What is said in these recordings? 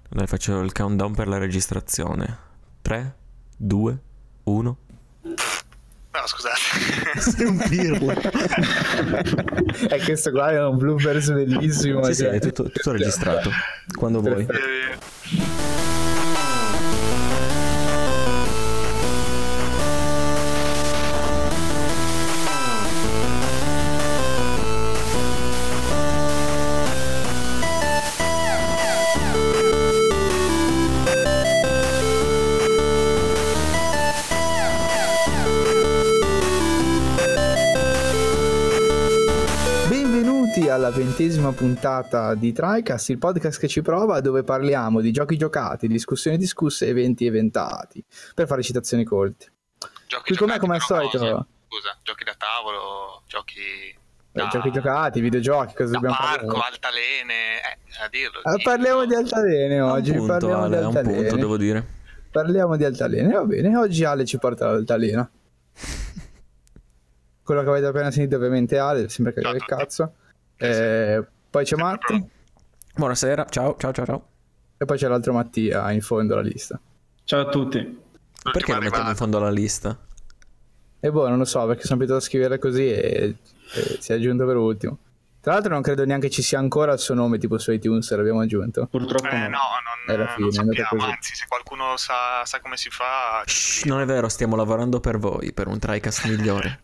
Dai, faccio il countdown per la registrazione. 3, 2, 1. No, scusate. Sei un pirla. E questo qua è un bloopers bellissimo. Sì, è tutto registrato. Quando vuoi. Alla 20ª puntata di TriCast, il podcast che ci prova, dove parliamo di giochi giocati, discussioni discusse, eventi eventati, per fare citazioni colte. Giochi giocati, come al solito. Scusa, giochi da tavolo, giochi giocati, videogiochi, cosa da dobbiamo parco, parlare? Altalene, a dirlo. Parliamo di Altalene oggi, parliamo di Altalene. Un punto, devo dire. Parliamo di Altalene, va bene, oggi Ale ci porta all'Altalena. Quello che avete appena sentito ovviamente Ale, sembra che il cazzo. Poi c'è Matti. Buonasera, ciao. E poi c'è l'altro Mattia in fondo alla lista. Ciao a tutti. Perché lo mettiamo in fondo alla lista? E boh, non lo so, perché sono abituato a scrivere così e si è aggiunto per ultimo. Tra l'altro non credo neanche ci sia ancora il suo nome tipo su iTunes, l'abbiamo aggiunto. Purtroppo no, non sappiamo, anzi se qualcuno sa come si fa. Shh, non è vero, stiamo lavorando per voi, per un TriCast migliore.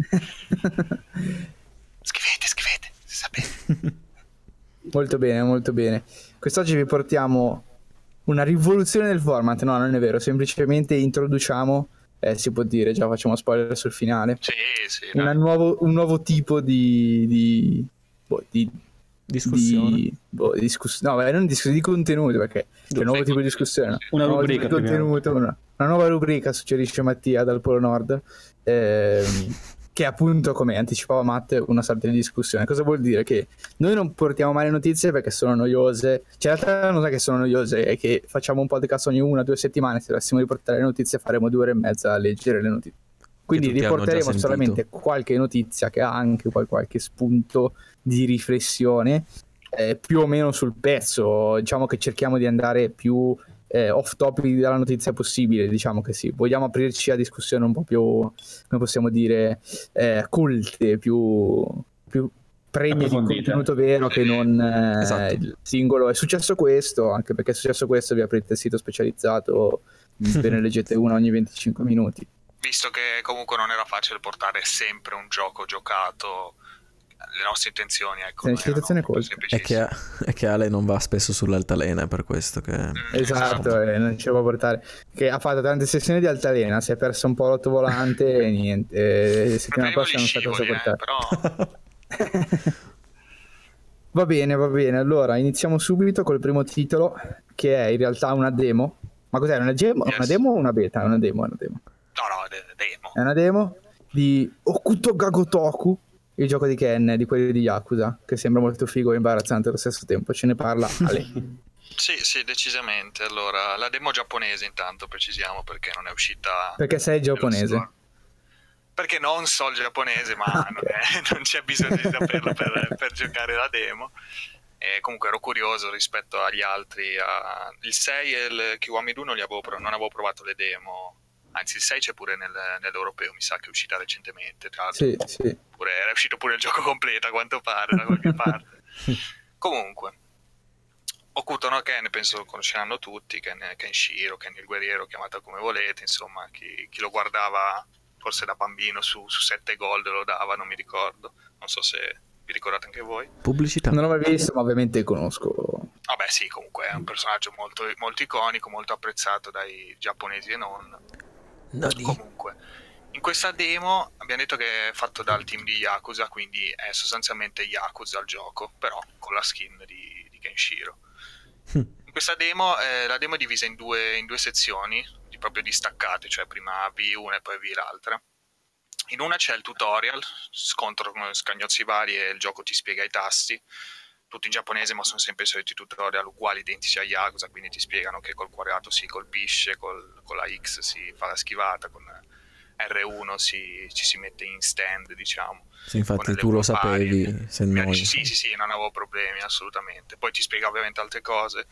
Scrivete, si sapete. Molto bene. Quest'oggi vi portiamo una rivoluzione del format. No, non è vero, semplicemente introduciamo, si può dire, già facciamo spoiler sul finale. Sì. Un nuovo tipo di discussione. Di contenuto, perché c'è un nuovo tipo di discussione. Una rubrica di contenuto, una nuova rubrica, suggerisce Mattia dal Polo Nord. Che appunto, come anticipava Matt, una sorta di discussione. Cosa vuol dire? Che noi non portiamo mai le notizie perché sono noiose. Cioè, in realtà non è che sono noiose, è che facciamo un podcast ogni 1 o 2 settimane. Se dovessimo riportare le notizie faremo 2 ore e mezza a leggere le notizie. Quindi riporteremo solamente qualche notizia che ha anche qualche spunto di riflessione, più o meno sul pezzo. Diciamo che cerchiamo di andare più off topic dalla notizia possibile, diciamo che sì, vogliamo aprirci a discussioni un po' più, come possiamo dire, colte, più pregne di contenuto vero che non esatto. Il singolo è successo questo, anche perché è successo questo, vi aprite il sito specializzato, ve ne leggete uno ogni 25 minuti. Visto che comunque non era facile portare sempre un gioco giocato, le nostre intenzioni, ecco, è che Ale non va spesso sull'Altalena, è per questo che esatto. Non ci può portare, che ha fatto tante sessioni di Altalena, si è perso un po' l'ottovolante e niente, settimana prossima non sa cosa portare, però... va bene, allora iniziamo subito col primo titolo, che è in realtà una demo. Ma cos'è, una demo? Yes. Una demo o una beta? Una demo. No, demo. È una demo di Okutoga Gotoku, il gioco di Ken, di quelli di Yakuza, che sembra molto figo e imbarazzante allo stesso tempo. Ce ne parla Ale. Sì, decisamente. Allora, la demo giapponese intanto precisiamo, perché non è uscita. Perché sei giapponese? Perché non so il giapponese, ma non c'è bisogno di saperlo per giocare la demo. E comunque ero curioso rispetto agli altri. Il 6 e il Kiwami-Do non avevo provato le demo. Anzi, il 6 c'è pure nell'europeo, mi sa che è uscita recentemente, tra l'altro. Sì. Era uscito pure il gioco completo, a quanto pare, da qualche parte. Comunque, Hokuto no Ken, penso lo conosceranno tutti, Kenshiro, Ken il guerriero, chiamata come volete, insomma, chi lo guardava forse da bambino su 7 Gold lo dava, non mi ricordo. Non so se vi ricordate anche voi. Pubblicità. Non l'ho mai visto, ma ovviamente conosco. Vabbè, sì, comunque è un personaggio molto, molto iconico, molto apprezzato dai giapponesi e non. Comunque, in questa demo abbiamo detto che è fatto dal team di Yakuza, quindi è sostanzialmente Yakuza il gioco, però con la skin di Kenshiro. In questa demo, la demo è divisa in due sezioni, proprio distaccate, cioè prima V una e poi V l'altra. In una c'è il tutorial, scontro con scagnozzi vari e il gioco ti spiega i tasti, tutto in giapponese, ma sono sempre i soliti tutorial uguali, identici a Yakuza, quindi ti spiegano che col quadrato si colpisce, con la X si fa la schivata, con R1 ci si mette in stand, diciamo. Sì, infatti tu lo sapevi, se no... Sì, non avevo problemi, assolutamente. Poi ti spiega ovviamente altre cose,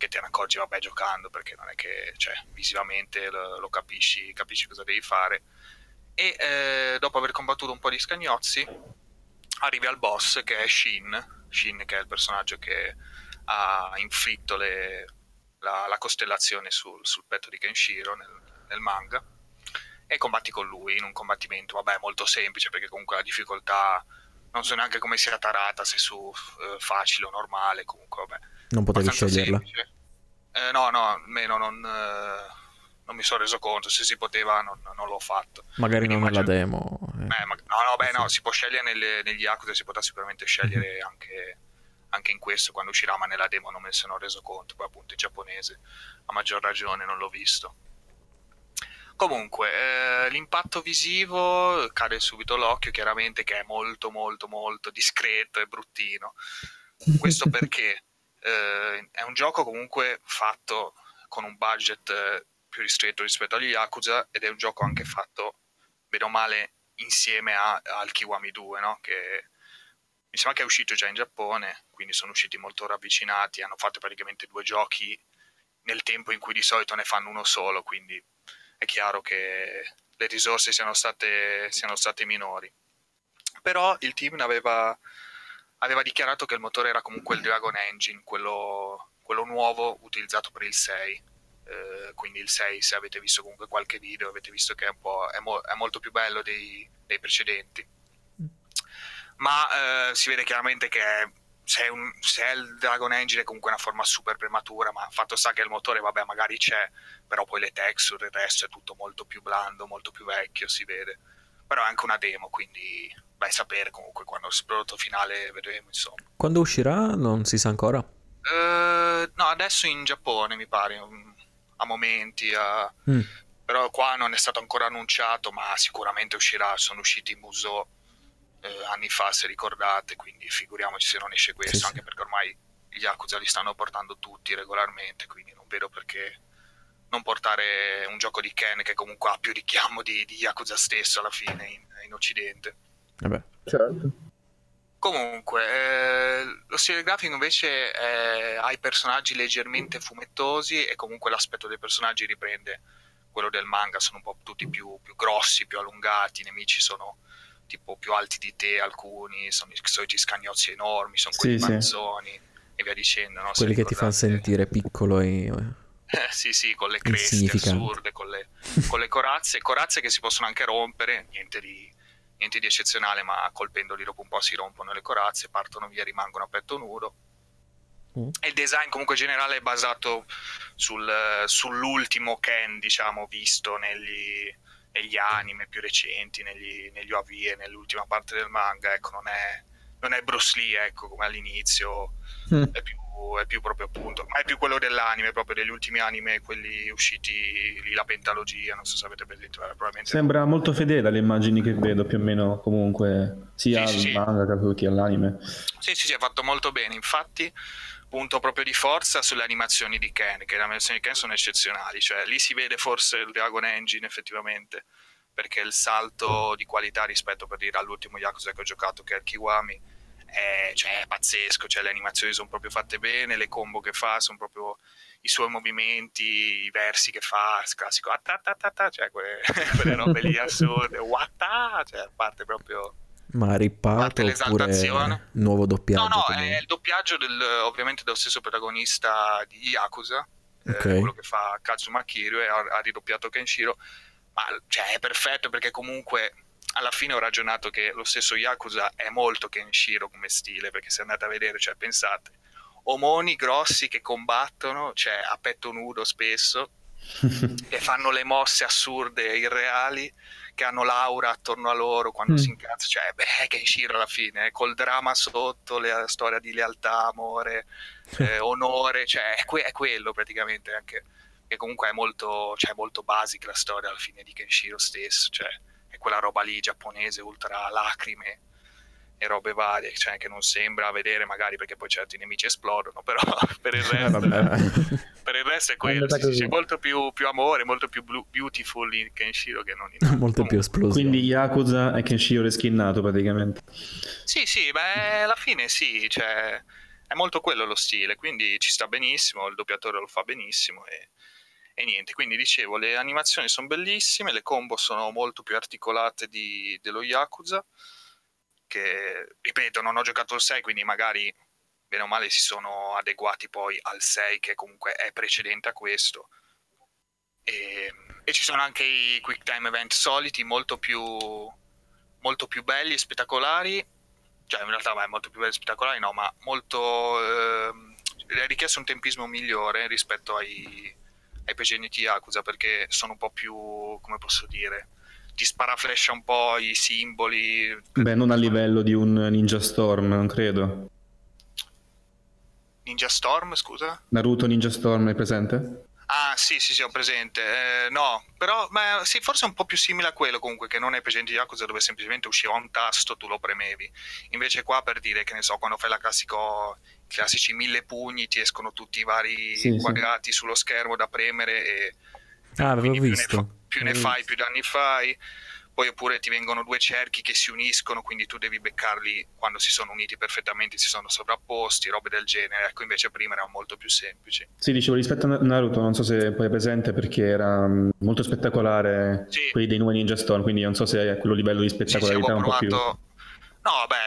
che te ne accorgi, vabbè, giocando, perché non è che, cioè, visivamente lo capisci cosa devi fare. E dopo aver combattuto un po' di scagnozzi, arrivi al boss, che è Shin, che è il personaggio che ha inflitto la costellazione sul petto di Kenshiro nel manga, e combatti con lui in un combattimento, vabbè, molto semplice, perché comunque la difficoltà non so neanche come sia tarata, se su facile o normale, comunque vabbè, Non potevi abbastanza sceglierla. semplice. No, almeno non mi sono reso conto, se si poteva non l'ho fatto. Magari Quindi non nella immagino- demo. no, si può scegliere negli Yakuza, si potrà sicuramente scegliere anche in questo quando uscirà, ma nella demo non me ne sono reso conto, poi appunto in giapponese a maggior ragione non l'ho visto. Comunque, l'impatto visivo cade subito l'occhio, chiaramente, che è molto molto molto discreto e bruttino. Questo perché è un gioco comunque fatto con un budget più ristretto rispetto agli Yakuza, ed è un gioco anche fatto bene o male insieme al Kiwami 2, no? Che mi sembra che è uscito già in Giappone, quindi sono usciti molto ravvicinati, hanno fatto praticamente 2 giochi nel tempo in cui di solito ne fanno uno solo, quindi è chiaro che le risorse siano state minori. Però il team aveva dichiarato che il motore era comunque il Dragon Engine, quello nuovo utilizzato per il 6. Quindi il 6, se avete visto comunque qualche video, avete visto che è molto più bello dei precedenti. Ma si vede chiaramente che se è il Dragon Engine è comunque una forma super prematura, ma fatto sta che il motore, vabbè, magari c'è, però poi le texture, il resto è tutto molto più blando, molto più vecchio, si vede. Però è anche una demo, quindi vai a sapere comunque quando il prodotto finale vedremo, insomma. Quando uscirà non si sa ancora. No, adesso in Giappone mi pare, a momenti, Mm. però qua non è stato ancora annunciato, ma sicuramente uscirà. Sono usciti in Musou anni fa, se ricordate, quindi figuriamoci se non esce questo, Sì, anche perché ormai gli Yakuza li stanno portando tutti regolarmente, quindi non vedo perché non portare un gioco di Ken che comunque ha più richiamo di Yakuza stesso alla fine in Occidente. Vabbè. Certo. Comunque, lo stile grafico invece ha i personaggi leggermente fumettosi, e comunque l'aspetto dei personaggi riprende quello del manga, sono un po' tutti più grossi, più allungati, i nemici sono tipo più alti di te, alcuni sono i soliti scagnozzi enormi, sono quelli Sì. panzoni e via dicendo, no? Se Quelli che ti fanno ricordate. sentire piccolo e Sì, con le creste insignificante. assurde, con le corazze che si possono anche rompere, niente di eccezionale, ma colpendoli dopo un po' si rompono le corazze, partono via, rimangono a petto nudo. E il design comunque generale è basato sull'ultimo Ken, diciamo, visto negli anime più recenti, negli OVA, nell'ultima parte del manga. Ecco, non è Bruce Lee, ecco, come all'inizio. È più proprio, appunto, ma è più quello dell'anime, proprio degli ultimi anime, quelli usciti lì, la pentalogia, non so se avete presente, probabilmente Sembra molto fedele alle immagini che vedo, più o meno, comunque, sia Sì. al manga che all'anime. Sì, è fatto molto bene. Infatti punto proprio di forza sulle animazioni di Ken, che le animazioni di Ken sono eccezionali, cioè lì si vede forse il Dragon Engine effettivamente, perché il salto di qualità rispetto, per dire, all'ultimo Yakuza che ho giocato, che è il Kiwami, è pazzesco, cioè le animazioni sono proprio fatte bene, le combo che fa sono proprio i suoi movimenti, i versi che fa, il classico attatatata, cioè quelle robe lì assurde, watta, cioè parte proprio. Ma rippato Parte l'esaltazione. oppure nuovo doppiaggio? No, comunque? è il doppiaggio ovviamente dello stesso protagonista di Yakuza, Ok. quello che fa Kazuma Kiryu, e ha ridoppiato Kenshiro, ma cioè, è perfetto, perché comunque alla fine ho ragionato che lo stesso Yakuza è molto Kenshiro come stile, perché se andate a vedere, cioè pensate, omoni grossi che combattono, cioè a petto nudo spesso, e fanno le mosse assurde, irreali, che hanno l'aura attorno a loro quando si incazza, cioè Kenshiro alla fine, col dramma sotto, la storia di lealtà, amore, onore, cioè è quello praticamente, anche che comunque è molto basic la storia alla fine di Kenshiro stesso, cioè è quella roba lì giapponese, ultra lacrime e robe varie, cioè che non sembra vedere magari, perché poi certi nemici esplodono, però per il resto per il resto è quello, c'è molto più amore, molto più beautiful in Kenshiro che non in Molto più esplosivo. Quindi Yakuza è Kenshiro reskinnato praticamente. Sì, beh, alla fine sì, cioè è molto quello lo stile, quindi ci sta benissimo, il doppiatore lo fa benissimo e niente, quindi dicevo, le animazioni sono bellissime, le combo sono molto più articolate dello Yakuza, che ripeto non ho giocato il 6, quindi magari bene o male si sono adeguati poi al 6 che comunque è precedente a questo, e ci sono anche i quick time event soliti molto più belli e spettacolari, cioè in realtà molto più belli e spettacolari no, ma molto è richiesto un tempismo migliore rispetto ai precedenti Yakuza, perché sono un po' più, come posso dire, ti sparaflascia un po' i simboli. Beh, non a livello di un Ninja Storm, non credo. Ninja Storm, scusa? Naruto Ninja Storm, è presente? Ah, sì, ho presente. No, però sì, forse è un po' più simile a quello comunque, che non è presente in Yakuza, dove semplicemente usciva un tasto, tu lo premevi. Invece qua, per dire, che ne so, quando fai i classici 1000 pugni, ti escono tutti i vari quadrati sullo schermo da premere e avevo visto. Più ne fai, più danni fai. Poi oppure ti vengono due cerchi che si uniscono, quindi tu devi beccarli quando si sono uniti perfettamente, si sono sovrapposti, robe del genere. Ecco, invece prima erano molto più semplici. Sì, dicevo, rispetto a Naruto, non so se poi è presente, perché era molto spettacolare, sì, quelli dei nuovi Ninja Storm, quindi non so se è quello livello di spettacolarità un po' più... No, vabbè,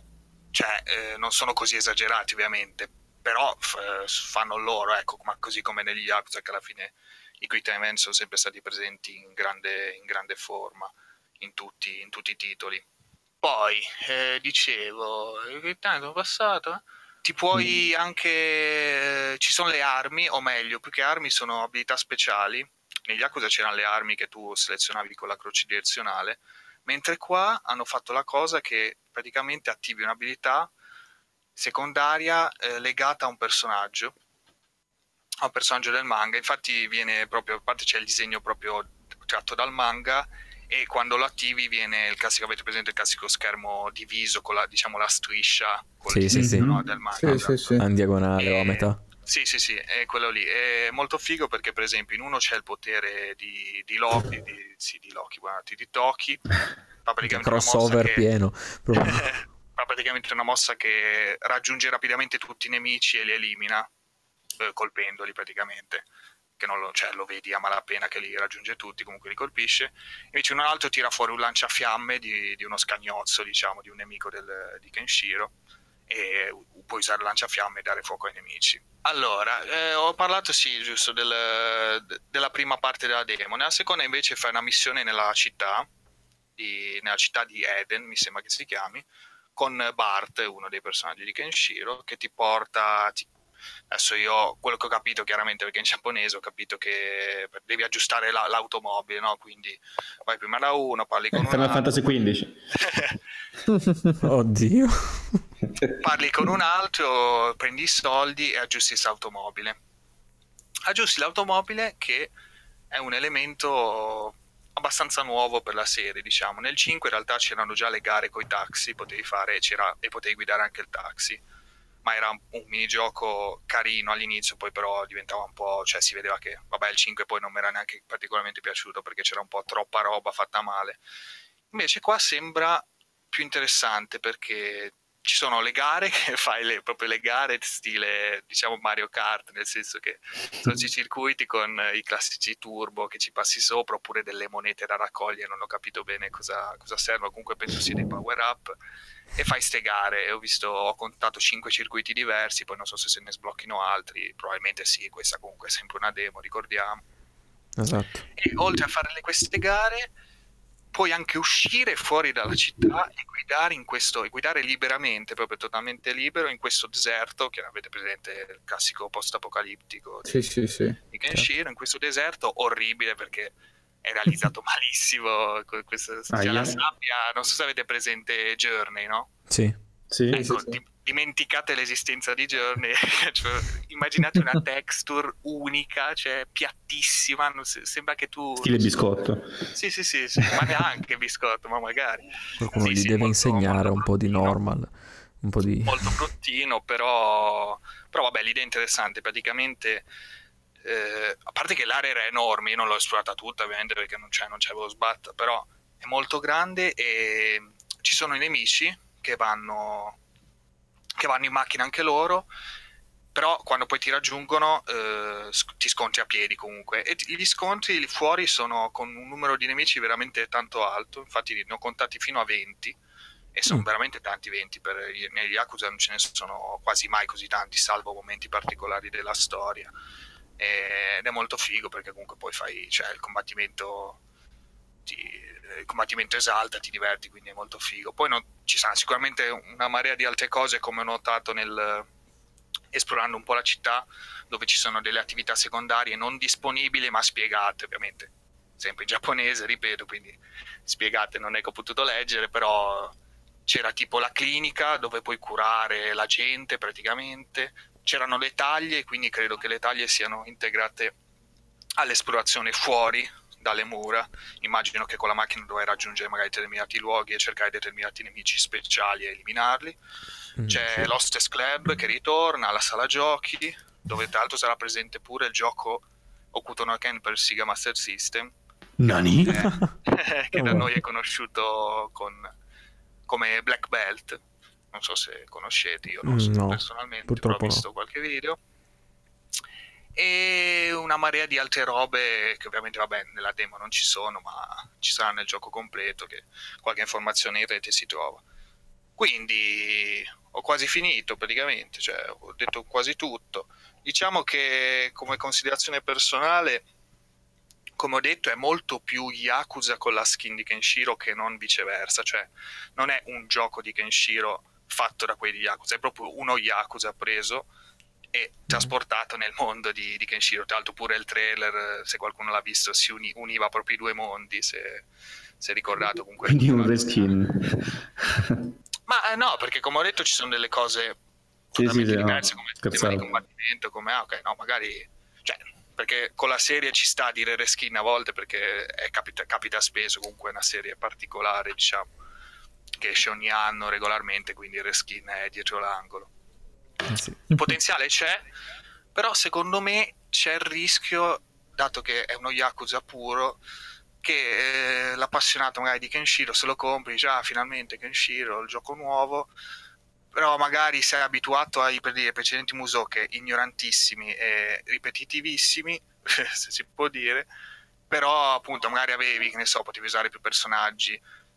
non sono così esagerati ovviamente, però fanno loro, ecco, ma così come negli Yakuza, che alla fine i quick time event sono sempre stati presenti in grande forma in tutti i titoli. Poi dicevo, che tanto passato, ti puoi anche ci sono le armi, o meglio, più che armi sono abilità speciali. Negli Yakuza c'erano le armi che tu selezionavi con la croce direzionale, mentre qua hanno fatto la cosa che praticamente attivi un'abilità secondaria legata a un personaggio del manga. Infatti viene proprio, a parte c'è il disegno proprio tratto dal manga, e quando lo attivi viene il classico, avete presente il classico schermo diviso con la, diciamo, la striscia con il disegno, no, del manga. Sì. In diagonale o a metà. Sì, è quello lì. È molto figo perché, per esempio, in uno c'è il potere di Loki, di Toki. Fa praticamente crossover pieno. fa praticamente una mossa che raggiunge rapidamente tutti i nemici e li elimina, colpendoli praticamente. Che non lo vedi a malapena che li raggiunge tutti, comunque li colpisce. Invece un altro tira fuori un lanciafiamme di uno scagnozzo, diciamo, di un nemico di Kenshiro, e puoi usare il lanciafiamme e dare fuoco ai nemici. Allora, ho parlato giusto della prima parte della demo. Nella seconda invece fai una missione nella città di Eden, mi sembra che si chiami, con Bart, uno dei personaggi di Kenshiro, che ti porta... Adesso io, quello che ho capito chiaramente, perché in giapponese ho capito che devi aggiustare l'automobile, no? Quindi vai prima da uno, parli con un Final altro. Fantasy XV. Oddio. Parli con un altro, prendi i soldi e aggiusti questa automobile. Aggiusti l'automobile, che è un elemento abbastanza nuovo per la serie, diciamo. Nel 5 in realtà c'erano già le gare coi taxi, potevi fare e potevi guidare anche il taxi, ma era un minigioco carino all'inizio, poi però diventava un po', cioè si vedeva che, vabbè, il 5 poi non mi era neanche particolarmente piaciuto perché c'era un po' troppa roba fatta male. Invece qua sembra più interessante perché ci sono le gare che fai proprio le gare stile, diciamo, Mario Kart, nel senso che sono i circuiti con i classici turbo che ci passi sopra, oppure delle monete da raccogliere, non ho capito bene cosa servono, comunque penso sia dei power up, e fai ste gare. Ho contato 5 circuiti diversi, poi non so se ne sblocchino altri, probabilmente sì, questa comunque è sempre una demo, ricordiamo. Esatto. E oltre a fare queste gare puoi anche uscire fuori dalla città e guidare liberamente, proprio totalmente libero, in questo deserto, che avete presente, il classico post-apocalittico di Kenshiro, in questo deserto orribile perché è realizzato malissimo, c'è la sabbia, non so se avete presente Journey, no? Sì. Ecco, dimenticate l'esistenza di Journey. Cioè, immaginate una texture unica, cioè piattissima, sembra che tu... Stile biscotto. Sì, ma neanche biscotto, ma magari. Qualcuno gli deve insegnare un po' di normal, un po' di... Molto bruttino, però vabbè, l'idea è interessante, praticamente... a parte che l'area era enorme, io non l'ho esplorata tutta ovviamente perché non c'avevo sbatta, però è molto grande e ci sono i nemici che vanno che vanno in macchina anche loro, però quando poi ti raggiungono ti scontri a piedi comunque, e gli scontri lì fuori sono con un numero di nemici veramente tanto alto, infatti ne ho contati fino a 20 e sono veramente tanti 20, negli Yakuza non ce ne sono quasi mai così tanti, salvo momenti particolari della storia, ed è molto figo perché comunque poi fai, cioè il combattimento esalta, ti diverti, quindi è molto figo. Poi ci sarà sicuramente una marea di altre cose, come ho notato esplorando un po' la città, dove ci sono delle attività secondarie non disponibili ma spiegate, ovviamente sempre in giapponese, ripeto, quindi spiegate non è che ho potuto leggere, però c'era tipo la clinica dove puoi curare la gente praticamente, c'erano le taglie, quindi credo che le taglie siano integrate all'esplorazione fuori dalle mura. Immagino che con la macchina dovrai raggiungere magari determinati luoghi e cercare determinati nemici speciali e eliminarli. C'è l'Hostess Club che ritorna, la sala giochi, dove tra l'altro sarà presente pure il gioco Hokuto no Ken per il Sega Master System, Nani? che da noi è conosciuto come Black Belt. Non so se conoscete, io non so personalmente, però ho visto qualche video. E una marea di altre robe che ovviamente nella demo non ci sono, ma ci sarà nel gioco completo, che qualche informazione in rete si trova. Quindi ho quasi finito praticamente, cioè ho detto quasi tutto. Diciamo che come considerazione personale, come ho detto, è molto più Yakuza con la skin di Kenshiro che non viceversa, cioè non è un gioco di Kenshiro fatto da quelli di Yakuza, è proprio uno Yakuza preso e trasportato nel mondo di Kenshiro. Tra l'altro pure il trailer, se qualcuno l'ha visto, si univa proprio i due mondi, se ricordate. Comunque quindi un reskin. Ma no, perché come ho detto ci sono delle cose totalmente diverse, come il sistema di combattimento, come ok, no, magari, cioè, perché con la serie ci sta a dire reskin a volte, perché capita spesso, comunque è una serie particolare, diciamo, che esce ogni anno regolarmente, quindi il reskin è dietro l'angolo. Il potenziale c'è, però secondo me c'è il rischio, dato che è uno Yakuza puro, che l'appassionato magari di Kenshiro se lo compri, già finalmente Kenshiro, il gioco nuovo, però magari sei abituato ai precedenti Musou, ignorantissimi e ripetitivissimi, se si può dire, però appunto magari avevi, che ne so, potevi usare più personaggi,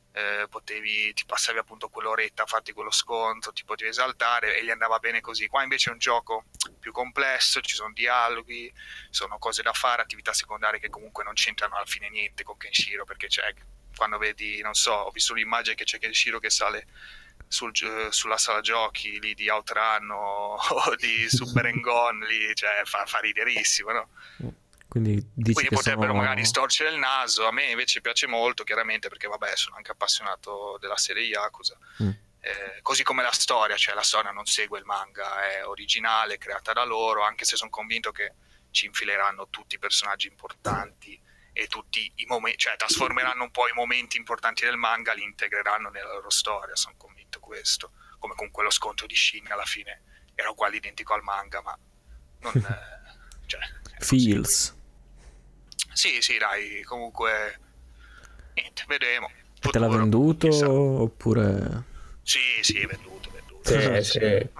ti passavi appunto quell'oretta a farti quello scontro, ti potevi esaltare e gli andava bene così. Qua invece è un gioco più complesso, ci sono dialoghi, sono cose da fare, attività secondarie che comunque non c'entrano alla fine niente con Kenshiro, perché c'è, quando vedi, non so, ho visto l'immagine che c'è Kenshiro che sale sulla sala giochi lì di Outrun o di Super Engon lì, cioè fa riderissimo, no? Quindi potrebbero magari storcere il naso. A me invece piace molto, chiaramente, perché sono anche appassionato della serie Yakuza, così come la storia, cioè la storia non segue il manga, è originale, creata da loro, anche se sono convinto che ci infileranno tutti i personaggi importanti e tutti i momenti, cioè trasformeranno un po' i momenti importanti del manga, li integreranno nella loro storia, sono convinto questo, come con quello scontro di Shin alla fine era uguale identico al manga, ma non cioè, feels. Sì, dai, comunque niente, vedremo. Futuro, te l'ha venduto oppure? Sì, venduto. Sì.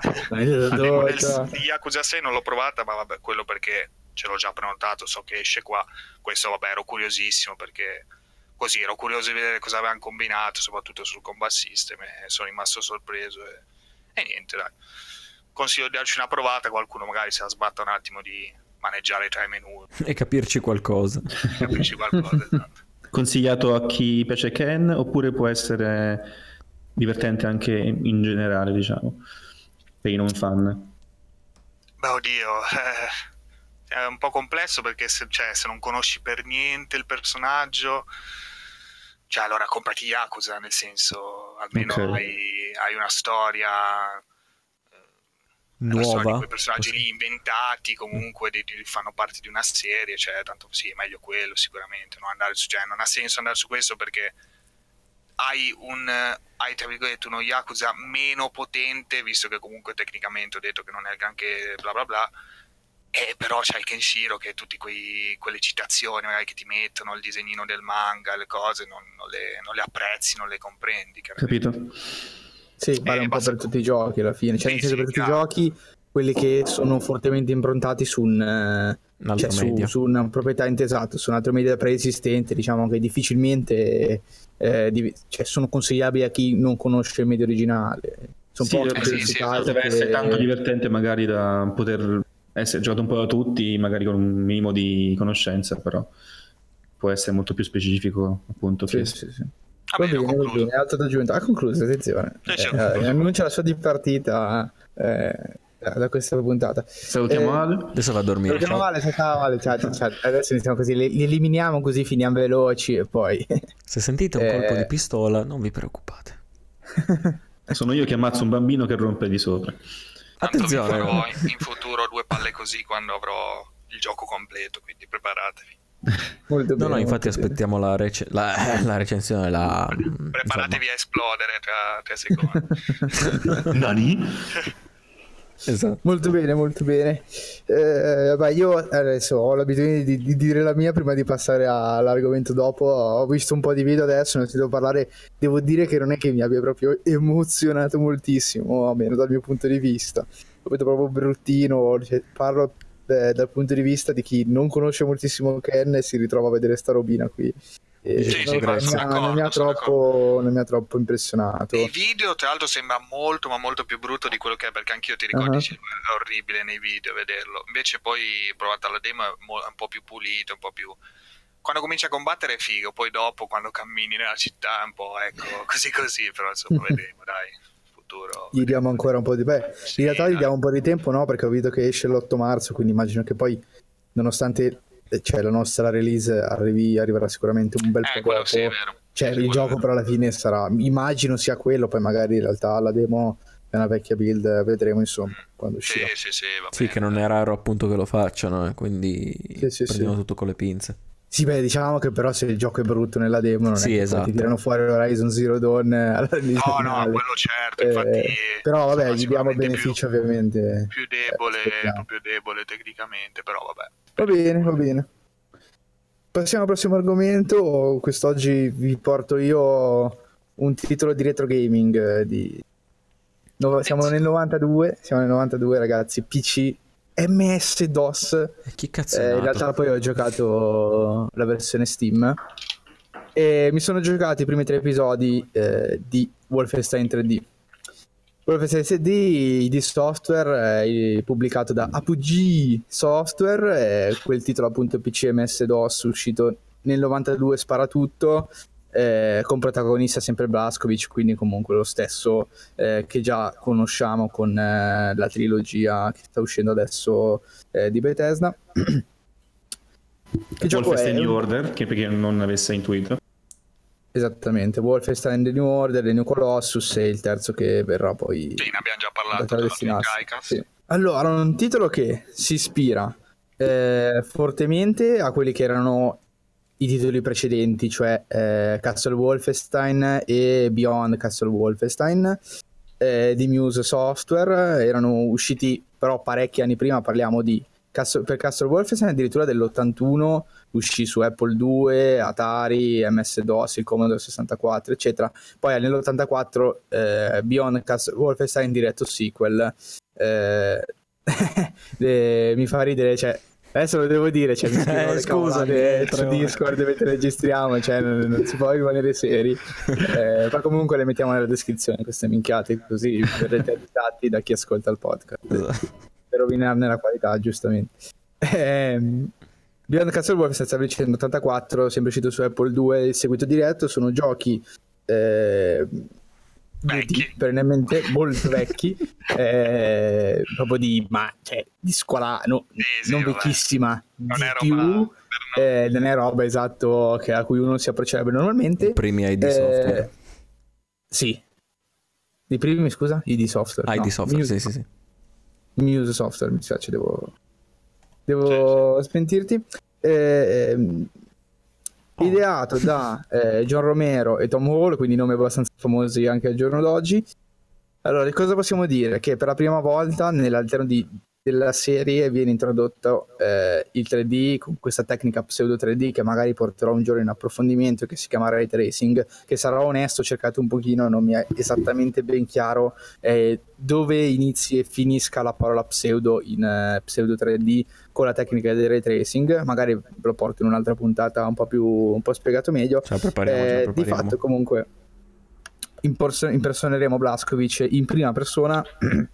Di Yakuza 6 non l'ho provata, ma vabbè, quello perché ce l'ho già prenotato, so che esce qua. Questo ero curiosissimo, perché così ero curioso di vedere cosa avevano combinato, soprattutto sul combat system, e sono rimasto sorpreso e niente, dai. Consiglio di darci una provata, qualcuno magari se la sbatta un attimo di maneggiare tra i menu e capirci qualcosa. Esatto. Consigliato a chi piace Ken, oppure può essere divertente anche in generale, diciamo, per i non fan? Beh, oddio, è un po' complesso, perché se non conosci per niente il personaggio, cioè allora comprati Yakuza, nel senso, almeno hai una storia nuova, di quei personaggi lì inventati, comunque fanno parte di una serie, cioè tanto sì, è meglio quello sicuramente, non ha senso andare su questo, perché hai tra virgolette uno Yakuza meno potente, visto che comunque tecnicamente ho detto che non è il granché bla bla bla, però c'è il Kenshiro, che tutte quelle citazioni magari che ti mettono, il disegnino del manga, le cose non le apprezzi, non le comprendi, capito? Sì, vale un po' basta per tutti i giochi alla fine, cioè Sì, nel senso sì, per tutti i chiaro. giochi, quelli che sono fortemente improntati su Un'altra media. su una proprietà esatto, su un altro media preesistente, diciamo che difficilmente sono consigliabili a chi non conosce il media originale. Sono Sì, pochi sì, questi sì, casi deve essere tanto che... divertente magari da poter essere giocato un po' da tutti, magari con un minimo di conoscenza, però può essere molto più specifico, appunto, Sì, chiesto. sì, sì. Va Va bene, ho bene, va concluso. bene. Altro da aggiungere. Ha concluso, attenzione. Sì, sì, ho concluso. Annuncia la sua dipartita da questa puntata. Salutiamo Ale. Adesso va a dormire. Salutiamo Ciao. Vale, ciao Vale, ciao, ciao, ciao. Adesso iniziamo così, li eliminiamo così finiamo veloci e poi... Se sentite un colpo di Eh, pistola, non vi preoccupate. Sono io che ammazzo un bambino che rompe di sopra. Tanto vi Attenzione. farò in futuro 2 palle così quando avrò il gioco completo, quindi preparatevi. molto bene. No, infatti molto bene. aspettiamo la recensione, Preparatevi a esplodere tra 3 secondi. Nani? Esatto. Molto bene, molto bene. Vabbè, io adesso ho l'abitudine di dire la mia prima di passare all'argomento dopo. Ho visto un po' di video adesso, ne ho sentito parlare. Devo dire che non è che mi abbia proprio emozionato moltissimo, almeno dal mio punto di vista. Lo vedo proprio bruttino. Cioè, parlo dal punto di vista di chi non conosce moltissimo Ken e si ritrova a vedere sta robina qui. Sì, Non lo so, sono non mi ha sono non mi ha troppo impressionato. Nei video, tra l'altro, sembra molto, ma molto più brutto di quello che è, perché anch'io ti ricordi, Ah. è orribile nei video vederlo. Invece poi, provata la demo, è un po' più pulito, un po' più... Quando comincia a combattere è figo, poi dopo, quando cammini nella città, è un po', ecco, così, però insomma, vedremo, dai, futuro. Gli diamo ancora un po' di... Beh, Sì, in realtà gli dai. diamo un po' di tempo, no? Perché ho visto che esce l'8 marzo, quindi immagino che poi, nonostante la nostra release arriverà sicuramente un bel po' Quello dopo. sì, è vero. Cioè, Sì, il quello gioco è vero. però alla fine sarà... Immagino sia quello, poi magari in realtà la demo è una vecchia build, vedremo insomma, quando Sì, uscirà. sì, va Sì, bene. che non è raro appunto che lo facciano, quindi Sì, prendiamo sì. tutto con le pinze. Sì, beh, diciamo che però se il gioco è brutto nella demo non Sì, è che poi esatto. ti tirano fuori Horizon Zero Dawn alla release No, finale. quello certo, infatti Però vabbè, sarà gli diamo il sicuramente beneficio ovviamente. più debole, Aspettiamo. proprio debole tecnicamente, però vabbè. Va bene, va bene. Passiamo al prossimo argomento. Quest'oggi vi porto io un titolo di retro gaming. Siamo nel 92 ragazzi, PC, MS-DOS. E chi cazzo è In nato? realtà poi ho giocato la versione Steam e mi sono giocato i primi 3 episodi di Wolfenstein 3D. Wolfenstein 3D ID Software, pubblicato da Apogee Software, quel titolo appunto PC MS-DOS uscito nel 92, spara tutto, con protagonista sempre Blazkowicz, quindi comunque lo stesso che già conosciamo con la trilogia che sta uscendo adesso di Bethesda. Che gioco è? Wolfenstein New Order, che per chi non avesse intuito. Esattamente, Wolfenstein The New Order, The New Colossus e il terzo che verrà poi Sì, ne abbiamo già da parlato in destinarsi. Diecast. Sì. Allora, un titolo che si ispira fortemente a quelli che erano i titoli precedenti, cioè Castle Wolfenstein e Beyond Castle Wolfenstein di Muse Software. Erano usciti però parecchi anni prima, parliamo di per Castle Wolfenstein addirittura dell'81 uscì su Apple II, Atari, MS-DOS, il Commodore 64 eccetera. Poi nell'84 Beyond Castle Wolfenstein diretto sequel. Mi fa ridere, cioè adesso lo devo dire, cioè mi scrivono le scusami, cavolate 3 su ore. Discord mentre registriamo, cioè non si può rimanere seri. Ma comunque le mettiamo nella descrizione queste minchiate, così verrete avvisati da chi ascolta il podcast. Esatto. Per rovinarne la qualità, giustamente. Beyond Castle Wolfenstein stavo dicendo 84, sempre uscito su Apple II, il seguito diretto. Sono giochi Vecchi. perennemente molto vecchi, proprio di scuola, no, Sì, non vabbè. vecchissima, Non di è più, roba per non è roba esatto a cui uno si approccerebbe normalmente. I primi ID Software. Sì, i primi, scusa? ID Software. ID no, Software, Muse, sì. Muse Software, mi dispiace, devo smentirti. Ideato da John Romero e Tom Hall, quindi nomi abbastanza famosi anche al giorno d'oggi. Allora, cosa possiamo dire? Che per la prima volta nell'all'interno di della serie viene introdotto il 3D con questa tecnica pseudo 3D che magari porterò un giorno in approfondimento, che si chiama Ray Tracing, che sarò onesto, ho cercato un pochino, non mi è esattamente ben chiaro dove inizi e finisca la parola pseudo in pseudo 3D con la tecnica del Ray Tracing. Magari ve lo porto in un'altra puntata un po' spiegato meglio. Ce la prepariamo. Di fatto comunque impersoneremo Blazkowicz in prima persona. Ma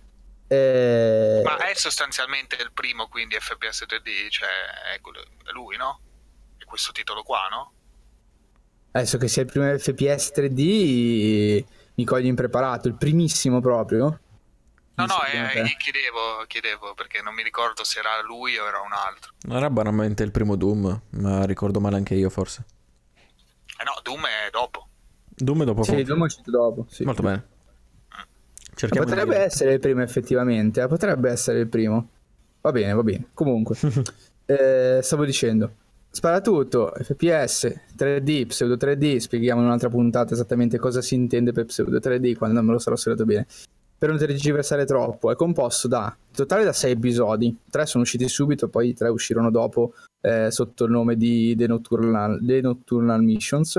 è sostanzialmente il primo, quindi FPS 3D, cioè è lui, no? È questo titolo qua, no? Adesso che sia il primo FPS 3D mi coglie impreparato, il primissimo proprio. No, chiedevo perché non mi ricordo se era lui o era un altro. Non era banalmente il primo Doom, ma ricordo male anche io forse. No, Doom è dopo. Doom è dopo. Sì, Doom è uscito dopo. Sì. Molto bene. Cerchiamo potrebbe essere il primo effettivamente, potrebbe essere il primo. Va bene. Comunque, stavo dicendo, sparatutto, FPS, 3D, pseudo 3D, spieghiamo in un'altra puntata esattamente cosa si intende per pseudo 3D quando me lo sarò spiegato bene. Per non tergiversare troppo, è composto totale da 6 episodi, 3 sono usciti subito, poi 3 uscirono dopo sotto il nome di The Nocturnal Missions.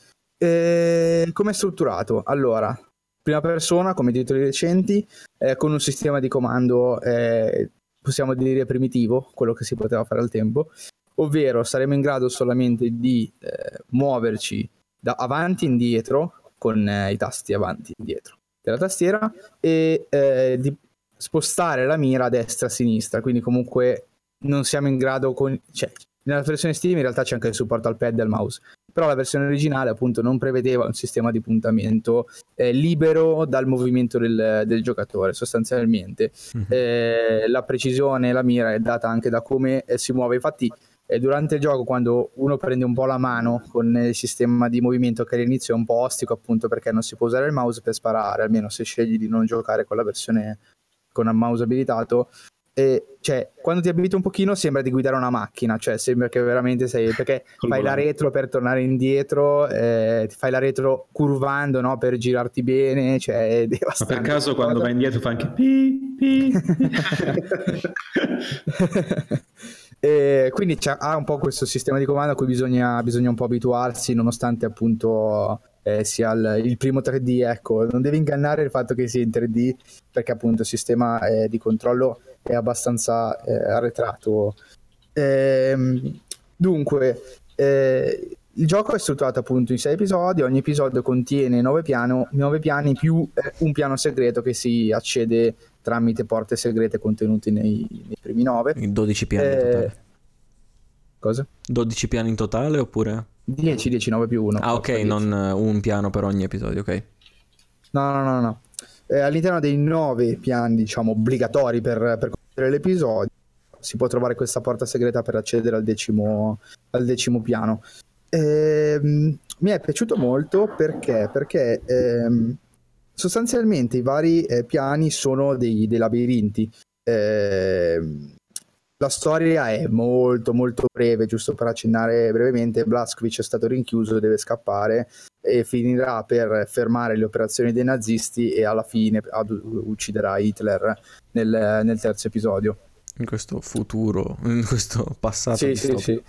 Come è strutturato? Allora, prima persona come titoli recenti, con un sistema di comando possiamo dire primitivo, quello che si poteva fare al tempo, ovvero saremo in grado solamente di muoverci da avanti e indietro con i tasti avanti e indietro della tastiera e di spostare la mira a destra e a sinistra, quindi comunque non siamo in grado nella versione Steam in realtà c'è anche il supporto al pad e al mouse, però la versione originale appunto non prevedeva un sistema di puntamento libero dal movimento del giocatore sostanzialmente. La precisione e la mira è data anche da come si muove, infatti durante il gioco quando uno prende un po' la mano con il sistema di movimento che all'inizio è un po' ostico appunto perché non si può usare il mouse per sparare, almeno se scegli di non giocare con la versione con il mouse abilitato, cioè quando ti abitui un pochino sembra di guidare una macchina, cioè sembra che veramente sei, perché fai la retro per tornare indietro, ti fai la retro curvando, no, per girarti bene, cioè è devastante. Ma per caso quando vai indietro fa anche pi. Quindi ha un po' questo sistema di comando a cui bisogna un po' abituarsi, nonostante appunto sia il primo 3D, ecco, non deve ingannare il fatto che sia in 3D, perché appunto il sistema di controllo è abbastanza arretrato. Dunque, il gioco è strutturato appunto in 6 episodi, ogni episodio contiene 9 piani più un piano segreto che si accede tramite porte segrete contenute nei primi 9. 12 piani in totale. Cosa? 12 piani in totale oppure? 10, 9 più 1. Ah, ok, 10. non un piano per ogni episodio, ok. No. All'interno dei 9 piani, diciamo, obbligatori per concludere l'episodio, si può trovare questa porta segreta per accedere al decimo piano. Mi è piaciuto molto perché sostanzialmente i vari piani sono dei labirinti. La storia è molto molto breve, giusto per accennare brevemente. Blazkowicz è stato rinchiuso e deve scappare e finirà per fermare le operazioni dei nazisti e alla fine ucciderà Hitler nel terzo episodio. In questo futuro, in questo passato. Sì.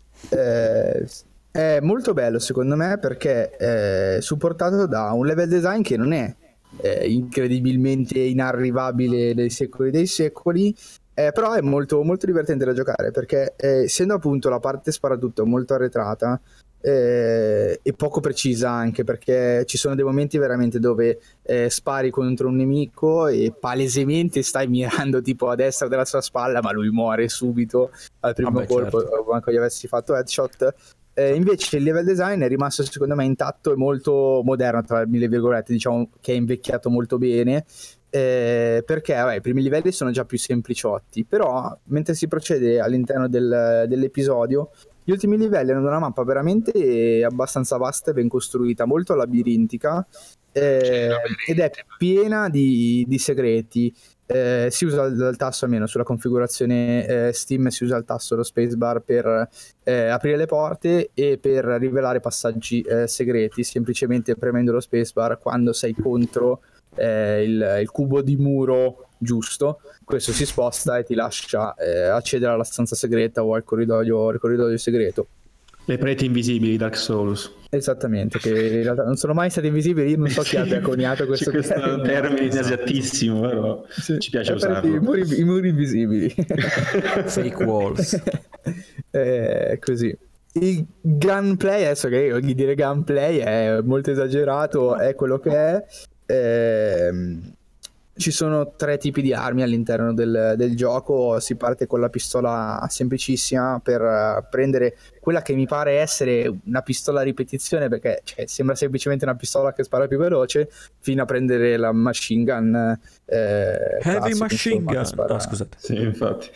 È molto bello secondo me perché è supportato da un level design che non è incredibilmente inarrivabile dei secoli dei secoli, però è molto, molto divertente da giocare perché essendo appunto la parte sparatutto molto arretrata e poco precisa, anche perché ci sono dei momenti veramente dove spari contro un nemico e palesemente stai mirando tipo a destra della sua spalla, ma lui muore subito al primo colpo, certo. Manco gli avessi fatto headshot. Invece il level design è rimasto secondo me intatto e molto moderno, tra mille virgolette, diciamo che è invecchiato molto bene, perché i primi livelli sono già più sempliciotti, però mentre si procede all'interno dell'episodio gli ultimi livelli hanno una mappa veramente abbastanza vasta e ben costruita, molto labirintica, ed è piena di segreti. Si usa il tasto, almeno sulla configurazione Steam si usa il tasto, lo spacebar, per aprire le porte e per rivelare passaggi segreti, semplicemente premendo lo spacebar quando sei contro il cubo di muro giusto, questo si sposta e ti lascia accedere alla stanza segreta o al corridoio segreto. Le pareti invisibili, Dark Souls. Esattamente, che in realtà non sono mai stati invisibili, io non so chi abbia coniato questo termine inesattissimo, però sì, ci piace usarlo. I muri invisibili. Fake walls. Così. Il gunplay, adesso che io gli dire gunplay è molto esagerato, è quello che è. Ci sono 3 tipi di armi all'interno del gioco. Si parte con la pistola semplicissima per prendere quella che mi pare essere una pistola a ripetizione, perché sembra semplicemente una pistola che spara più veloce, fino a prendere la machine gun Heavy classico, machine insomma, gun. spara... No, scusate. Sì, infatti.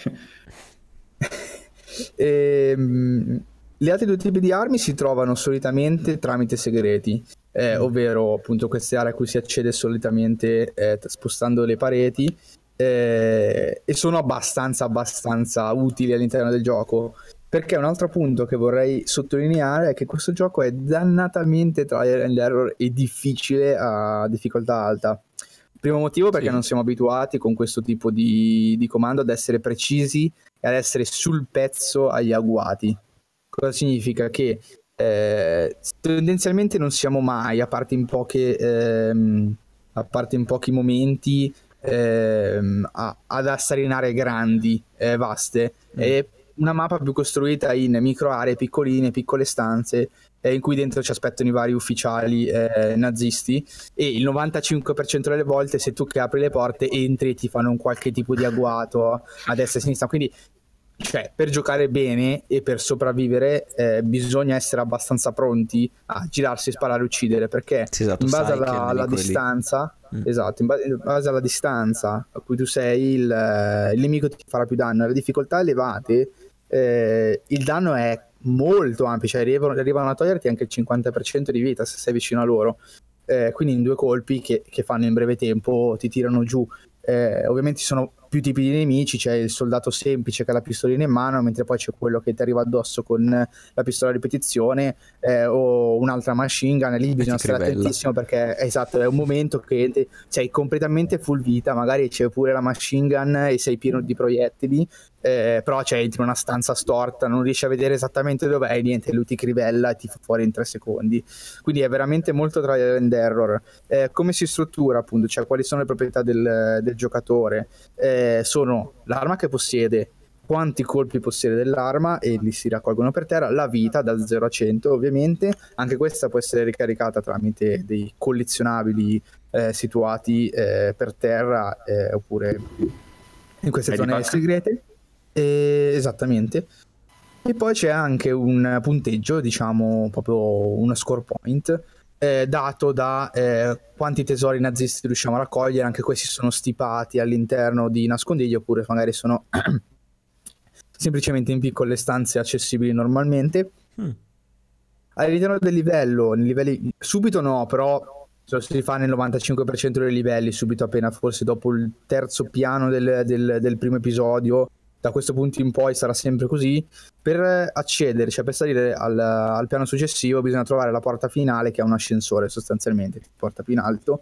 Gli altri 2 tipi di armi si trovano solitamente tramite segreti, ovvero appunto queste aree a cui si accede solitamente spostando le pareti, e sono abbastanza utili all'interno del gioco, perché un altro punto che vorrei sottolineare è che questo gioco è dannatamente trial and error e difficile a difficoltà alta. Primo motivo perché non siamo abituati con questo tipo di comando ad essere precisi e ad essere sul pezzo agli agguati. Cosa significa? Che tendenzialmente non siamo mai, a parte in pochi momenti, ad assare in aree grandi, vaste. È una mappa più costruita in micro aree piccoline, piccole stanze, in cui dentro ci aspettano i vari ufficiali nazisti, e il 95% delle volte, se tu che apri le porte, entri e ti fanno un qualche tipo di agguato a destra e a sinistra. Quindi per giocare bene e per sopravvivere bisogna essere abbastanza pronti a girarsi, sparare e uccidere, perché in base alla distanza, esatto, in base alla distanza a cui tu sei, il nemico ti farà più danno. Alle difficoltà elevate il danno è molto ampio, cioè arrivano a toglierti anche il 50% di vita se sei vicino a loro, quindi in 2 colpi che fanno in breve tempo ti tirano giù. Ovviamente ci sono più tipi di nemici, c'è il soldato semplice che ha la pistolina in mano, mentre poi c'è quello che ti arriva addosso con la pistola a ripetizione, o un'altra machine gun, e lì bisogna stare attentissimo, perché esatto, è un momento che sei completamente full vita, magari c'è pure la machine gun e sei pieno di proiettili, però entri in una stanza storta, non riesci a vedere esattamente dov'è e niente, lui ti crivella e ti fa fuori in 3 secondi. Quindi è veramente molto trial and error. Come si struttura, appunto, cioè quali sono le proprietà del giocatore? Sono l'arma che possiede, quanti colpi possiede dell'arma e li si raccolgono per terra, la vita dal 0 a 100 ovviamente, anche questa può essere ricaricata tramite dei collezionabili situati per terra, oppure in queste zone segrete. Esattamente. E poi c'è anche un punteggio, diciamo proprio uno score point, dato da quanti tesori nazisti riusciamo a raccogliere. Anche questi sono stipati all'interno di nascondigli, oppure magari sono semplicemente in piccole stanze accessibili normalmente. All'interno del livello, nei livelli subito no, però si fa nel 95% dei livelli, subito appena forse dopo il 3° piano del primo episodio. Da questo punto in poi sarà sempre così. Per accedere, cioè per salire al piano successivo, bisogna trovare la porta finale, che è un ascensore sostanzialmente, che porta più in alto.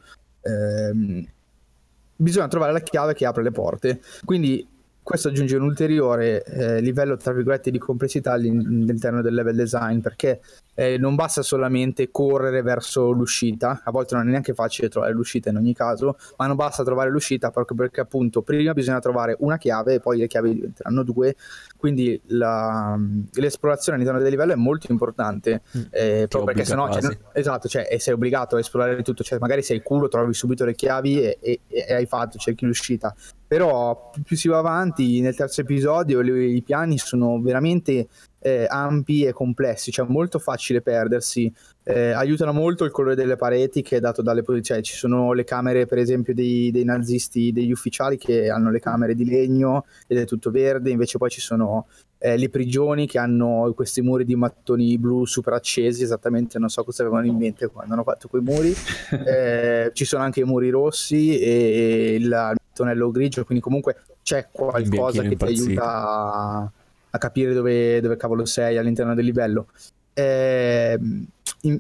Bisogna trovare la chiave che apre le porte. Quindi questo aggiunge un ulteriore livello, tra virgolette, di complessità all'interno del level design, perché non basta solamente correre verso l'uscita, a volte non è neanche facile trovare l'uscita in ogni caso, ma non basta trovare l'uscita, proprio perché appunto prima bisogna trovare una chiave e poi le chiavi diventeranno 2, quindi l'esplorazione all'interno del livello è molto importante, proprio perché sennò esatto, sei obbligato a esplorare tutto, cioè magari sei il culo, trovi subito le chiavi e hai fatto, cerchi l'uscita. Però più si va avanti, nel 3° episodio i piani sono veramente ampi e complessi, cioè molto facile perdersi. Aiutano molto il colore delle pareti, che è dato dalle posizioni. Ci sono le camere, per esempio, dei nazisti, degli ufficiali, che hanno le camere di legno ed è tutto verde. Invece poi ci sono le prigioni, che hanno questi muri di mattoni blu super accesi, esattamente non so cosa avevano in mente quando hanno fatto quei muri. Ci sono anche i muri rossi e il tonello grigio, quindi comunque c'è qualcosa che ti aiuta a capire dove cavolo sei all'interno del livello.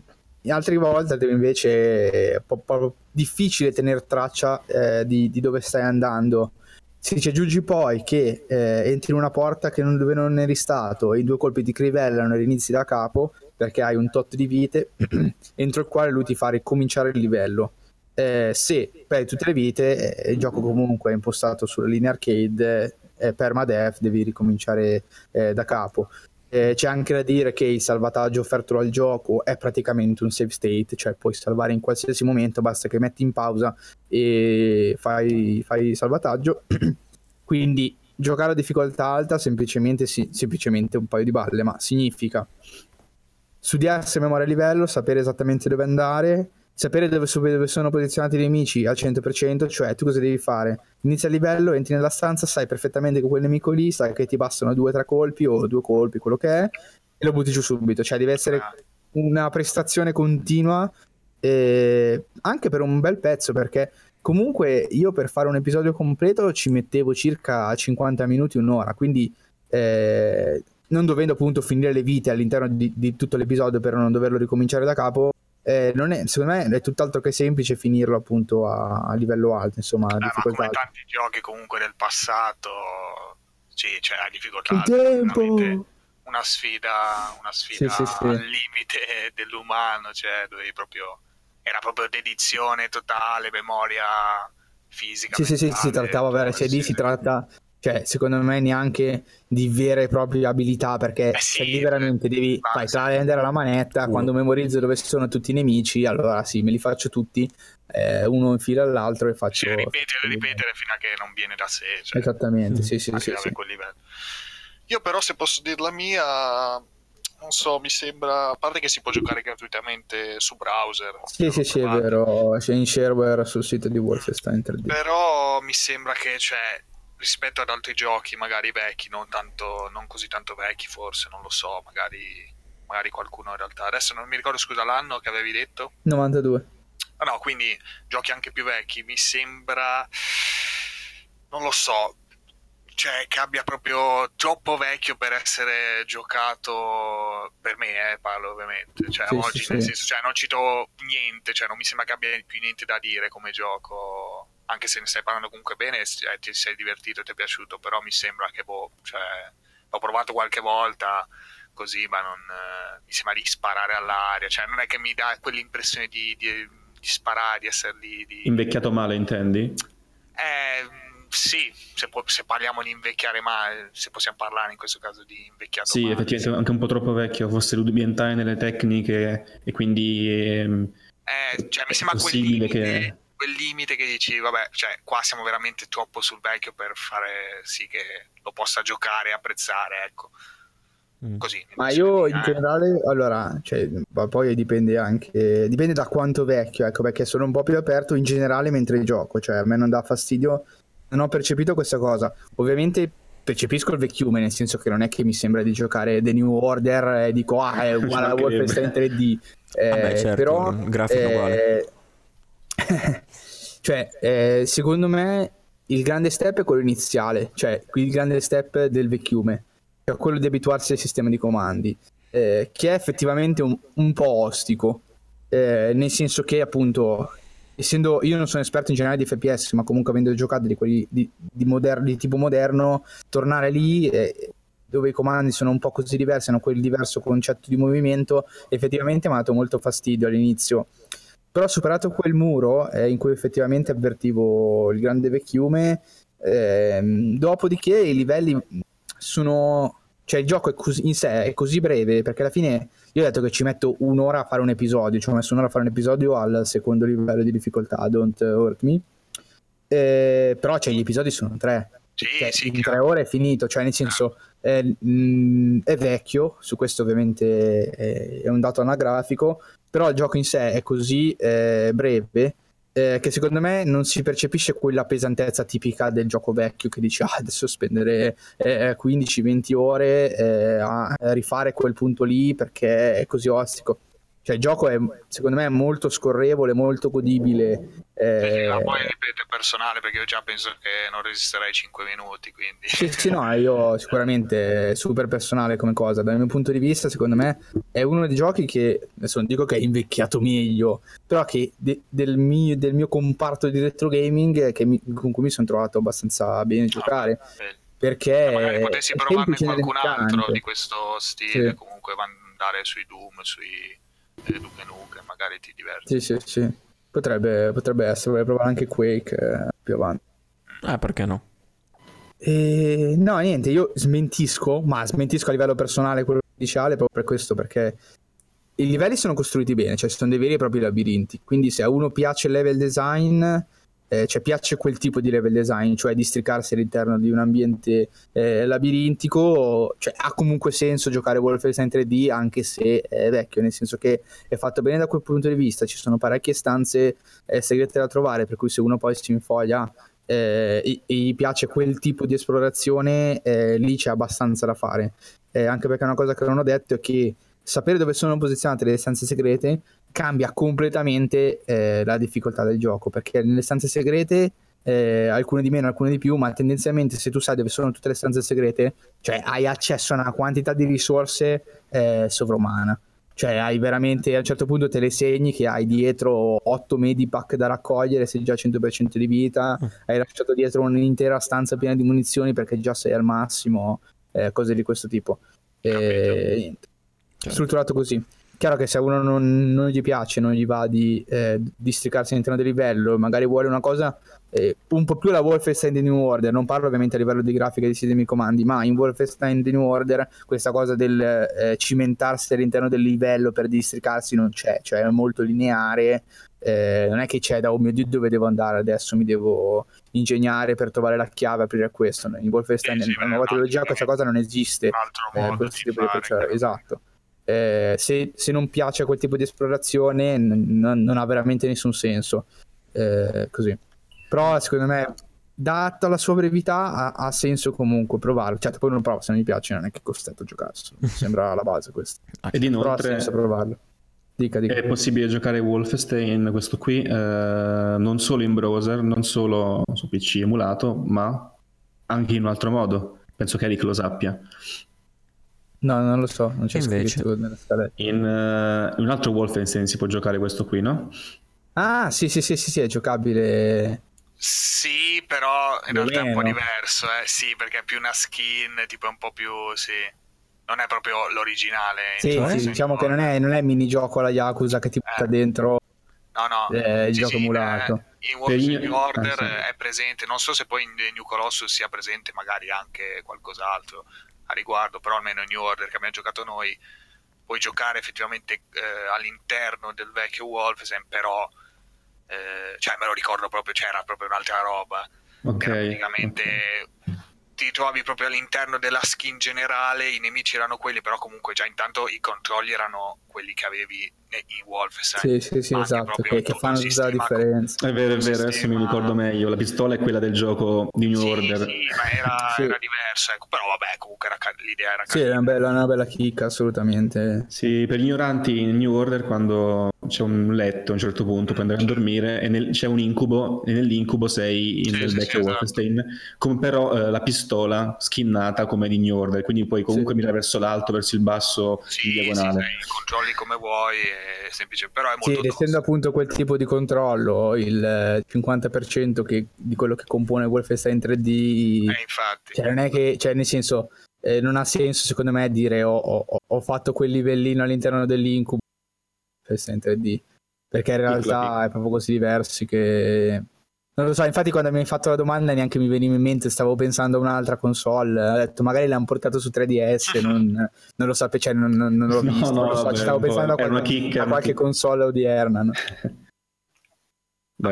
altre volte invece è un po' difficile tenere traccia di dove stai andando. Se ci aggiungi poi che entri in una porta dove non eri stato e i 2 colpi ti crivellano e inizi da capo perché hai un tot di vite entro il quale lui ti fa ricominciare il livello. Se perdi tutte le vite, il gioco comunque è impostato sulla linea arcade, permadeath, devi ricominciare da capo. C'è anche da dire che il salvataggio offerto dal gioco è praticamente un save state, cioè puoi salvare in qualsiasi momento, basta che metti in pausa e fai il salvataggio. Quindi giocare a difficoltà alta semplicemente un paio di balle, ma significa studiarsi a memoria a livello, sapere esattamente dove andare, sapere dove sono posizionati i nemici al 100%, cioè tu cosa devi fare? Inizia il livello, entri nella stanza, sai perfettamente che quel nemico lì, sai che ti bastano 2 o 3 colpi o 2 colpi, quello che è, e lo butti giù subito, cioè deve essere una prestazione continua, anche per un bel pezzo, perché comunque io per fare un episodio completo ci mettevo circa 50 minuti, un'ora, quindi non dovendo appunto finire le vite all'interno di tutto l'episodio per non doverlo ricominciare da capo, secondo me è tutt'altro che semplice finirlo appunto a livello alto, insomma, a difficoltà ma come alta. tanti giochi comunque del passato, sì, cioè a difficoltà Il alta, tempo! una sfida Sì. al limite dell'umano, cioè era proprio dedizione totale, memoria fisica, Sì, si mentale, trattava, cioè lì si tratta, cioè secondo me neanche di vere e proprie abilità, perché sì, cioè, lì veramente devi fai prendere la manetta, quando memorizzo dove sono tutti i nemici, allora sì, me li faccio tutti, uno in fila all'altro e faccio... ripetere fino a che non viene da sé, cioè, esattamente, sì. arrivare a quel livello. Io però, se posso dir la mia, non so, mi sembra, a parte che si può giocare gratuitamente su browser. Sì, è vero, c'è in shareware sul sito di Wolfenstein 3D. Però mi sembra che, cioè, rispetto ad altri giochi magari vecchi, non così tanto vecchi forse, non lo so, magari qualcuno in realtà. Adesso non mi ricordo, scusa, l'anno che avevi detto? 92. No, quindi giochi anche più vecchi, mi sembra, non lo so, cioè che abbia proprio troppo vecchio per essere giocato, per me, parlo ovviamente, cioè oggi nel senso, cioè non cito niente, cioè non mi sembra che abbia più niente da dire come gioco, anche se ne stai parlando comunque bene, ti sei divertito, ti è piaciuto, però mi sembra che cioè l'ho provato qualche volta così, ma non mi sembra di sparare all'aria, cioè non è che mi dà quell'impressione di sparare, di essere lì invecchiato male, intendi? Sì, se parliamo di invecchiare male, se possiamo parlare in questo caso di invecchiato male. Sì, effettivamente anche un po' troppo vecchio, forse rudimentale nelle tecniche e quindi cioè mi sembra quel limite che dici, vabbè, cioè qua siamo veramente troppo sul vecchio per fare sì che lo possa giocare e apprezzare, ecco. Così. Ma io in generale, allora, cioè, poi dipende da quanto vecchio, ecco, perché sono un po' più aperto in generale mentre gioco, cioè a me non dà fastidio, non ho percepito questa cosa. Ovviamente percepisco il vecchiume, nel senso che non è che mi sembra di giocare The New Order e dico è uguale a Wolfenstein 3D, certo, però grafica uguale. cioè secondo me il grande step è quello iniziale, cioè il grande step del vecchiume, cioè quello di abituarsi al sistema di comandi, che è effettivamente un po' ostico, nel senso che appunto, essendo io non sono esperto in generale di FPS, ma comunque avendo giocato di quelli di tipo moderno, tornare lì dove i comandi sono un po' così diversi, hanno quel diverso concetto di movimento, effettivamente mi ha dato molto fastidio all'inizio. Però superato quel muro in cui effettivamente avvertivo il grande vecchiume, dopodiché i livelli sono... Cioè il gioco in sé è così breve, perché alla fine io ho detto che ci metto un'ora a fare un episodio, cioè ho messo un'ora a fare un episodio al secondo livello di difficoltà, Don't Hurt Me, però cioè, gli episodi sono 3. Sì, in 3 ore è finito, cioè nel senso è vecchio, su questo ovviamente è un dato anagrafico, però il gioco in sé è così breve che secondo me non si percepisce quella pesantezza tipica del gioco vecchio che dici adesso spendere 15-20 ore a rifare quel punto lì perché è così ostico. Cioè il gioco è, secondo me, è molto scorrevole, molto godibile. Ma poi ripeto, è personale, perché io già penso che non resisterei 5 minuti, quindi... Sì, no, io sicuramente è super personale come cosa. Dal mio punto di vista, secondo me, è uno dei giochi che, adesso non dico che è invecchiato meglio, però che del mio comparto di retro gaming con cui mi sono trovato abbastanza bene a giocare. Perché magari potessi provarne qualcun altro di questo stile, sì. Comunque andare sui Doom, sui Duke Nukem, magari ti diverti. Sì. Potrebbe essere, vorrei provare anche Quake più avanti. Perché no? No, niente, io smentisco a livello personale quello iniziale proprio per questo, perché i livelli sono costruiti bene, cioè sono dei veri e propri labirinti, quindi se a uno piace il level design, cioè piace quel tipo di level design, cioè districarsi all'interno di un ambiente labirintico, cioè ha comunque senso giocare Wolfenstein 3D, anche se è vecchio, nel senso che è fatto bene da quel punto di vista, ci sono parecchie stanze segrete da trovare, per cui se uno poi si infoglia e gli piace quel tipo di esplorazione, lì c'è abbastanza da fare, anche perché una cosa che non ho detto è che sapere dove sono posizionate le stanze segrete cambia completamente la difficoltà del gioco, perché nelle stanze segrete alcune di meno, alcune di più, ma tendenzialmente se tu sai dove sono tutte le stanze segrete, cioè hai accesso a una quantità di risorse sovrumana. Cioè hai veramente, a un certo punto te le segni che hai dietro 8 medipack da raccogliere, sei già al 100% di vita, hai lasciato dietro un'intera stanza piena di munizioni perché già sei al massimo, cose di questo tipo. Niente. Strutturato così. Chiaro che se a uno non gli piace, non gli va di districarsi all'interno del livello, magari vuole una cosa un po' più la Wolfenstein The New Order, non parlo ovviamente a livello di grafica e di sistemi di comandi, ma in Wolfenstein The New Order questa cosa del cimentarsi all'interno del livello per districarsi non c'è, cioè è molto lineare, non è che c'è da oh mio Dio dove devo andare adesso, mi devo ingegnare per trovare la chiave, aprire questo. In Wolfenstein nella nuova trilogia questa cosa non esiste, un altro modo di fare, esatto. Se non piace quel tipo di esplorazione non ha veramente nessun senso, così. Però secondo me, data la sua brevità, ha senso comunque provarlo. Certo, poi non prova, se non gli piace non è che è costretto a giocarselo, sembra la base questa. Ed inoltre però ha senso provarlo. Dica. È possibile giocare Wolfenstein, questo qui, non solo in browser, non solo su PC emulato, ma anche in un altro modo. Penso che Eric lo sappia. No, non lo so, non c'è scritto nella scaletta. In un altro Wolfenstein si può giocare questo qui, no? Ah, sì, è giocabile. Sì, però in realtà è un po' diverso, sì, perché è più una skin, tipo un po' più, sì. Non è proprio l'originale. Sì, diciamo che non è minigioco alla Yakuza che ti butta dentro il gioco emulato. In Wolfenstein Order è presente, non so se poi in The New Colossus sia presente magari anche qualcos'altro a riguardo, però almeno in New Order che abbiamo giocato noi puoi giocare effettivamente all'interno del vecchio Wolfenstein, però cioè me lo ricordo proprio, c'era proprio un'altra roba. Praticamente ti trovi proprio all'interno della skin generale, i nemici erano quelli, però comunque già intanto i controlli erano quelli che avevi in Wolfenstein. Sì, esatto, che fanno tutta la differenza. È vero, adesso mi ricordo meglio, la pistola è quella del gioco di New Order. Sì, ma era diverso, ecco. Però vabbè, comunque l'idea era sì, era una bella chicca, assolutamente. Sì, per gli ignoranti in New Order, quando c'è un letto a un certo punto puoi andare a dormire e c'è un incubo, e nell'incubo sei nel vecchio Wolfenstein, come però la pistola skinnata come di New Order, quindi puoi comunque mirare verso l'alto, verso il basso, in diagonale. Sì, controlli come vuoi, è semplice, però è molto essendo appunto quel tipo di controllo, il 50% di quello che compone Wolfenstein 3D, infatti. Cioè non è che, cioè nel senso, non ha senso secondo me dire ho fatto quel livellino all'interno dell'incubo Wolfenstein 3D, perché in realtà è proprio così diversi che non lo so. Infatti quando mi hai fatto la domanda neanche mi veniva in mente, stavo pensando a un'altra console, ho detto magari l'hanno portato su 3DS, non lo sapevo, cioè non l'ho visto, non lo so, vabbè, stavo pensando a qualche console odierna, no? Non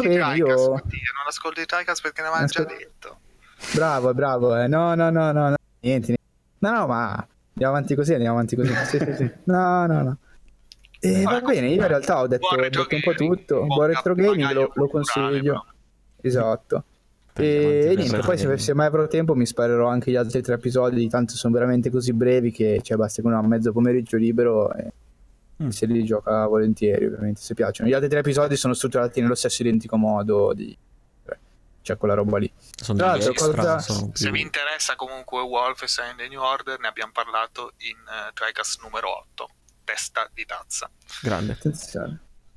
ascolti Tricast perché ne avevamo già detto. Bravo, no, niente. No, ma andiamo avanti così. Sì. No. Va bene, io in realtà ho detto un po' tutto. Buon retro gaming, lo consiglio. Esatto. E niente, poi se mai avrò tempo mi sparerò anche gli altri 3 episodi, tanto sono veramente così brevi che basta che uno ha mezzo pomeriggio libero se li gioca volentieri, ovviamente, se piacciono. Gli altri 3 episodi sono strutturati nello stesso identico modo cioè quella roba lì. Sono Tra degli l'altro, extra, cosa- sono Se più- vi interessa comunque Wolfenstein The New Order, ne abbiamo parlato in TriCast numero 8, testa di tazza. grande. Attenzione.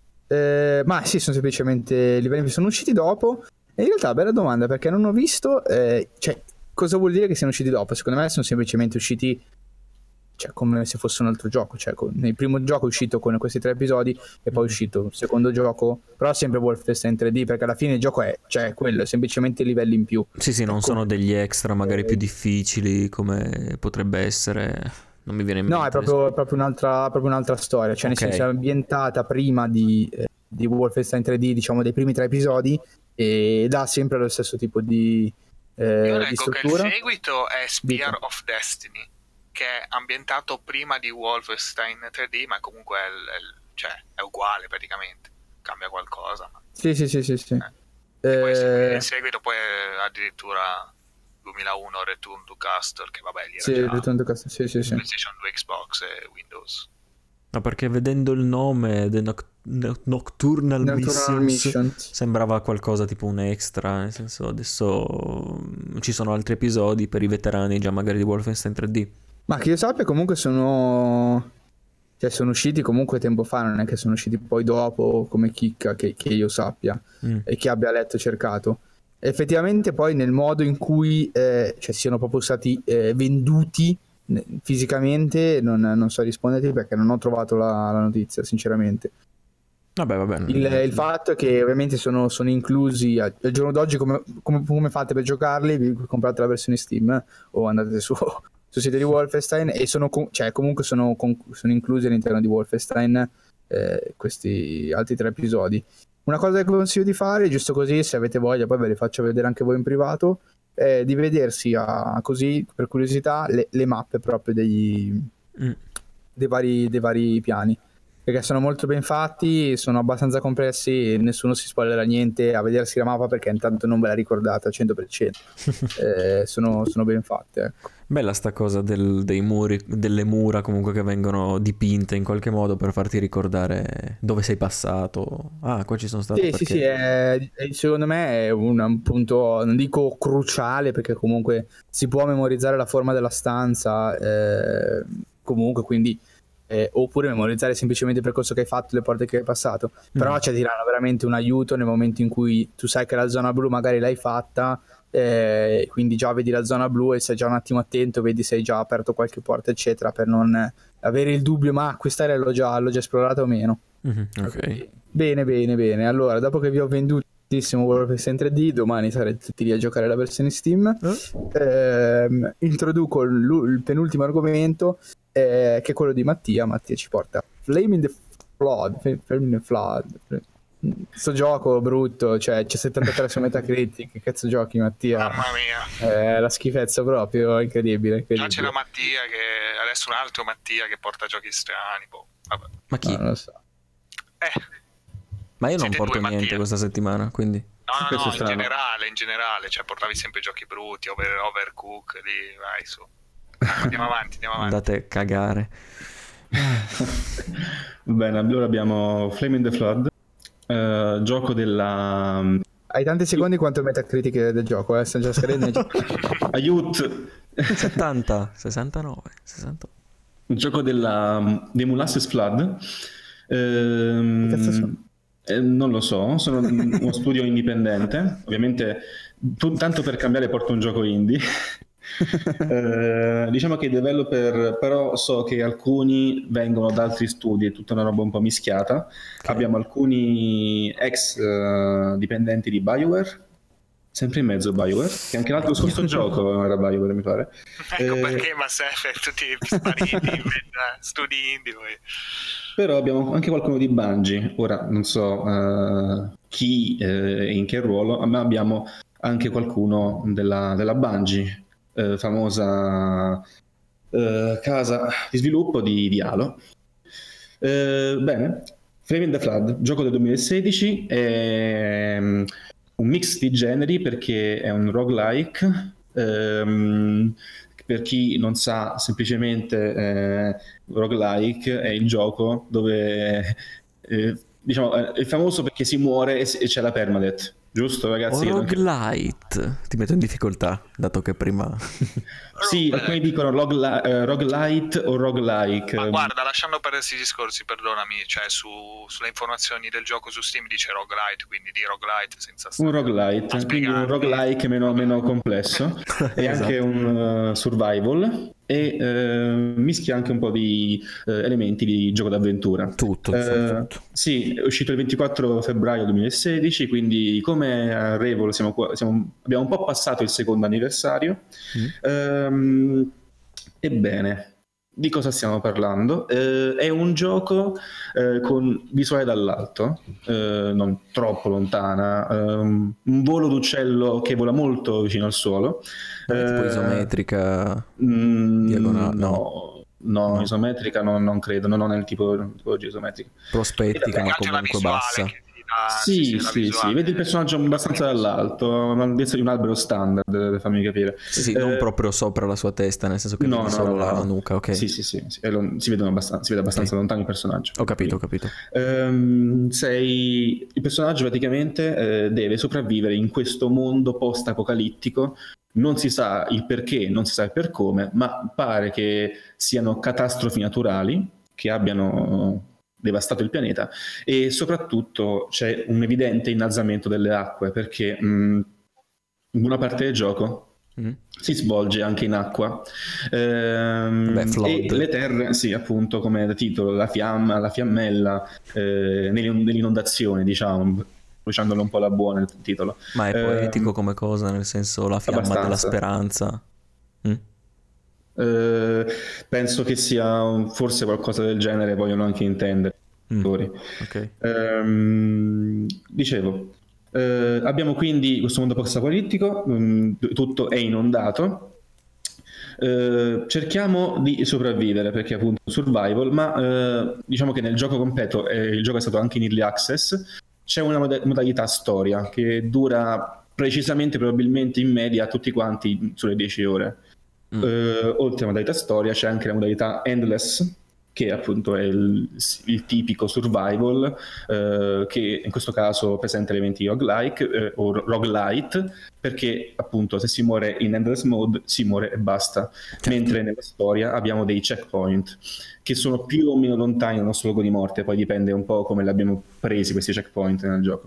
Ma sì, sono semplicemente livelli che sono usciti dopo. E in realtà, bella domanda, perché non ho visto. Cioè, cosa vuol dire che siano usciti dopo? Secondo me sono semplicemente usciti, cioè, come se fosse un altro gioco. Cioè, nel primo gioco è uscito con questi 3 episodi, e poi è uscito un secondo gioco, però sempre Wolfenstein 3D, perché alla fine il gioco è, cioè, quello, è semplicemente livelli in più. Sì, non Ecco. sono degli extra magari più difficili come potrebbe essere. Non mi viene in mente. No, è proprio un'altra storia. Cioè, nel Ok. senso, è ambientata prima di Wolfenstein 3D, diciamo, dei primi 3 episodi, ed ha sempre lo stesso tipo di Io leggo che il struttura. seguito è Spear Dica. of Destiny, che è ambientato prima di Wolfenstein 3D, ma comunque cioè, è uguale praticamente. Cambia qualcosa. Ma... Sì. E poi il seguito poi è addirittura 2001 Return to Castle, che vabbè lì era Sì, già Return to Castle, sì. PlayStation 2, Xbox e Windows. No, perché vedendo il nome The Nocturnal Nocturnal Missions Mission. sembrava qualcosa tipo un extra, nel senso adesso ci sono altri episodi per i veterani già magari di Wolfenstein 3D. Ma che io sappia, comunque sono usciti comunque tempo fa, non è che sono usciti poi dopo come chicca che io sappia e che abbia letto e cercato. Effettivamente poi nel modo in cui cioè siano proprio stati venduti fisicamente non so risponderti, perché non ho trovato la notizia, sinceramente. Vabbè. Il fatto è che ovviamente sono inclusi al giorno d'oggi. Come fate per giocarli? Vi comprate la versione Steam o andate sul sito di Wolfenstein, e comunque sono inclusi all'interno di Wolfenstein questi altri 3 episodi. Una cosa che consiglio di fare, giusto così, se avete voglia, poi ve le faccio vedere anche voi in privato, è di vedersi così per curiosità le mappe proprio dei vari piani, perché sono molto ben fatti, sono abbastanza compressi e nessuno si spoilerà niente a vedersi la mappa, perché intanto non ve la ricordate al 100%. Sono ben fatte, ecco. Bella sta cosa dei muri, delle mura comunque che vengono dipinte in qualche modo per farti ricordare dove sei passato. Ah, qua ci sono stato perché... Sì, secondo me è un punto, non dico cruciale, perché comunque si può memorizzare la forma della stanza, comunque, quindi oppure memorizzare semplicemente il percorso che hai fatto, le porte che hai passato, però ti daranno veramente un aiuto nel momento in cui tu sai che la zona blu magari l'hai fatta, quindi già vedi la zona blu e sei già un attimo attento, vedi se hai già aperto qualche porta eccetera, per non avere il dubbio ma quest'area l'ho già esplorata o meno. Ok. Bene. Allora, dopo che vi ho vendutissimo Wolfenstein 3D, domani sarete tutti lì a giocare la versione Steam. Introduco il penultimo argomento, che è quello di Mattia. Mattia ci porta Flame in the Flood. Sto gioco brutto, cioè c'è 73 su Metacritic. Che cazzo giochi, Mattia? Mamma mia. La schifezza proprio, incredibile. Già c'è la Mattia, che adesso un altro Mattia che porta giochi strani. Boh. Vabbè. Ma chi? Non lo so. Ma io non Siete porto due, niente Mattia. questa settimana, quindi... No, Questo è in strano. generale, cioè portavi sempre giochi brutti, Overcook, lì, vai su. Andiamo avanti. Andate a cagare. Bene, allora abbiamo Flame in the Flood, gioco della... Hai tanti secondi quanto il Metacritic del gioco, sta già scadendo. Aiut! 70, 69, 68. Un gioco dei Molasses Flood. Che cazzo sono? Non lo so, sono uno studio indipendente, ovviamente tanto per cambiare porto un gioco indie. Diciamo che i developer, però so che alcuni vengono da altri studi, è tutta una roba un po' mischiata. Abbiamo alcuni ex dipendenti di BioWare, sempre in mezzo BioWare, che anche l'altro scorso gioco era BioWare, mi pare. Ecco perché Mass Effect, tutti spariti, studi indie poi. Però abbiamo anche qualcuno di Bungie, ora non so chi e in che ruolo, ma abbiamo anche qualcuno della Bungie, famosa casa di sviluppo di Halo. Bene, Flame in the Flood, gioco del 2016, è un mix di generi perché è un roguelike, per chi non sa, semplicemente roguelike è il gioco dove diciamo è famoso perché si muore e c'è la permadeath. Giusto, ragazzi? Roguelite. Ti metto in difficoltà, dato che prima... Sì, alcuni dicono roguelite o roguelike. Ma guarda, lasciando perdere questi discorsi, perdonami, cioè sulle informazioni del gioco su Steam dice roguelite, quindi di roguelite senza un roguelite, quindi un roguelike meno complesso e Esatto. anche un survival e mischia anche un po' di elementi di gioco d'avventura. Tutto. Sì, è uscito il 24 febbraio 2016, quindi come a Revol abbiamo un po' passato il secondo anniversario. Ebbene, di cosa stiamo parlando? È un gioco con visuale dall'alto, non troppo lontana, un volo d'uccello che vola molto vicino al suolo. Tipo isometrica, diagonale, no, isometrica non credo, non ho nel tipologia isometrica. prospettica, ma comunque bassa. Sì, vedi il personaggio abbastanza dall'alto, l'altezza di un albero standard, per farmi capire. Sì, non proprio sopra la sua testa, nel senso che vedi solo la nuca, ok? Sì, si vede abbastanza lontano il personaggio. Ho capito. Il personaggio praticamente deve sopravvivere in questo mondo post-apocalittico. Non si sa il perché, non si sa il per come, ma pare che siano catastrofi naturali che abbiano devastato il pianeta e soprattutto c'è un evidente innalzamento delle acque perché buona parte del gioco si svolge anche in acqua e le terre, sì, appunto, come da titolo, la fiammella nell'inondazione, diciamo, bruciandolo un po' alla buona il titolo. Ma è poetico come cosa, nel senso la fiamma della speranza? Penso che sia forse qualcosa del genere, vogliono anche intendere. Okay. Dicevo, abbiamo quindi questo mondo post-apocalittico, tutto è inondato. Cerchiamo di sopravvivere perché appunto survival, ma diciamo che nel gioco completo, il gioco è stato anche in early access, c'è una modalità storia che dura precisamente, probabilmente in media tutti quanti sulle 10 ore. Oltre alla modalità storia c'è anche la modalità endless, che appunto è il tipico survival, che in questo caso presenta elementi roguelike o roguelite, perché appunto se si muore in endless mode si muore e basta, mentre nella storia abbiamo dei checkpoint che sono più o meno lontani dal nostro luogo di morte, poi dipende un po' come li abbiamo presi questi checkpoint nel gioco.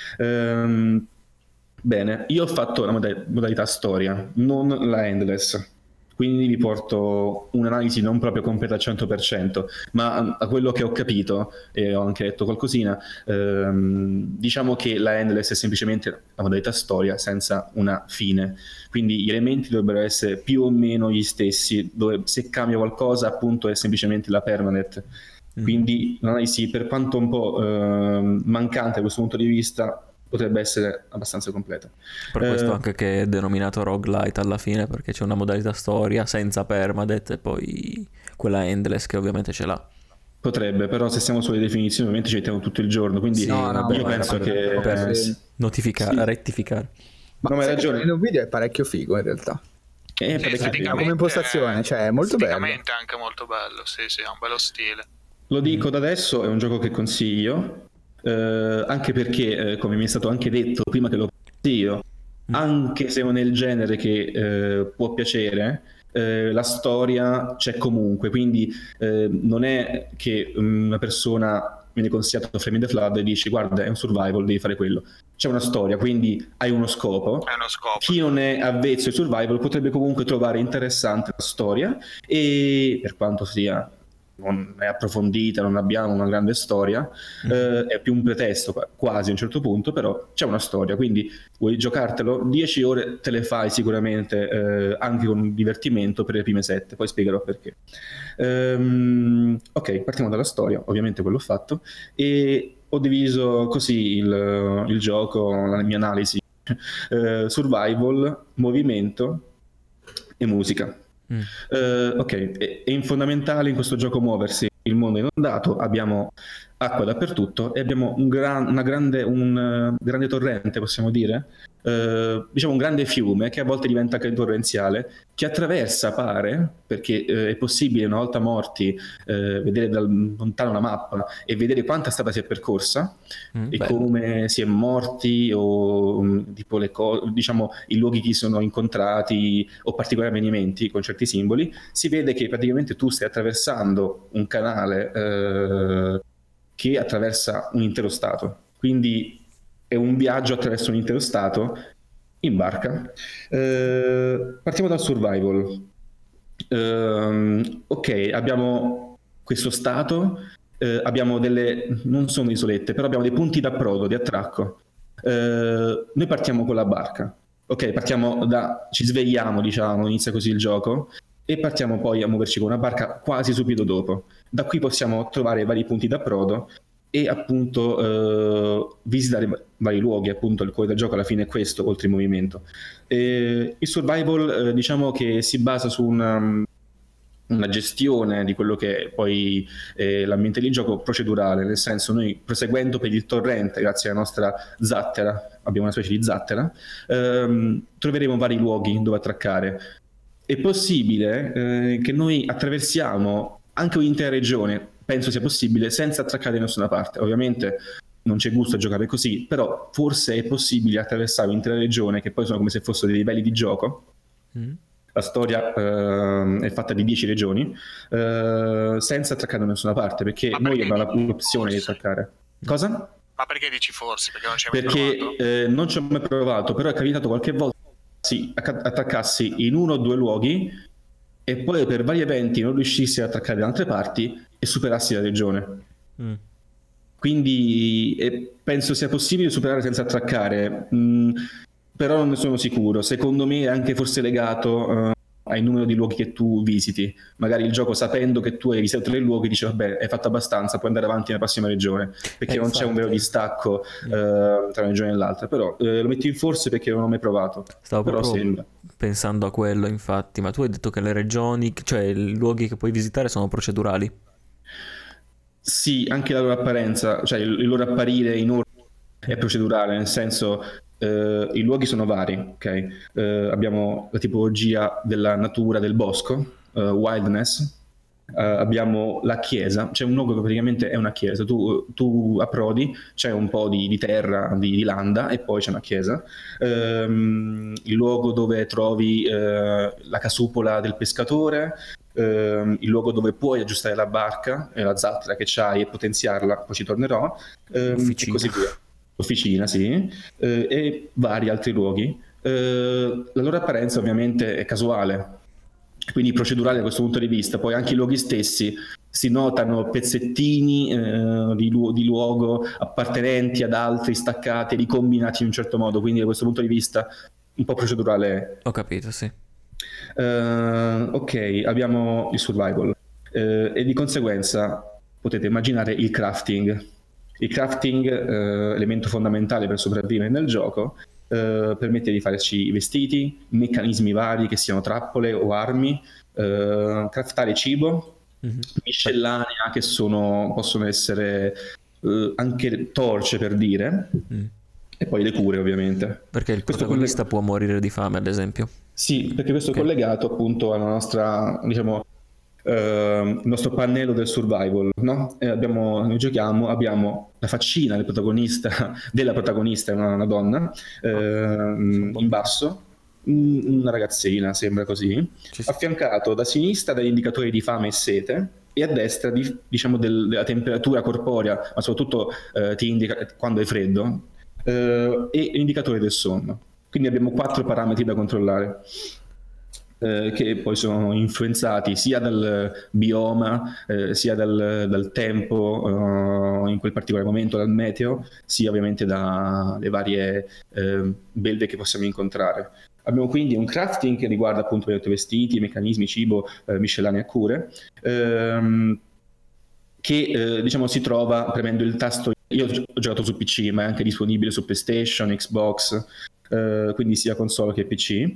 Bene, io ho fatto la modalità storia, non la endless, quindi vi porto un'analisi non proprio completa al 100%, ma a quello che ho capito, e ho anche detto qualcosina, diciamo che la endless è semplicemente la modalità storia senza una fine, quindi gli elementi dovrebbero essere più o meno gli stessi, dove se cambia qualcosa appunto è semplicemente la permadeath. Quindi l'analisi, per quanto un po' mancante da questo punto di vista, potrebbe essere abbastanza completa. Per questo anche che è denominato roguelite alla fine, perché c'è una modalità storia senza permadeath e poi quella endless che ovviamente ce l'ha. Potrebbe, però se siamo sulle definizioni ovviamente ci mettiamo tutto il giorno, quindi io penso che rettificare. Ma hai ragione, il video è parecchio figo in realtà. Come impostazione, cioè è molto bello. Esteticamente è anche molto bello, sì, ha un bello stile. Lo dico da adesso, è un gioco che consiglio. Anche perché, come mi è stato anche detto prima che lo consiglio, anche se non è il genere che può piacere, la storia c'è comunque, quindi non è che una persona viene consigliato Flame in the Flood e dici guarda è un survival, devi fare quello. C'è una storia, quindi hai uno scopo. Chi non è avvezzo ai survival potrebbe comunque trovare interessante la storia, e per quanto sia non è approfondita, non abbiamo una grande storia, è più un pretesto quasi a un certo punto, però c'è una storia, quindi vuoi giocartelo 10 ore te le fai sicuramente, anche con divertimento per le prime 7, poi spiegherò perché. Ok, partiamo dalla storia, ovviamente quello ho fatto, e ho diviso così il gioco, la mia analisi, survival, movimento e musica. Ok, è fondamentale in questo gioco muoversi, il mondo è inondato, abbiamo acqua dappertutto e abbiamo un grande torrente, possiamo dire, diciamo un grande fiume che a volte diventa anche torrenziale, che attraversa, pare, perché è possibile una volta morti vedere da lontano la mappa e vedere quanta strada si è percorsa e bello. come si è morti o tipo diciamo i luoghi che si sono incontrati o particolari avvenimenti con certi simboli. Si vede che praticamente tu stai attraversando un canale che attraversa un intero stato, quindi è un viaggio attraverso un intero stato in barca. Partiamo dal survival. Ok, abbiamo questo stato, abbiamo non sono isolette, però abbiamo dei punti d'approdo, di attracco. Noi partiamo con la barca. Ok, ci svegliamo, diciamo, inizia così il gioco, e partiamo poi a muoverci con una barca quasi subito dopo. Da qui possiamo trovare vari punti d'approdo e appunto visitare vari luoghi. Appunto il cuore del gioco alla fine è questo, oltre il movimento. Il survival diciamo che si basa su una gestione di quello che è poi l'ambiente di gioco procedurale, nel senso noi proseguendo per il torrente grazie alla nostra zattera, abbiamo una specie di zattera, troveremo vari luoghi dove attraccare. È possibile che noi attraversiamo anche un'intera regione, penso sia possibile, senza attraccare da nessuna parte. Ovviamente non c'è gusto a giocare così, però forse è possibile attraversare un'intera regione, che poi sono come se fossero dei livelli di gioco. La storia è fatta di 10 regioni, senza attraccare da nessuna parte, perché noi abbiamo l'opzione di attraccare. Cosa? Ma perché dici forse? Perché non ci hai mai provato? Perché non ci ho mai provato, però è capitato qualche volta attaccassi in uno o due luoghi e poi per vari eventi non riuscissi ad attaccare da altre parti e superassi la regione. Quindi penso sia possibile superare senza attraccare, però non ne sono sicuro. Secondo me è anche forse legato al numero di luoghi che tu visiti. Magari il gioco, sapendo che tu hai visitato 3 luoghi, dice vabbè, hai fatto abbastanza, puoi andare avanti nella prossima regione, perché non c'è un vero distacco tra una regione e l'altra. Però lo metto in forse perché non ho mai provato. Stavo però proprio pensando a quello, infatti. Ma tu hai detto che le regioni, cioè i luoghi che puoi visitare, sono procedurali? Sì, anche la loro apparenza, cioè il loro apparire in ordine è procedurale, nel senso i luoghi sono vari, ok? Abbiamo la tipologia della natura del bosco, wildness, abbiamo la chiesa, c'è un luogo che praticamente è una chiesa, tu approdi, c'è un po' di terra, di landa, e poi c'è una chiesa. Il luogo dove trovi la casupola del pescatore, il luogo dove puoi aggiustare la barca, la zattera che c'hai e potenziarla, poi ci tornerò, e così via. L'officina, sì, e vari altri luoghi. La loro apparenza ovviamente è casuale, quindi procedurale da questo punto di vista. Poi anche i luoghi stessi si notano pezzettini di luogo appartenenti ad altri, staccati, ricombinati in un certo modo, quindi da questo punto di vista un po' procedurale. Ho capito, sì. Ok, abbiamo il survival e di conseguenza potete immaginare il crafting. Il crafting, elemento fondamentale per sopravvivere nel gioco, permette di farci vestiti, meccanismi vari che siano trappole o armi, craftare cibo, miscellanea che possono essere anche torce, per dire, e poi le cure ovviamente. Perché il protagonista può morire di fame, ad esempio. Sì, perché questo è collegato appunto alla nostra, diciamo, il nostro pannello del survival, no? Noi giochiamo, abbiamo la faccina del protagonista, della protagonista, è una donna, in basso, una ragazzina, sembra così, affiancato da sinistra dagli indicatori di fame e sete, e a destra diciamo della temperatura corporea, ma soprattutto ti indica quando hai freddo, e l'indicatore del sonno. Quindi abbiamo 4 parametri da controllare, che poi sono influenzati sia dal bioma, sia dal tempo in quel particolare momento, dal meteo, sia ovviamente dalle varie belve che possiamo incontrare. Abbiamo quindi un crafting che riguarda appunto vestiti, meccanismi, cibo, miscellanea e cure, che diciamo si trova premendo il tasto. Io ho giocato su PC, ma è anche disponibile su PlayStation, Xbox, quindi sia console che PC.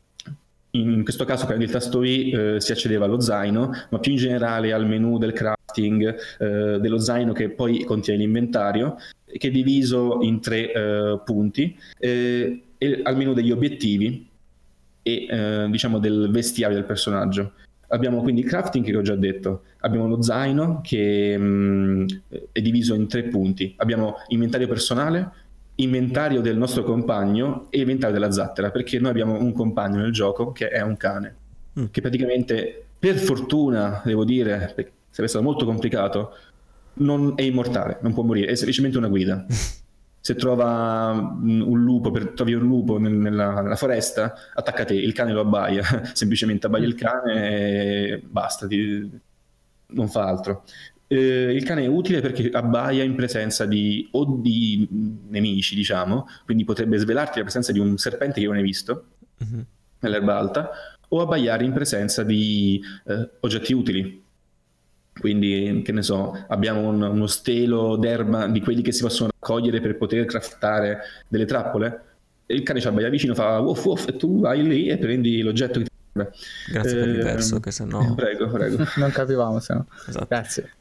In questo caso, prendendo il tasto I si accedeva allo zaino, ma più in generale al menu del crafting crafting, dello zaino che poi contiene l'inventario, che è diviso in 3 punti, e al menu degli obiettivi e diciamo del vestiario del personaggio. Abbiamo quindi il crafting che ho già detto, abbiamo lo zaino che è diviso in 3 punti, abbiamo inventario personale, inventario del nostro compagno e inventario della zattera, perché noi abbiamo un compagno nel gioco che è un cane, che praticamente, per fortuna, devo dire, perché sarebbe stato molto complicato, non è immortale, non può morire, è semplicemente una guida. Se trova trovi un lupo nella foresta, attacca te, il cane lo abbaia, semplicemente abbaia il cane e basta, non fa altro. Il cane è utile perché abbaia in presenza di nemici, diciamo, quindi potrebbe svelarti la presenza di un serpente che non hai visto nell'erba alta, o abbaiare in presenza di oggetti utili. Quindi, che ne so, abbiamo uno stelo d'erba di quelli che si possono raccogliere per poter craftare delle trappole, e il cane ci abbaia vicino, fa woff woff, e tu vai lì e prendi l'oggetto che ti serve. Grazie per il verso, che sennò... Prego. Non capivamo, se no. Esatto. Grazie.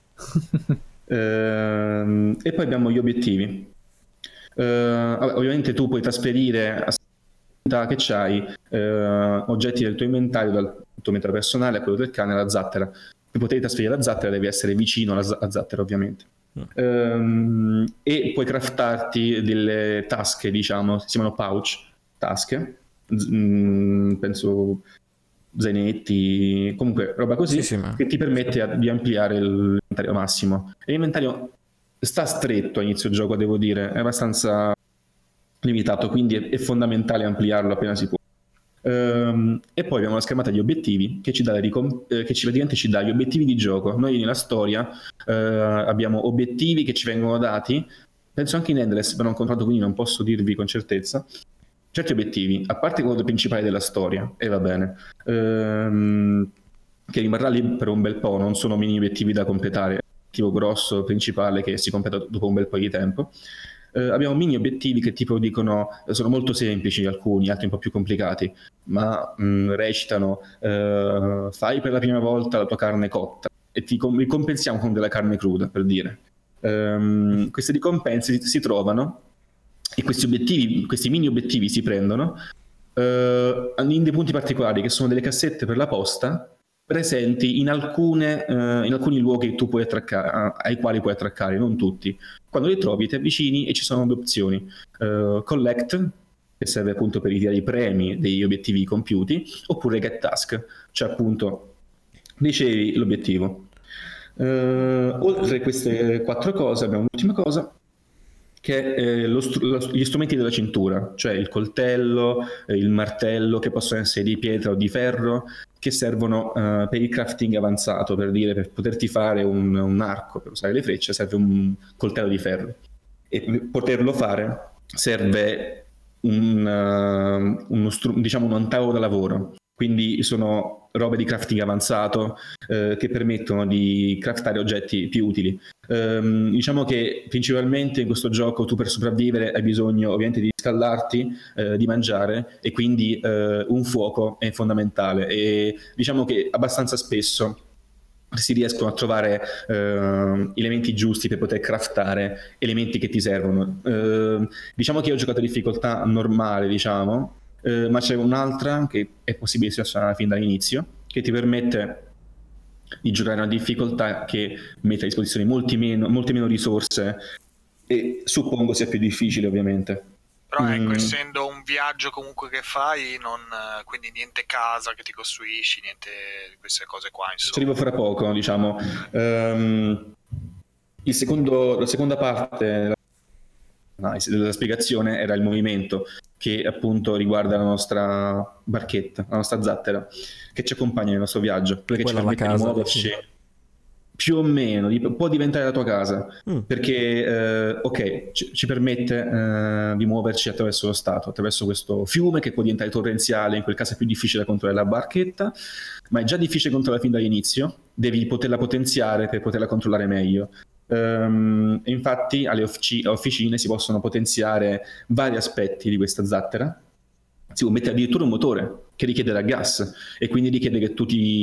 E poi abbiamo gli obiettivi. Vabbè, ovviamente tu puoi trasferire a seconda che c'hai oggetti del tuo inventario, dal tuo inventario personale a quello del cane alla zattera. Per poter trasferire la zattera devi essere vicino alla zattera, ovviamente. E puoi craftarti delle tasche, diciamo, si chiamano pouch, tasche, penso zainetti, comunque roba così, Sì, che ti permette di ampliare l'inventario massimo. E l'inventario sta stretto a inizio gioco, devo dire, è abbastanza limitato, quindi è fondamentale ampliarlo appena si può. E poi abbiamo la schermata degli obiettivi che ci dà praticamente ci dà gli obiettivi di gioco. Noi nella storia abbiamo obiettivi che ci vengono dati, penso anche in Endless, però non ho controllato, quindi non posso dirvi con certezza. Certi obiettivi, a parte quello principale della storia, e va bene, che rimarrà lì per un bel po', non sono mini obiettivi da completare, l'obiettivo grosso principale che si completa dopo un bel po' di tempo. Abbiamo mini obiettivi che tipo dicono, sono molto semplici alcuni, altri un po' più complicati, ma recitano fai per la prima volta la tua carne cotta e ti ricompensiamo con della carne cruda, per dire. Queste ricompense si trovano, e questi obiettivi, questi mini obiettivi si prendono in dei punti particolari che sono delle cassette per la posta presenti in alcuni luoghi che tu puoi ai quali puoi attraccare, non tutti. Quando li trovi ti avvicini e ci sono 2 opzioni: collect, che serve appunto per ritirare i premi degli obiettivi compiuti, oppure get task, cioè appunto ricevi l'obiettivo. Oltre a queste 4 cose abbiamo un'ultima cosa, che è gli strumenti della cintura, cioè il coltello, il martello, che possono essere di pietra o di ferro, che servono per il crafting avanzato, per dire, per poterti fare un arco, per usare le frecce serve un coltello di ferro, e per poterlo fare serve diciamo un tavolo da lavoro. Quindi sono robe di crafting avanzato che permettono di craftare oggetti più utili. Diciamo che principalmente in questo gioco tu, per sopravvivere, hai bisogno ovviamente di scaldarti, di mangiare, e quindi un fuoco è fondamentale, e diciamo che abbastanza spesso si riescono a trovare elementi giusti per poter craftare elementi che ti servono. Diciamo che io ho giocato a difficoltà normale, diciamo, ma c'è un'altra che è possibile selezionare fin dall'inizio, che ti permette di giocare a una difficoltà che mette a disposizione molte meno risorse, e suppongo sia più difficile, ovviamente. Però ecco, essendo un viaggio comunque che fai, quindi niente casa che ti costruisci, niente di queste cose qua, insomma. Ci arrivo fra poco, diciamo. La seconda parte della spiegazione era il movimento, che appunto riguarda la nostra barchetta, la nostra zattera, che ci accompagna nel nostro viaggio, perché ci permette di muoverci più o meno, può diventare la tua casa, perché ci permette di muoverci attraverso lo stato, attraverso questo fiume che può diventare torrenziale. In quel caso è più difficile da controllare la barchetta, ma è già difficile controllare fin dall'inizio, devi poterla potenziare per poterla controllare meglio. Infatti alle officine si possono potenziare vari aspetti di questa zattera, si può mettere addirittura un motore che richiede da gas e quindi richiede che tu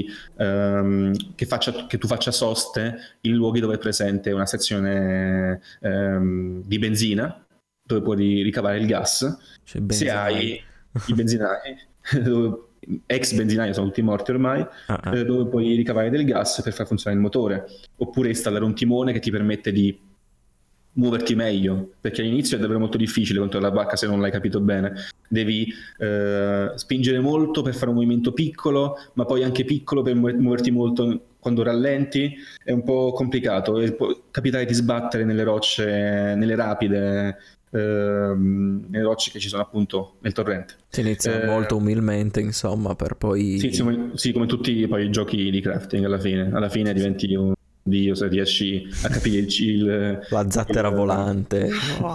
faccia soste in luoghi dove è presente una sezione di benzina dove puoi ricavare il gas. Se hai i benzinai ex benzinai sono tutti morti ormai, dove puoi ricavare del gas per far funzionare il motore, oppure installare un timone che ti permette di muoverti meglio, perché all'inizio è davvero molto difficile controllare la barca se non l'hai capito bene. Devi spingere molto per fare un movimento piccolo, ma poi anche piccolo per muoverti molto quando rallenti. È un po' complicato e può capitare di sbattere nelle rocce, nelle rapide, nelle rocce che ci sono appunto nel torrente. Si inizia molto umilmente, insomma, per poi... Sì, come tutti poi i giochi di crafting alla fine diventi un dio se riesci a capire la zattera volante.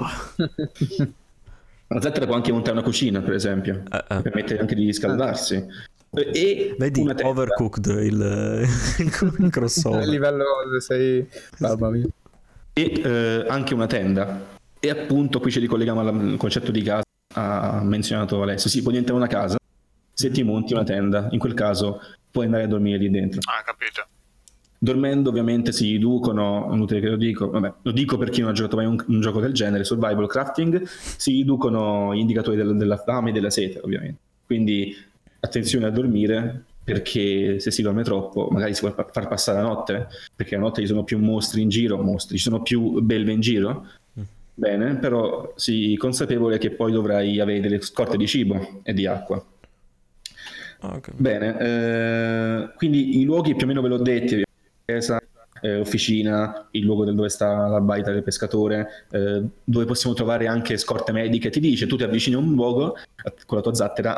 La zattera può anche montare una cucina, per esempio, permette anche di scaldarsi. E vedi, Overcooked il crossover. A livello sei... Mamma mia. E anche una tenda. E appunto qui ci ricolleghiamo al concetto di casa, ha menzionato Alessio. Sì, può diventare una casa se ti monti una tenda, in quel caso puoi andare a dormire lì dentro. Capito. Dormendo ovviamente si riducono, inutile che lo dico, lo dico per chi non ha giocato mai un gioco del genere, survival crafting, si riducono gli indicatori della fame e della sete ovviamente. Quindi attenzione a dormire, perché se si dorme troppo magari si può far passare la notte, perché la notte ci sono più mostri in giro, ci sono più belve in giro. Bene, però sii consapevole che poi dovrai avere delle scorte di cibo e di acqua. Okay. Bene, quindi i luoghi più o meno ve l'ho detti: chiesa, officina, il luogo dove sta la baita del pescatore, dove possiamo trovare anche scorte mediche. Ti dice, tu ti avvicini a un luogo con la tua zattera,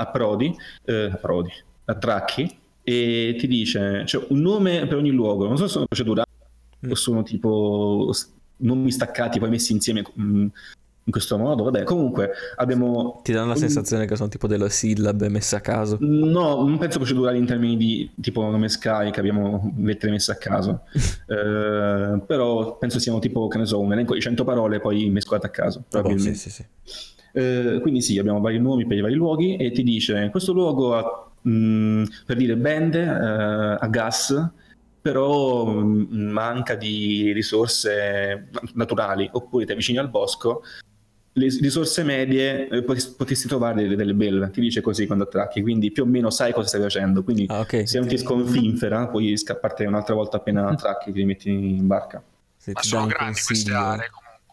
attracchi e ti dice c'è un nome per ogni luogo. Non so se sono procedurali o sono tipo nomi staccati poi messi insieme in questo modo. Vabbè, comunque abbiamo... Ti danno la sensazione che sono tipo delle sillabe messe a caso? No, non penso procedurali in termini di tipo nome Sky, che abbiamo lettere messe a caso. Però penso siano tipo, che ne so, un elenco di 100 parole poi mescolate a caso. Sì. Quindi sì, abbiamo vari nomi per i vari luoghi e ti dice questo luogo ha, per dire, bende a gas, però manca di risorse naturali, oppure ti avvicini al bosco, le risorse medie potresti trovare delle belle, ti dice così quando attracchi, quindi più o meno sai cosa stai facendo, quindi se non ti sconfinfera puoi scappartare un'altra volta appena attracchi, ti rimetti in barca. Ma sono grandi queste aree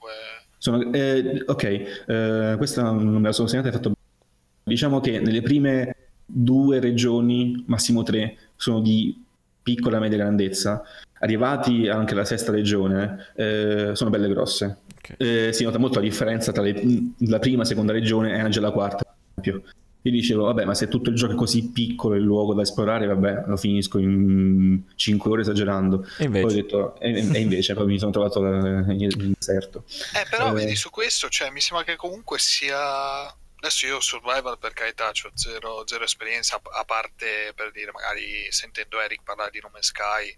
comunque. Questa non me la sono segnata, fatto. Diciamo che nelle prime 2 regioni, massimo 3, sono di piccola e media grandezza. Arrivati anche alla 6ª regione, sono belle grosse. Si nota molto la differenza tra la prima e seconda regione e anche la quarta, per esempio. Io dicevo, vabbè, ma se tutto il gioco è così piccolo il luogo da esplorare, vabbè, lo finisco in 5 ore esagerando. E invece? Poi ho detto, e invece poi mi sono trovato nel deserto. Però vedi, su questo, cioè, mi sembra che comunque sia... Adesso io survival, per carità, ho zero esperienza, a parte, per dire, magari sentendo Eric parlare di No Man's Sky,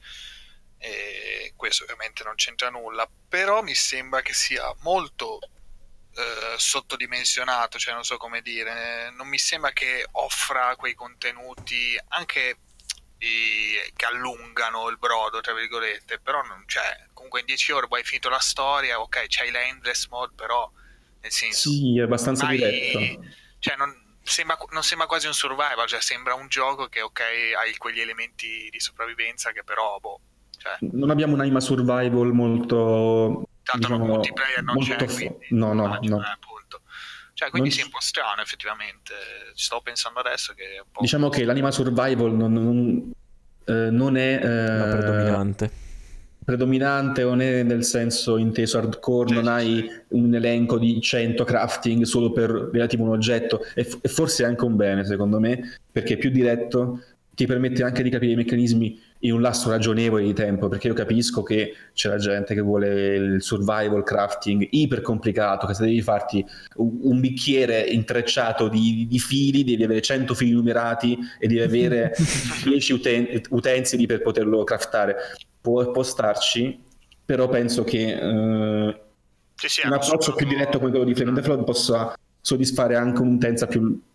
e questo ovviamente non c'entra nulla, però mi sembra che sia molto sottodimensionato, cioè non so come dire, non mi sembra che offra quei contenuti anche che allungano il brodo, tra virgolette, però non, cioè, comunque in 10 ore poi hai finito la storia, ok, c'hai la endless mode, però nel senso, sì, è abbastanza diretto, cioè non sembra quasi un survival, cioè sembra un gioco che ok, hai quegli elementi di sopravvivenza che però cioè, non abbiamo un'anima survival molto, tanto diciamo, multiplayer non c'è, quindi no. Appunto. Cioè, quindi sì, è un po' strano effettivamente, ci sto pensando adesso che è un po'... Diciamo che l'anima survival non è la predominante, non è nel senso inteso hardcore, non hai un elenco di 100 crafting solo per relativo a un oggetto, e forse è anche un bene secondo me, perché è più diretto, ti permette anche di capire i meccanismi in un lasso ragionevole di tempo, perché io capisco che c'è la gente che vuole il survival crafting iper complicato, che se devi farti un bicchiere intrecciato di fili, devi avere 100 fili numerati e devi avere 10 utensili per poterlo craftare. Può starci, però penso che un approccio più diretto come quello di Flame and the Flood possa soddisfare anche un'utenza più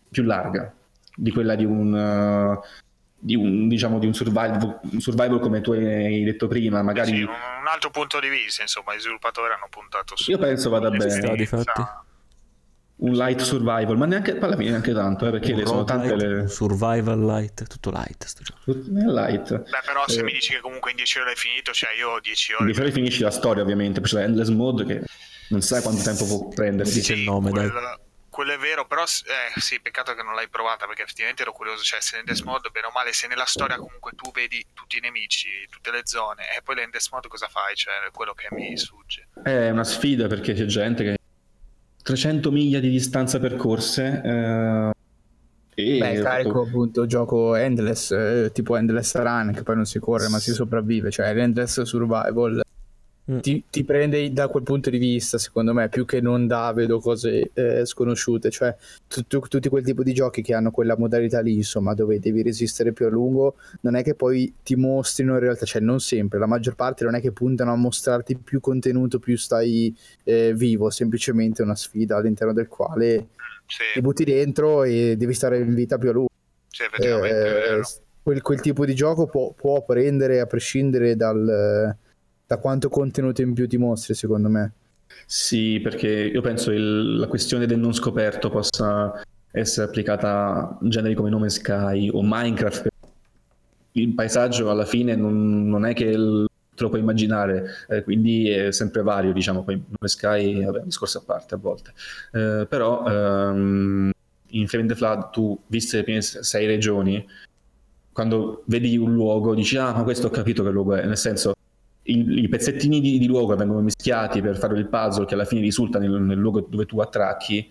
più larga di quella di un diciamo di un survival come tu hai detto prima, magari sì, un altro punto di vista, insomma, gli sviluppatori hanno puntato su. Io penso vada bene. Un light survival, ma neanche alla fine neanche tanto, perché sono tante un survival light, tutto light sto gioco. Light. Beh, però se mi dici che comunque in 10 ore hai finito, cioè io ho 10 ore. In 10 ore finisci la storia, ovviamente, poi c'è endless mode che non sai quanto tempo può prendere. Dice il nome, dai. Quello è vero, però sì, peccato che non l'hai provata, perché effettivamente ero curioso, cioè se l'endless mode, bene o male, se nella storia comunque tu vedi tutti i nemici, tutte le zone, e poi l'endless mode cosa fai? Cioè quello che mi sfugge. È una sfida, perché c'è gente che 300 miglia di distanza percorse e carico appunto gioco endless, tipo endless run, che poi non si corre ma si sopravvive, cioè l'endless survival ti prende da quel punto di vista, secondo me, più che non vedo cose sconosciute, cioè tutti quel tipo di giochi che hanno quella modalità lì, insomma, dove devi resistere più a lungo, non è che poi ti mostrino in realtà, cioè non sempre, la maggior parte non è che puntano a mostrarti più contenuto, più stai vivo, semplicemente una sfida all'interno del quale ti butti dentro e devi stare in vita più a lungo. Sì, effettivamente è vero. Quel tipo di gioco può prendere a prescindere da quanto contenuto in più ti mostri, secondo me. Sì, perché io penso la questione del non scoperto possa essere applicata a generi come No Man's Sky o Minecraft. Il paesaggio alla fine non è che te lo puoi immaginare, quindi è sempre vario, diciamo. Poi No Man's Sky è un discorso a parte a volte, però in Flame in the Flood tu, viste le prime 6 regioni, quando vedi un luogo dici ma questo ho capito che luogo è, nel senso i pezzettini di luogo che vengono mischiati per fare il puzzle che alla fine risulta nel luogo dove tu attracchi,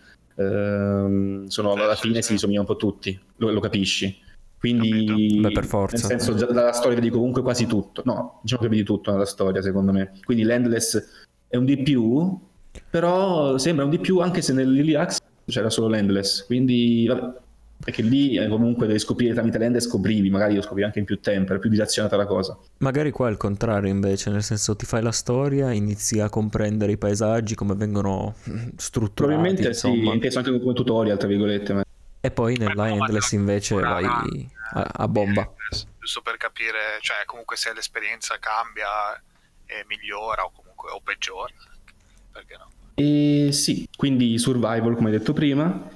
sono alla fine si somigliano un po' tutti, lo capisci. Quindi beh, per forza, nel senso già dalla storia vedi comunque quasi tutto, no, diciamo che vedi tutto nella storia, secondo me. Quindi l'Endless è un di più, però sembra un di più anche se nell'Early Access c'era solo l'Endless, quindi vabbè, perché lì comunque devi scoprire tramite l'Endless, scoprivi, magari lo scoprivi anche in più tempo, era più dilazionata la cosa. Magari qua è il contrario invece, nel senso ti fai la storia, inizi a comprendere i paesaggi, come vengono strutturati, probabilmente insomma. sì, inteso anche come tutorial tra virgolette, ma... E poi nella Endless invece vai a bomba. Giusto per capire, cioè comunque se l'esperienza cambia e migliora o comunque o peggiora, perché no? E sì, quindi survival come detto prima,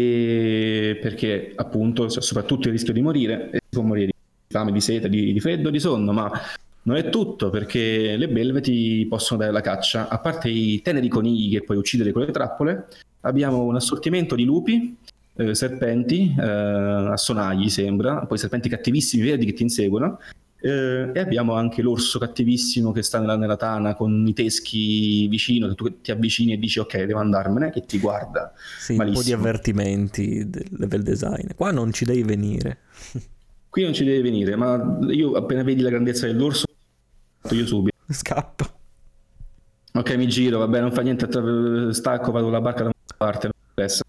e perché appunto soprattutto il rischio di morire, e si può morire di fame, di sete, di freddo, di sonno, ma non è tutto, perché le belve ti possono dare la caccia. A parte i teneri conigli che puoi uccidere con le trappole, abbiamo un assortimento di lupi, serpenti a sonagli sembra, poi serpenti cattivissimi verdi che ti inseguono, e abbiamo anche l'orso cattivissimo che sta nella tana con i teschi vicino, che tu ti avvicini e dici ok devo andarmene, che ti guarda sì, malissimo. Un po' di avvertimenti del level design. Qua non ci devi venire. Qui non ci devi venire, ma io appena vedi la grandezza dell'orso io subito scappo. Ok, mi giro, vabbè, non fa niente, stacco, vado con la barca da una parte, non interessa.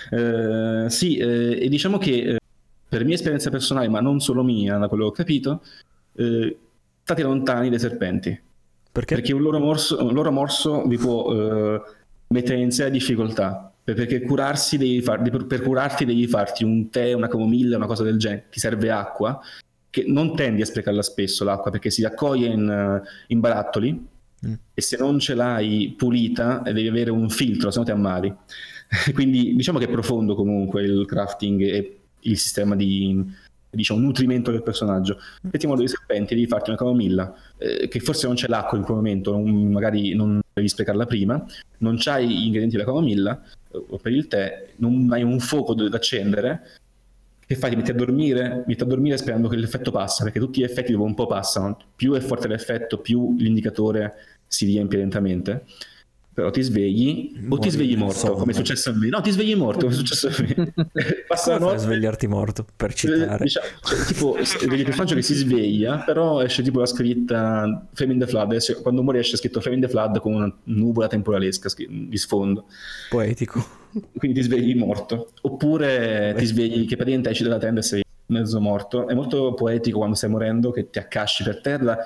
Sì, e diciamo che per mia esperienza personale, ma non solo mia, da quello che ho capito, state lontani dai serpenti. Perché un loro morso vi può mettere in seria difficoltà. Perché per curarti devi farti un tè, una camomilla, una cosa del genere. Ti serve acqua, che non tendi a sprecarla spesso l'acqua, perché si raccoglie in barattoli, e se non ce l'hai pulita devi avere un filtro, se no ti ammali. Quindi diciamo che è profondo comunque il crafting e il sistema di, diciamo, nutrimento del personaggio. Mettiamo dei serpenti, devi farti una camomilla, che forse non c'è l'acqua in quel momento, magari non devi sprecarla prima, non c'hai gli ingredienti della camomilla o per il tè, non hai un fuoco da accendere. Che fai? Ti metti a dormire sperando che l'effetto passa, perché tutti gli effetti dopo un po' passano, più è forte l'effetto più l'indicatore si riempie lentamente, però ti svegli o ti svegli morto, come è successo a me. No, ti svegli morto, come è successo a me. Passa la notte a svegliarti morto, per citare. Diciamo, cioè, tipo, vedi il personaggio che si sveglia, però esce tipo la scritta Flame in the Flood, quando muore esce scritto Flame in the Flood con una nuvola temporalesca di sfondo. Poetico. Quindi ti svegli morto, oppure ti svegli che praticamente esci dalla tenda e sei mezzo morto. È molto poetico quando stai morendo, che ti accasci per terra,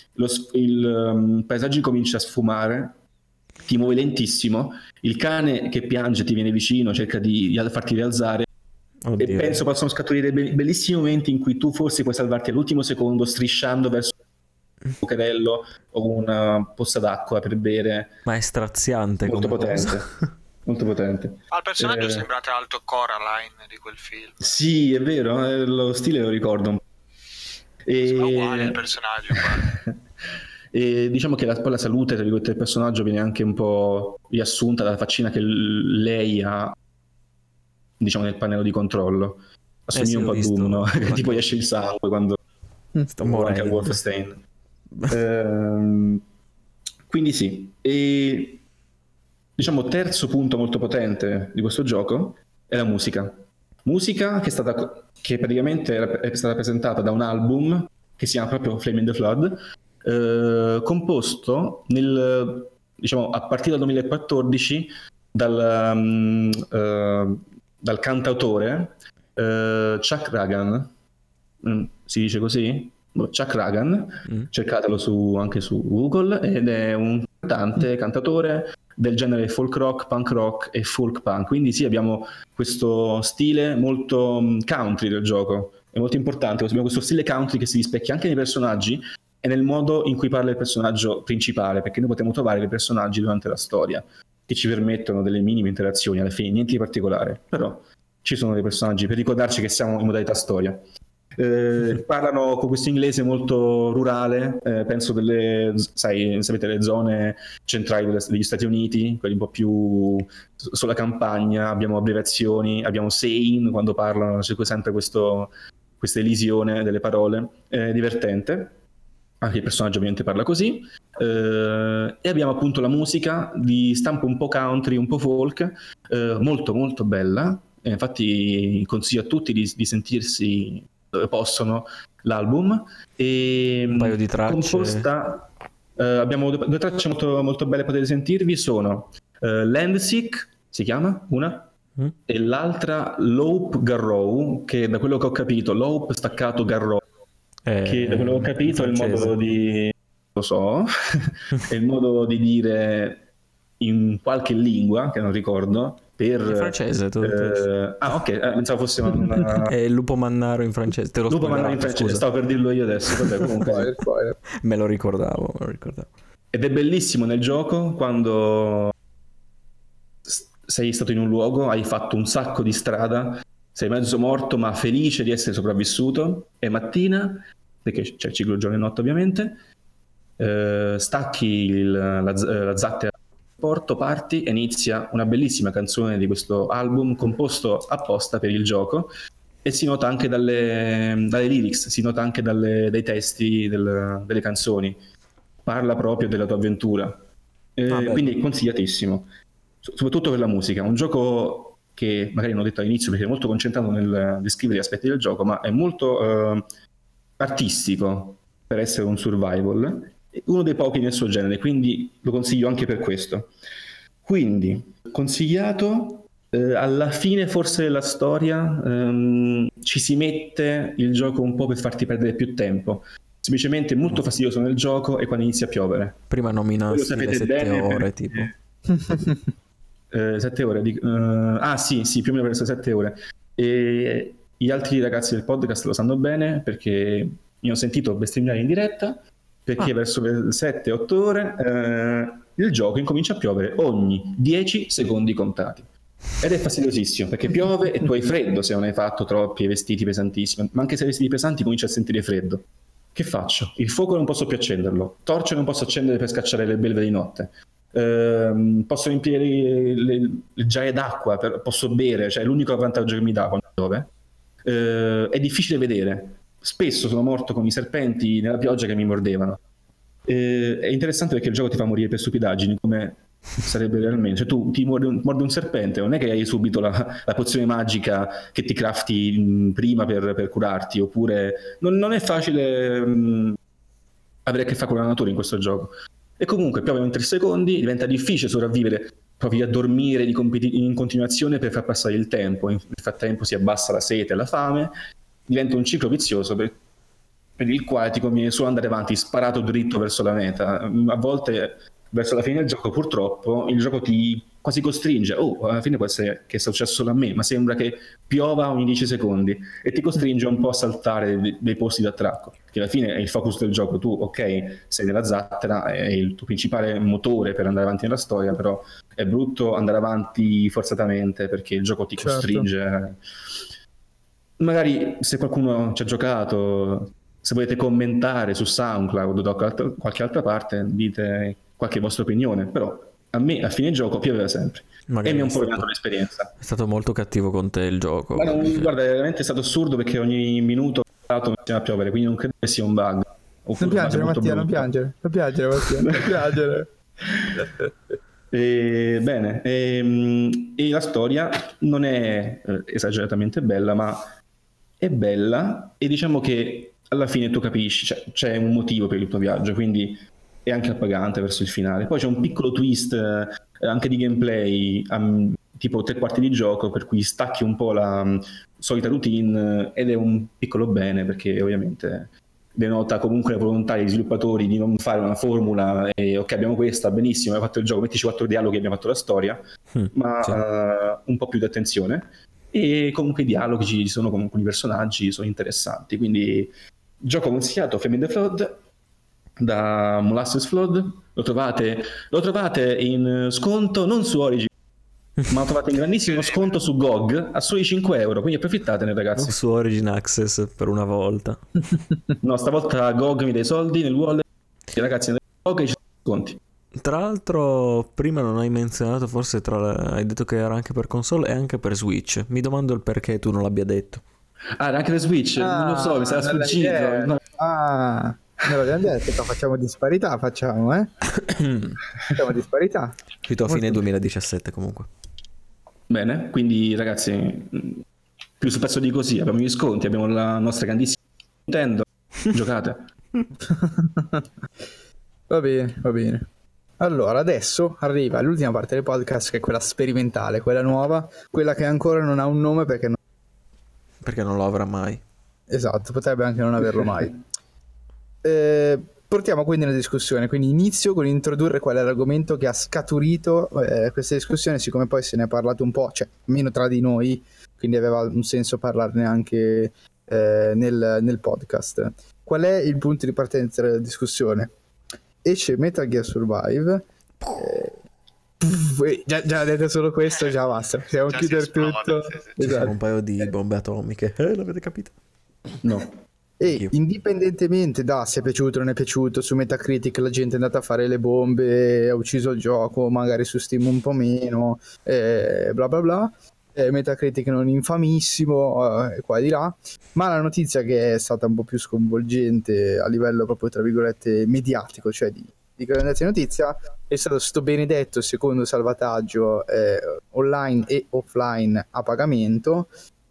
il paesaggio comincia a sfumare, ti muovi lentissimo, il cane che piange ti viene vicino, cerca di farti rialzare, Oddio. E penso possano scaturire bellissimi momenti in cui tu forse puoi salvarti all'ultimo secondo strisciando verso un bucherello o una pozza d'acqua per bere. Ma è straziante. Molto come potente. cosa. Molto potente. Al personaggio sembra tra l'altro Coraline di quel film. Sì, è vero, lo stile lo ricordo un po'. Sembra uguale il personaggio. E diciamo che poi la salute del personaggio viene anche un po' riassunta dalla faccina che lei ha, diciamo, nel pannello di controllo. Assomiglia sì, un po' a visto. Doom, no? Che tipo esce il sangue quando Sto anche al morendo. Wolfenstein. Quindi sì. E diciamo terzo punto molto potente di questo gioco è la musica. Musica che praticamente è stata presentata da un album che si chiama proprio Flame in the Flood, composto diciamo, a partire dal 2014 dal cantautore Chuck Ragan. Si dice così? Chuck Ragan, cercatelo anche su Google, ed è un cantatore del genere folk rock, punk rock e folk punk. Quindi sì, abbiamo questo stile molto country del gioco, è molto importante. Abbiamo questo stile country che si rispecchia anche nei personaggi e nel modo in cui parla il personaggio principale, perché noi potremo trovare dei personaggi durante la storia che ci permettono delle minime interazioni, alla fine niente di particolare, però ci sono dei personaggi per ricordarci che siamo in modalità storia. Parlano con questo inglese molto rurale, penso sapete, le zone centrali degli Stati Uniti, quelli un po' più sulla campagna. Abbiamo abbreviazioni, abbiamo saying quando parlano, c'è sempre questa elisione delle parole, divertente. Anche il personaggio ovviamente parla così, e abbiamo appunto la musica di stampo un po' country, un po' folk, molto molto bella. Infatti consiglio a tutti di sentirsi dove possono l'album. E Un paio di tracce. composta, abbiamo due tracce molto, molto belle, potete sentirvi, sono Landsick, si chiama una, e l'altra Lope Garrow, che da quello che ho capito, Lope staccato Garrow, che da quello che ho capito è il modo di, lo so, è il modo di dire in qualche lingua che non ricordo. Per in francese, ok, pensavo fosse una... è il lupo mannaro in francese. Te lo lupo mannaro in francese, scusa. stavo per dirlo io adesso. Vabbè, comunque Me lo ricordavo. Ed è bellissimo nel gioco quando sei stato in un luogo, hai fatto un sacco di strada, sei mezzo morto ma felice di essere sopravvissuto, è mattina, perché c'è il ciclo giorno e notte ovviamente, stacchi la zattera porto, parti e inizia una bellissima canzone di questo album composto apposta per il gioco, e si nota anche dalle lyrics, si nota anche dai testi delle canzoni, parla proprio della tua avventura, quindi è consigliatissimo, soprattutto per la musica. Un gioco che magari non ho detto all'inizio perché è molto concentrato nel descrivere gli aspetti del gioco, ma è molto artistico per essere un survival, uno dei pochi nel suo genere, quindi lo consiglio anche per questo. Quindi consigliato. Alla fine forse della storia ci si mette il gioco un po' per farti perdere più tempo. Semplicemente molto fastidioso nel gioco è quando inizia a piovere. Prima nominasti le 7 ore tipo 7 ore sì, più o meno per 7 ore. E gli altri ragazzi del podcast lo sanno bene perché mi ho sentito bestemmiare in diretta, perché verso le 7-8 ore il gioco incomincia a piovere ogni 10 secondi contati, ed è fastidiosissimo perché piove e tu hai freddo se non hai fatto troppi vestiti pesantissimi, ma anche se hai vestiti pesanti cominci a sentire freddo. Che faccio? Il fuoco non posso più accenderlo, torce non posso accendere per scacciare le belve di notte, posso riempire le giaie d'acqua, posso bere, cioè è l'unico vantaggio che mi dà quando piove. È difficile vedere, spesso sono morto con i serpenti nella pioggia che mi mordevano. È interessante perché il gioco ti fa morire per stupidaggini, come sarebbe realmente, cioè tu ti morde un serpente, non è che hai subito la pozione magica che ti crafti prima per curarti, oppure non è facile avere a che fare con la natura in questo gioco. E comunque piove in 3 secondi, diventa difficile sopravvivere, provi a dormire in continuazione per far passare il tempo, nel frattempo si abbassa la sete e la fame, diventa un ciclo vizioso per il quale ti conviene solo andare avanti sparato dritto verso la meta. A volte verso la fine del gioco purtroppo il gioco ti quasi costringe, alla fine può essere che sia successo solo a me, ma sembra che piova ogni 10 secondi e ti costringe un po' a saltare dei posti d'attracco, che alla fine è il focus del gioco. Tu, ok, sei nella zattera, è il tuo principale motore per andare avanti nella storia, però è brutto andare avanti forzatamente perché il gioco ti costringe. Magari se qualcuno ci ha giocato, se volete commentare su SoundCloud o da qualche altra parte, dite qualche vostra opinione, però a me a fine gioco pioveva sempre. Magari e mi ha un po' rovinato l'esperienza. È stato molto cattivo con te il gioco. Guarda, è veramente stato assurdo perché ogni minuto iniziava a piovere, quindi non credo che sia un bug. Non piangere Mattia, non piangere Mattia, non piangere. Bene, e la storia non è esageratamente bella, ma è bella e diciamo che alla fine tu capisci, cioè, c'è un motivo per il tuo viaggio, quindi è anche appagante verso il finale. Poi c'è un piccolo twist anche di gameplay, tipo 3/4 di gioco, per cui stacchi un po' la solita routine ed è un piccolo bene, perché ovviamente denota comunque la volontà degli sviluppatori di non fare una formula e ok, abbiamo questa, benissimo, abbiamo fatto il gioco, mettici 4 dialoghi e abbiamo fatto la storia, ma sì. Un po' più di attenzione, e comunque i dialoghi ci sono, comunque i personaggi sono interessanti, quindi gioco consigliato, Fame in the Flood da Molasses Flood. Lo trovate in sconto non su Origin, ma lo trovate in grandissimo sconto su GOG a soli 5 euro, quindi approfittatene, ragazzi. Non su Origin Access per una volta. No, stavolta GOG mi dai soldi nel wallet, e ragazzi, nel GOG ci sono sconti. Tra l'altro, prima non hai menzionato, forse hai detto che era anche per console e anche per Switch. Mi domando il perché tu non l'abbia detto. Era anche per Switch, non lo so, mi sarà sfuggito. No. Me l'abbiamo detto, facciamo disparità, facciamo disparità. Uscito a fine 2017 comunque. Bene, quindi ragazzi, più sul pezzo di così, abbiamo gli sconti, abbiamo la nostra grandissima Nintendo, giocate. Va bene. Allora, adesso arriva l'ultima parte del podcast, che è quella sperimentale, quella nuova, quella che ancora non ha un nome perché non lo avrà mai. Esatto, potrebbe anche non averlo mai. Portiamo quindi una discussione, quindi inizio con introdurre qual è l'argomento che ha scaturito questa discussione, siccome poi se ne è parlato un po', cioè meno tra di noi, quindi aveva un senso parlarne anche nel podcast. Qual è il punto di partenza della discussione? Esce Metal Gear Survive, già detto solo questo, già basta, possiamo chiudere tutto. Ci sono un paio di bombe atomiche, l'avete capito? No. E indipendentemente da se è piaciuto o non è piaciuto, su Metacritic la gente è andata a fare le bombe, ha ucciso il gioco, magari su Steam un po' meno, bla bla bla, Metacritic non infamissimo, qua e di là, ma la notizia che è stata un po' più sconvolgente a livello proprio tra virgolette mediatico, cioè di grandezza di notizia, è stato sto benedetto secondo salvataggio online e offline a pagamento,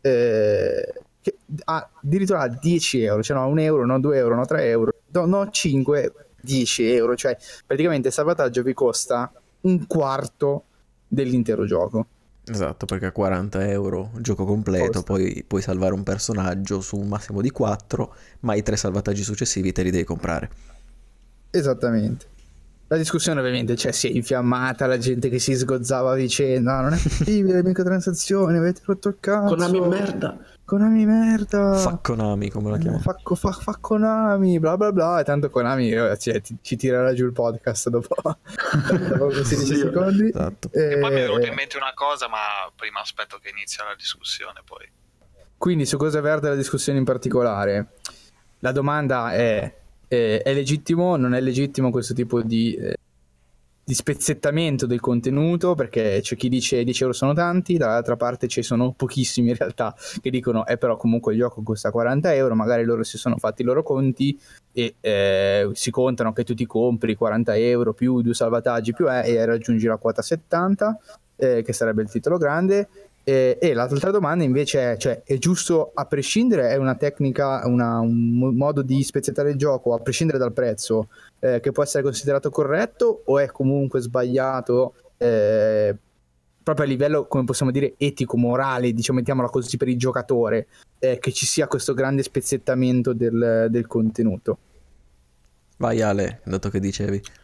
che addirittura a 10 euro, cioè no 1 euro, no 2 euro, no 3 euro, no 5, 10 euro, cioè praticamente il salvataggio vi costa un quarto dell'intero gioco. Esatto, perché a 40 euro gioco completo, poi puoi salvare un personaggio su un massimo di 4, ma i 3 salvataggi successivi te li devi comprare. Esattamente. La discussione ovviamente si è infiammata, la gente che si sgozzava a vicenda, no, non è possibile, microtransazioni, avete rotto il cazzo. Konami merda. Fa Konami, come la chiamo? Fa Konami, bla bla bla, e tanto Konami ci tirerà giù il podcast dopo 16 secondi. Esatto. E poi mi è venuta in mente una cosa, ma prima aspetto che inizia la discussione poi. Quindi su cosa verte la discussione in particolare? La domanda è legittimo, non è legittimo questo tipo di spezzettamento del contenuto, perché c'è chi dice 10 euro sono tanti, dall'altra parte ci sono pochissimi in realtà che dicono però comunque il gioco costa 40 euro, magari loro si sono fatti i loro conti e si contano che tu ti compri 40 euro più 2 salvataggi più e raggiungi la quota 70, che sarebbe il titolo grande. E l'altra domanda invece è giusto a prescindere, è una tecnica, un modo di spezzettare il gioco a prescindere dal prezzo, che può essere considerato corretto, o è comunque sbagliato proprio a livello, come possiamo dire, etico, morale, diciamo, mettiamola così, per il giocatore, che ci sia questo grande spezzettamento del contenuto? Vai Ale, dato che dicevi.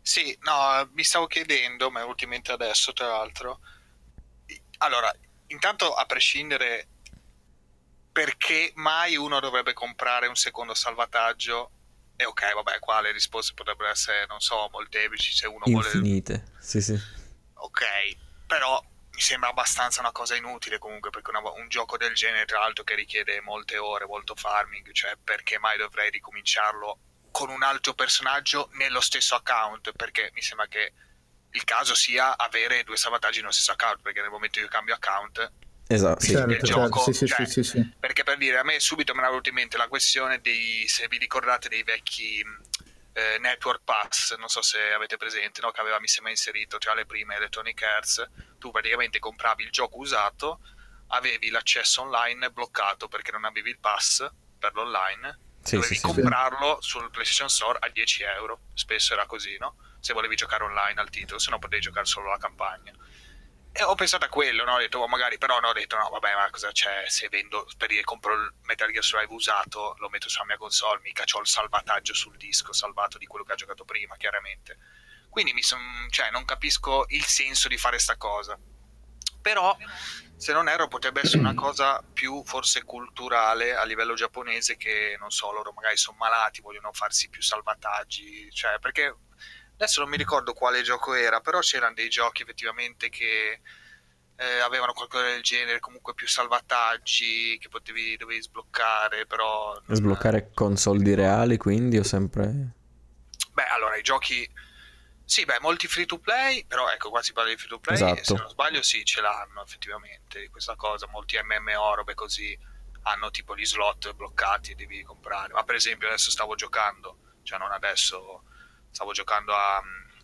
Sì, no, mi stavo chiedendo, ma è ultimamente adesso, tra l'altro. Allora, intanto a prescindere, perché mai uno dovrebbe comprare un secondo salvataggio? E ok, vabbè, qua le risposte potrebbero essere, non so, molteplici, se uno vuole... Infinite, sì sì. Ok, però mi sembra abbastanza una cosa inutile comunque, perché un gioco del genere, tra l'altro, che richiede molte ore, molto farming, cioè perché mai dovrei ricominciarlo con un altro personaggio nello stesso account? Perché mi sembra che il caso sia avere due salvataggi nello stesso account, perché nel momento in cui cambio account Esatto, sì. finisce il Certo, sì, gioco, sì, cioè, sì, sì, sì. perché per dire, a me subito mi era venuta in mente la questione dei, se vi ricordate, dei vecchi Network Pass, non so se avete presente, no? Che aveva mi sembra inserito tra le prime Electronic Arts. Tu praticamente compravi il gioco usato, avevi l'accesso online bloccato perché non avevi il pass per l'online, Sì, sì, dovevi sì. comprarlo sul PlayStation Store a 10 euro, spesso era così, no? Se volevi giocare online al titolo, se no potevi giocare solo la campagna. E ho pensato a quello, no? Ho detto, magari, però no, ho detto, no, vabbè, ma cosa c'è? Se vendo, per dire, compro il Metal Gear Survive usato, lo metto sulla mia console, mica c'ho il salvataggio sul disco, salvato di quello che ha giocato prima, chiaramente. Quindi cioè, non capisco il senso di fare sta cosa. Però, se non erro, potrebbe essere una cosa più forse culturale a livello giapponese, che, non so, loro magari sono malati, vogliono farsi più salvataggi, cioè, perché adesso non mi ricordo quale gioco era, però c'erano dei giochi effettivamente che avevano qualcosa del genere, comunque più salvataggi che dovevi sbloccare, però Sbloccare con soldi reali, quindi, o sempre... beh, allora i giochi, sì, beh, molti free to play, però ecco, qua si parla di free to play e se non Esatto. sbaglio sì, ce l'hanno effettivamente questa cosa, molti MMO, robe così, hanno tipo gli slot bloccati e devi comprare. Ma per esempio adesso stavo giocando, cioè non adesso, stavo giocando a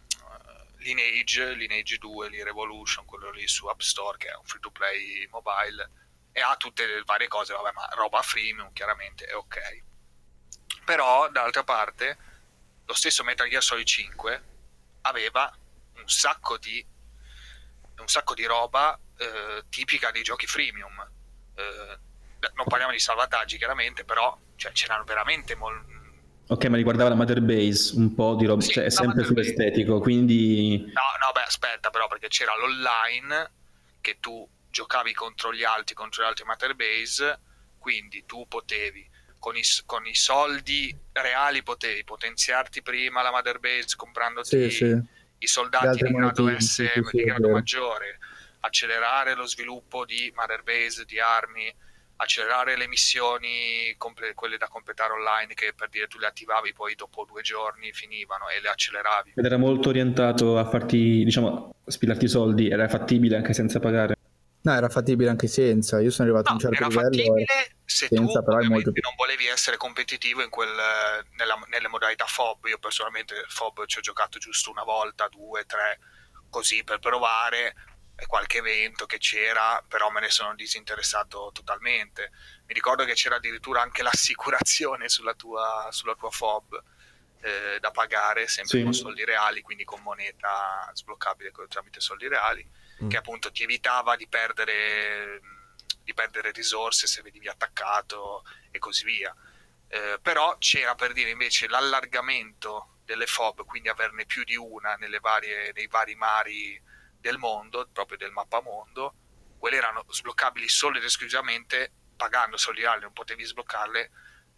Lineage 2, lì Revolution, quello lì su App Store, che è un free to play mobile, e ha tutte le varie cose, vabbè, ma roba freemium chiaramente è ok. Però dall'altra parte lo stesso Metal Gear Solid 5 aveva un sacco di, un sacco di roba tipica dei giochi freemium. Non parliamo di salvataggi chiaramente, però cioè, c'erano veramente Ok, ma riguardava la Mother Base, un po' di roba, sì, cioè è la sempre Mother Base. sull'estetico, quindi... No, beh, aspetta però, perché c'era l'online che tu giocavi contro gli altri Mother Base, quindi tu potevi, con i soldi reali, potevi potenziarti prima la Mother Base Sì, sì. comprandoti i Le soldati altre di grado monetine, S, sì, sì, sì, di è grado vero. maggiore, accelerare lo sviluppo di Mother Base, di armi, accelerare le missioni, quelle da completare online, che per dire tu le attivavi, poi dopo 2 giorni finivano e le acceleravi. Ed era molto orientato a farti, diciamo, a spillarti i soldi, era fattibile anche senza pagare. No, era fattibile anche senza. Io sono arrivato a un No, certo era livello e fattibile se tu senza, però è molto ovviamente più. non volevi essere competitivo nelle modalità FOB. Io personalmente FOB ci ho giocato giusto una volta, due, tre, così per provare, e qualche evento che c'era, però me ne sono disinteressato totalmente. Mi ricordo che c'era addirittura anche l'assicurazione sulla tua FOB, da pagare sempre con Sì. soldi reali, quindi con moneta sbloccabile tramite soldi reali, che appunto ti evitava di perdere risorse se venivi attaccato e così via. Però c'era, per dire, invece l'allargamento delle FOB, quindi averne più di una nei vari mari del mondo, proprio del mappamondo. Quelle erano sbloccabili solo ed esclusivamente pagando soldi reali, non potevi sbloccarle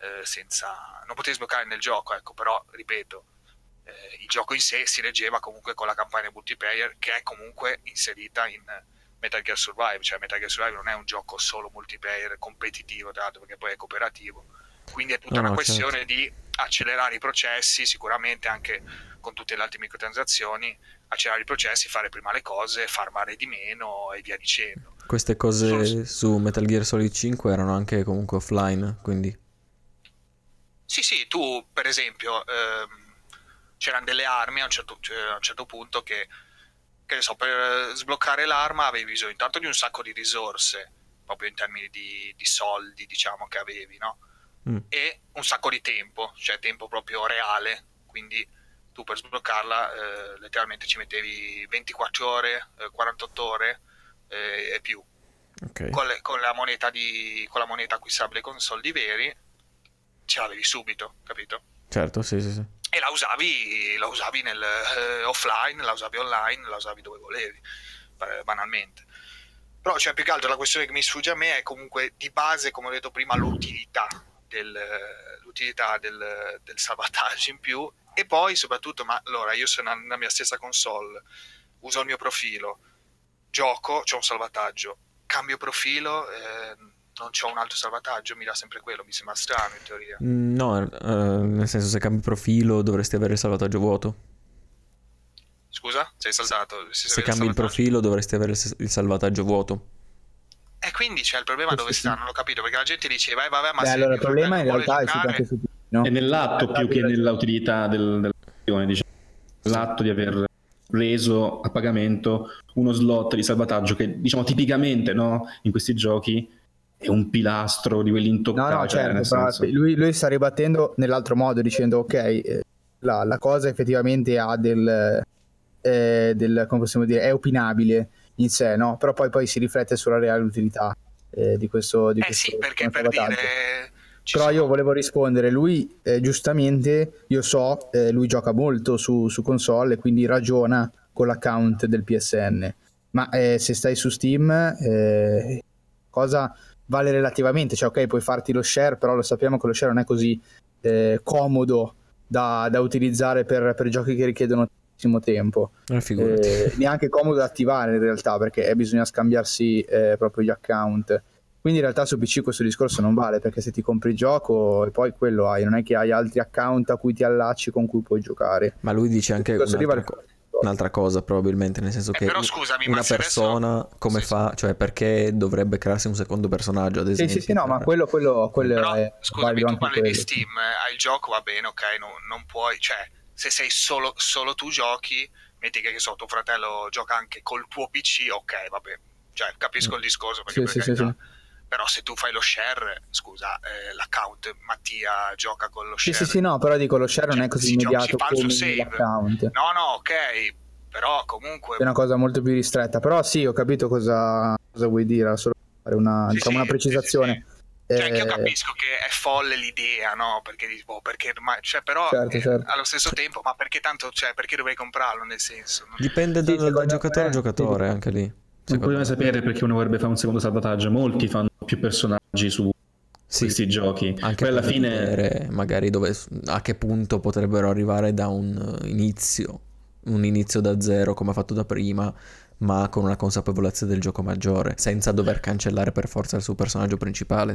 non potevi sbloccare nel gioco, ecco. Però ripeto, il gioco in sé si reggeva comunque con la campagna multiplayer, che è comunque inserita in Metal Gear Survive. Cioè Metal Gear Survive non è un gioco solo multiplayer competitivo, tra l'altro, perché poi è cooperativo, quindi è tutta No, una no, certo. questione di accelerare i processi, sicuramente anche con tutte le altre microtransazioni, accelerare i processi, fare prima le cose, farmare di meno e via dicendo. Queste Solo... cose su Metal Gear Solid 5 erano anche comunque offline, quindi... Sì, sì, tu per esempio c'erano delle armi a un certo punto che ne so, per sbloccare l'arma avevi bisogno intanto di un sacco di risorse, proprio in termini di soldi, diciamo, che avevi, no? Mm. E un sacco di tempo, cioè tempo proprio reale, quindi tu per sbloccarla letteralmente ci mettevi 24 ore, 48 ore e più. Ok. Con la moneta acquistabile con soldi veri ce l'avevi subito, capito? Certo, sì, sì, sì. e la usavi nel offline, la usavi online, la usavi dove volevi, banalmente. Però cioè, più che altro la questione che mi sfugge a me è comunque di base, come ho detto prima, l'utilità del salvataggio in più, e poi soprattutto, ma allora io sono nella mia stessa console, uso il mio profilo, gioco, c'ho un salvataggio, cambio profilo, non c'ho un altro salvataggio, mi dà sempre quello, mi sembra strano in teoria. No, nel senso, se cambi profilo dovresti avere il salvataggio vuoto. Scusa? Sei saltato? Se cambi il profilo dovresti avere il salvataggio vuoto. E quindi c'è il problema dove sta, non l'ho capito, perché la gente diceva vabbè, ma Beh, se allora il mio problema in fratello vuole realtà è giocare, anche su no? È nell'atto più che nella utilità dell'azione, diciamo. L'atto di aver reso a pagamento uno slot di salvataggio che, diciamo, tipicamente, no, in questi giochi è un pilastro di quelli intoccabili. No, certo, però lui sta ribattendo nell'altro modo dicendo ok, la cosa effettivamente ha del come possiamo dire, è opinabile in sé, no? Però poi si riflette sulla reale utilità di questo sì, perché per dire però io volevo rispondere, lui giustamente, io so, lui gioca molto su console e quindi ragiona con l'account del PSN, ma se stai su Steam cosa vale relativamente, cioè ok, puoi farti lo share, però lo sappiamo che lo share non è così comodo da utilizzare per giochi che richiedono tantissimo tempo, neanche comodo da attivare in realtà, perché bisogna scambiarsi proprio gli account. Quindi in realtà su PC questo discorso non vale, perché se ti compri il gioco e poi quello hai, non è che hai altri account a cui ti allacci con cui puoi giocare. Ma lui dice anche un'altra cosa probabilmente, nel senso che però scusami, una persona adesso... come fa, cioè perché dovrebbe crearsi un secondo personaggio, ad esempio? Sì, no, ma quello però, è scusami, tu parli di Steam, hai il gioco, va bene, ok, non puoi, cioè se sei solo tu giochi, metti che so, tuo fratello gioca anche col tuo PC, ok, vabbè, cioè capisco il discorso, perché sì. Però se tu fai lo share, scusa, l'account Mattia gioca con lo share. Sì, no, però dico lo share non è così immediato come l'account. No, ok, però comunque... È una cosa molto più ristretta, però sì, ho capito cosa vuoi dire, solo fare una precisazione. Sì. Cioè, anche io capisco che è folle l'idea, no? Perché cioè, però certo. Allo stesso tempo, ma perché tanto, cioè, perché dovrei comprarlo, nel senso? Dipende da giocatore a giocatore, anche lì. Non puoi mai sapere perché uno vorrebbe fare un secondo salvataggio. Molti fanno più personaggi su questi giochi. Anche poi alla fine vedere magari a che punto potrebbero arrivare da un inizio da zero come ha fatto da prima, ma con una consapevolezza del gioco maggiore, senza dover cancellare per forza il suo personaggio principale.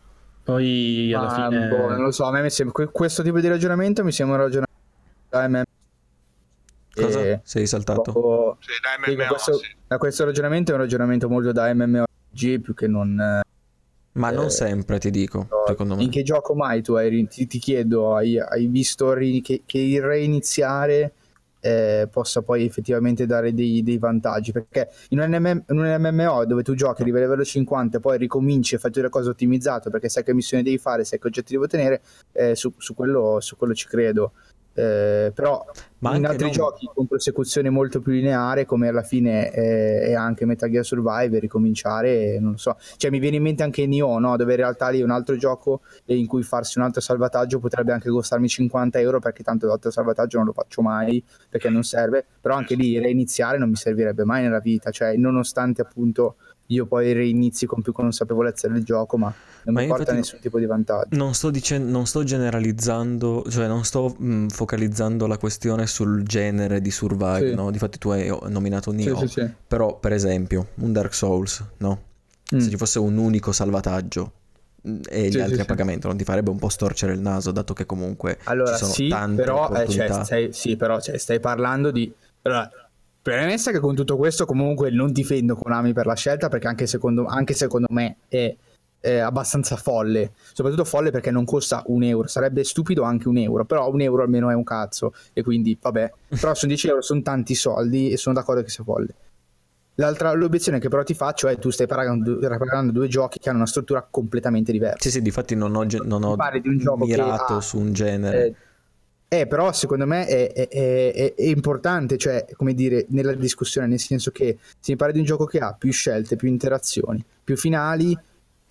Poi alla fine non lo so, a me mi sembra questo tipo di ragionamento mi sembra un ragionamento da MMO. Cosa? Sei saltato? Sì, da MMO, questo ragionamento è un ragionamento molto da MMORPG più che non... Ma non sempre, ti dico, secondo me. In che gioco mai tu ti chiedo, hai visto che il reiniziare possa poi effettivamente dare dei vantaggi? Perché in un MMO dove tu giochi, arrivi a livello 50 e poi ricominci e fai tutte le cose ottimizzato perché sai che missioni devi fare, sai che oggetti devi ottenere, su quello ci credo. Però in altri giochi con prosecuzione molto più lineare, come alla fine è anche Metal Gear Survive, ricominciare, non lo so, cioè mi viene in mente anche Nioh, no? Dove in realtà lì è un altro gioco in cui farsi un altro salvataggio potrebbe anche costarmi 50 euro, perché tanto l'altro salvataggio non lo faccio mai perché non serve, però anche lì reiniziare non mi servirebbe mai nella vita, cioè nonostante appunto io poi reinizi con più consapevolezza del gioco, ma non mi porta nessun tipo di vantaggio. Non sto generalizzando, cioè non sto focalizzando la questione sul genere di Survive, sì. No? Difatti tu hai nominato Nioh, sì. Però per esempio un Dark Souls, no? Se ci fosse un unico salvataggio e gli altri a pagamento, non ti farebbe un po' storcere il naso, dato che comunque ci sono tante opportunità. Però stai parlando di... Allora, premessa che con tutto questo comunque non difendo Konami per la scelta, perché anche secondo me è abbastanza folle, soprattutto folle perché non costa €1, sarebbe stupido anche €1, però €1 almeno è un cazzo, e quindi vabbè, però sono 10 euro, sono tanti soldi e sono d'accordo che sia folle. L'obiezione che però ti faccio è: tu stai paragonando due giochi che hanno una struttura completamente diversa. Sì, difatti non ho di un gioco mirato su un genere. Però secondo me è importante, cioè, come dire, nella discussione, nel senso che si parla di un gioco che ha più scelte, più interazioni, più finali,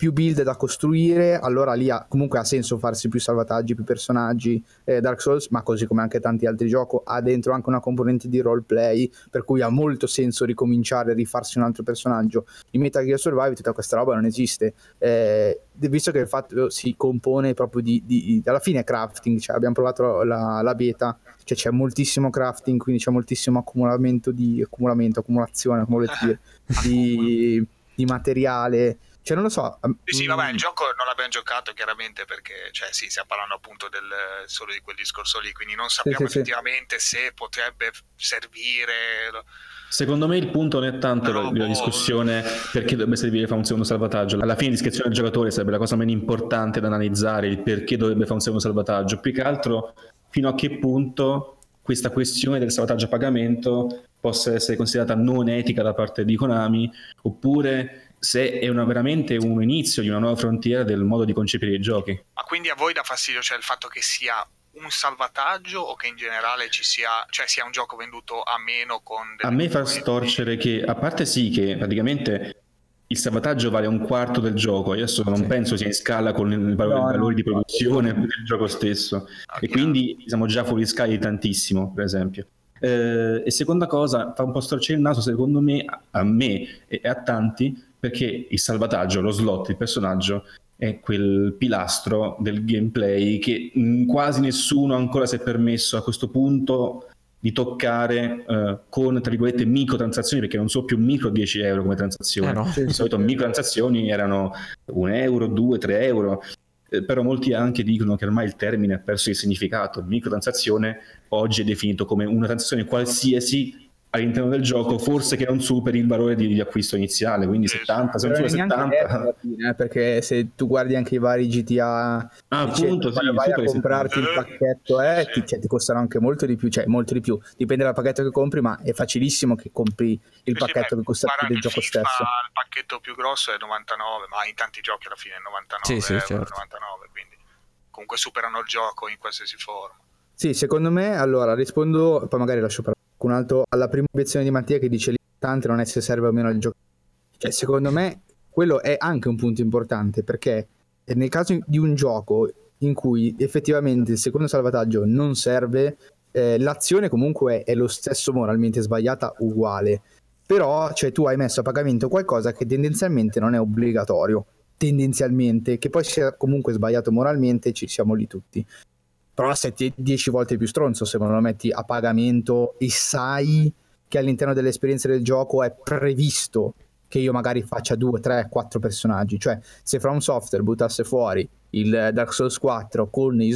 più build da costruire, allora lì comunque ha senso farsi più salvataggi, più personaggi. Dark Souls, ma così come anche tanti altri giochi, ha dentro anche una componente di roleplay, per cui ha molto senso ricominciare a rifarsi un altro personaggio. In Metal Gear Survive tutta questa roba non esiste, visto che il fatto si compone proprio alla fine crafting, cioè abbiamo provato la beta, cioè c'è moltissimo crafting, quindi c'è moltissimo accumulazione, come volete dire, di materiale. Cioè non lo so. Sì, vabbè, il gioco non l'abbiamo giocato chiaramente perché, cioè sì, stiamo parlando appunto solo di quel discorso lì, quindi non sappiamo effettivamente se potrebbe servire. Secondo me il punto non è tanto la discussione perché dovrebbe servire fare un secondo salvataggio. Alla fine l'iscrizione del giocatore sarebbe la cosa meno importante da analizzare, il perché dovrebbe fare un secondo salvataggio. Più che altro fino a che punto questa questione del salvataggio a pagamento possa essere considerata non etica da parte di Konami, oppure se è veramente un inizio di una nuova frontiera del modo di concepire i giochi. Ma quindi a voi dà fastidio, cioè il fatto che sia un salvataggio o che in generale sia un gioco venduto a meno con a me fa storcere che, a parte sì che praticamente il salvataggio vale un quarto del gioco, io adesso non penso sia in scala con i valori di produzione del gioco stesso, e quindi siamo già fuori scala di tantissimo, per esempio. E seconda cosa, fa un po' storcere il naso secondo me, a me e a tanti, perché il salvataggio, lo slot, il personaggio è quel pilastro del gameplay che quasi nessuno ancora si è permesso a questo punto di toccare con, tra virgolette, microtransazioni, perché non so più micro 10 euro come transazione. No. Di solito microtransazioni erano 1 euro, 2, 3 euro, però molti anche dicono che ormai il termine ha perso il significato. Microtransazione oggi è definito come una transazione qualsiasi all'interno del gioco, forse che non superi il valore di acquisto iniziale, quindi 70, se non solo 70. Fine, perché se tu guardi anche i vari GTA, appunto, quando vai a comprarti il pacchetto, ti costano anche molto di più, cioè molto di più, dipende dal pacchetto che compri, ma è facilissimo che compri il pacchetto che costa più del gioco stesso. Il pacchetto più grosso è 99, ma in tanti giochi alla fine è 99, certo. 99, quindi comunque superano il gioco in qualsiasi forma. Sì, secondo me, allora rispondo, poi magari lascio parlare un altro alla prima obiezione di Mattia che dice l'importante non è se serve o meno il gioco. Cioè, secondo me quello è anche un punto importante, perché nel caso di un gioco in cui effettivamente il secondo salvataggio non serve, l'azione comunque è lo stesso moralmente sbagliata uguale, però cioè, tu hai messo a pagamento qualcosa che tendenzialmente non è obbligatorio, tendenzialmente, che poi sia comunque sbagliato moralmente, ci siamo lì tutti. Però sei 10 volte più stronzo se non lo metti a pagamento e sai che all'interno dell'esperienza del gioco è previsto che io magari faccia 2, 3, 4 personaggi. Cioè, se From Software buttasse fuori il Dark Souls 4 con i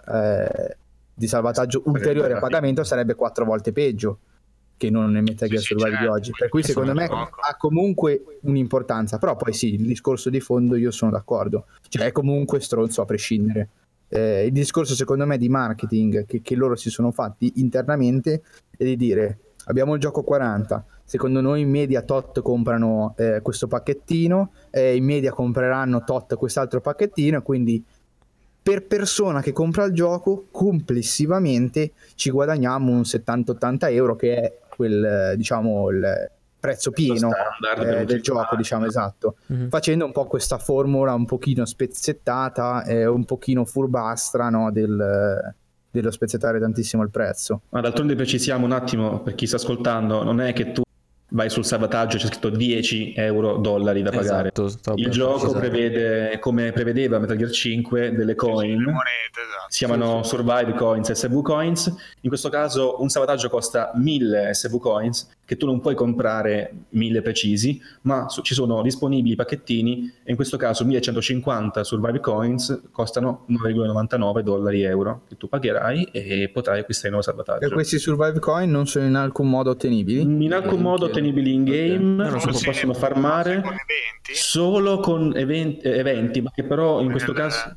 slot di salvataggio ulteriore a pagamento, sarebbe 4 volte peggio che non nel Metal Gear Survive di oggi. Per cui secondo me ha comunque un'importanza. Però poi sì, il discorso di fondo io sono d'accordo. Cioè è comunque stronzo a prescindere. Il discorso secondo me di marketing che loro si sono fatti internamente è di dire abbiamo il gioco 40, secondo noi in media tot comprano questo pacchettino, in media compreranno tot quest'altro pacchettino, e quindi per persona che compra il gioco complessivamente ci guadagniamo un 70-80 euro, che è quel diciamo il prezzo pieno del gioco, diciamo, esatto. Facendo un po' questa formula un pochino spezzettata e un pochino furbastra, no, dello spezzettare tantissimo il prezzo. Ma d'altronde precisiamo un attimo per chi sta ascoltando, non è che tu vai sul salvataggio e c'è scritto 10 euro dollari da pagare. Il gioco prevede, come prevedeva Metal Gear 5, delle coin, monete, esatto. Si chiamano Survive Coins, SV Coins. In questo caso un salvataggio costa 1000 SV Coins, che tu non puoi comprare 1000 precisi, ma ci sono disponibili pacchettini, e in questo caso 1150 Survive Coins costano 9,99 dollari euro, che tu pagherai e potrai acquistare il nuovo salvataggio. E questi Survive Coin non sono in alcun modo ottenibili? In alcun modo ottenibili in game, non si possono farmare solo con eventi, ma che però in questo caso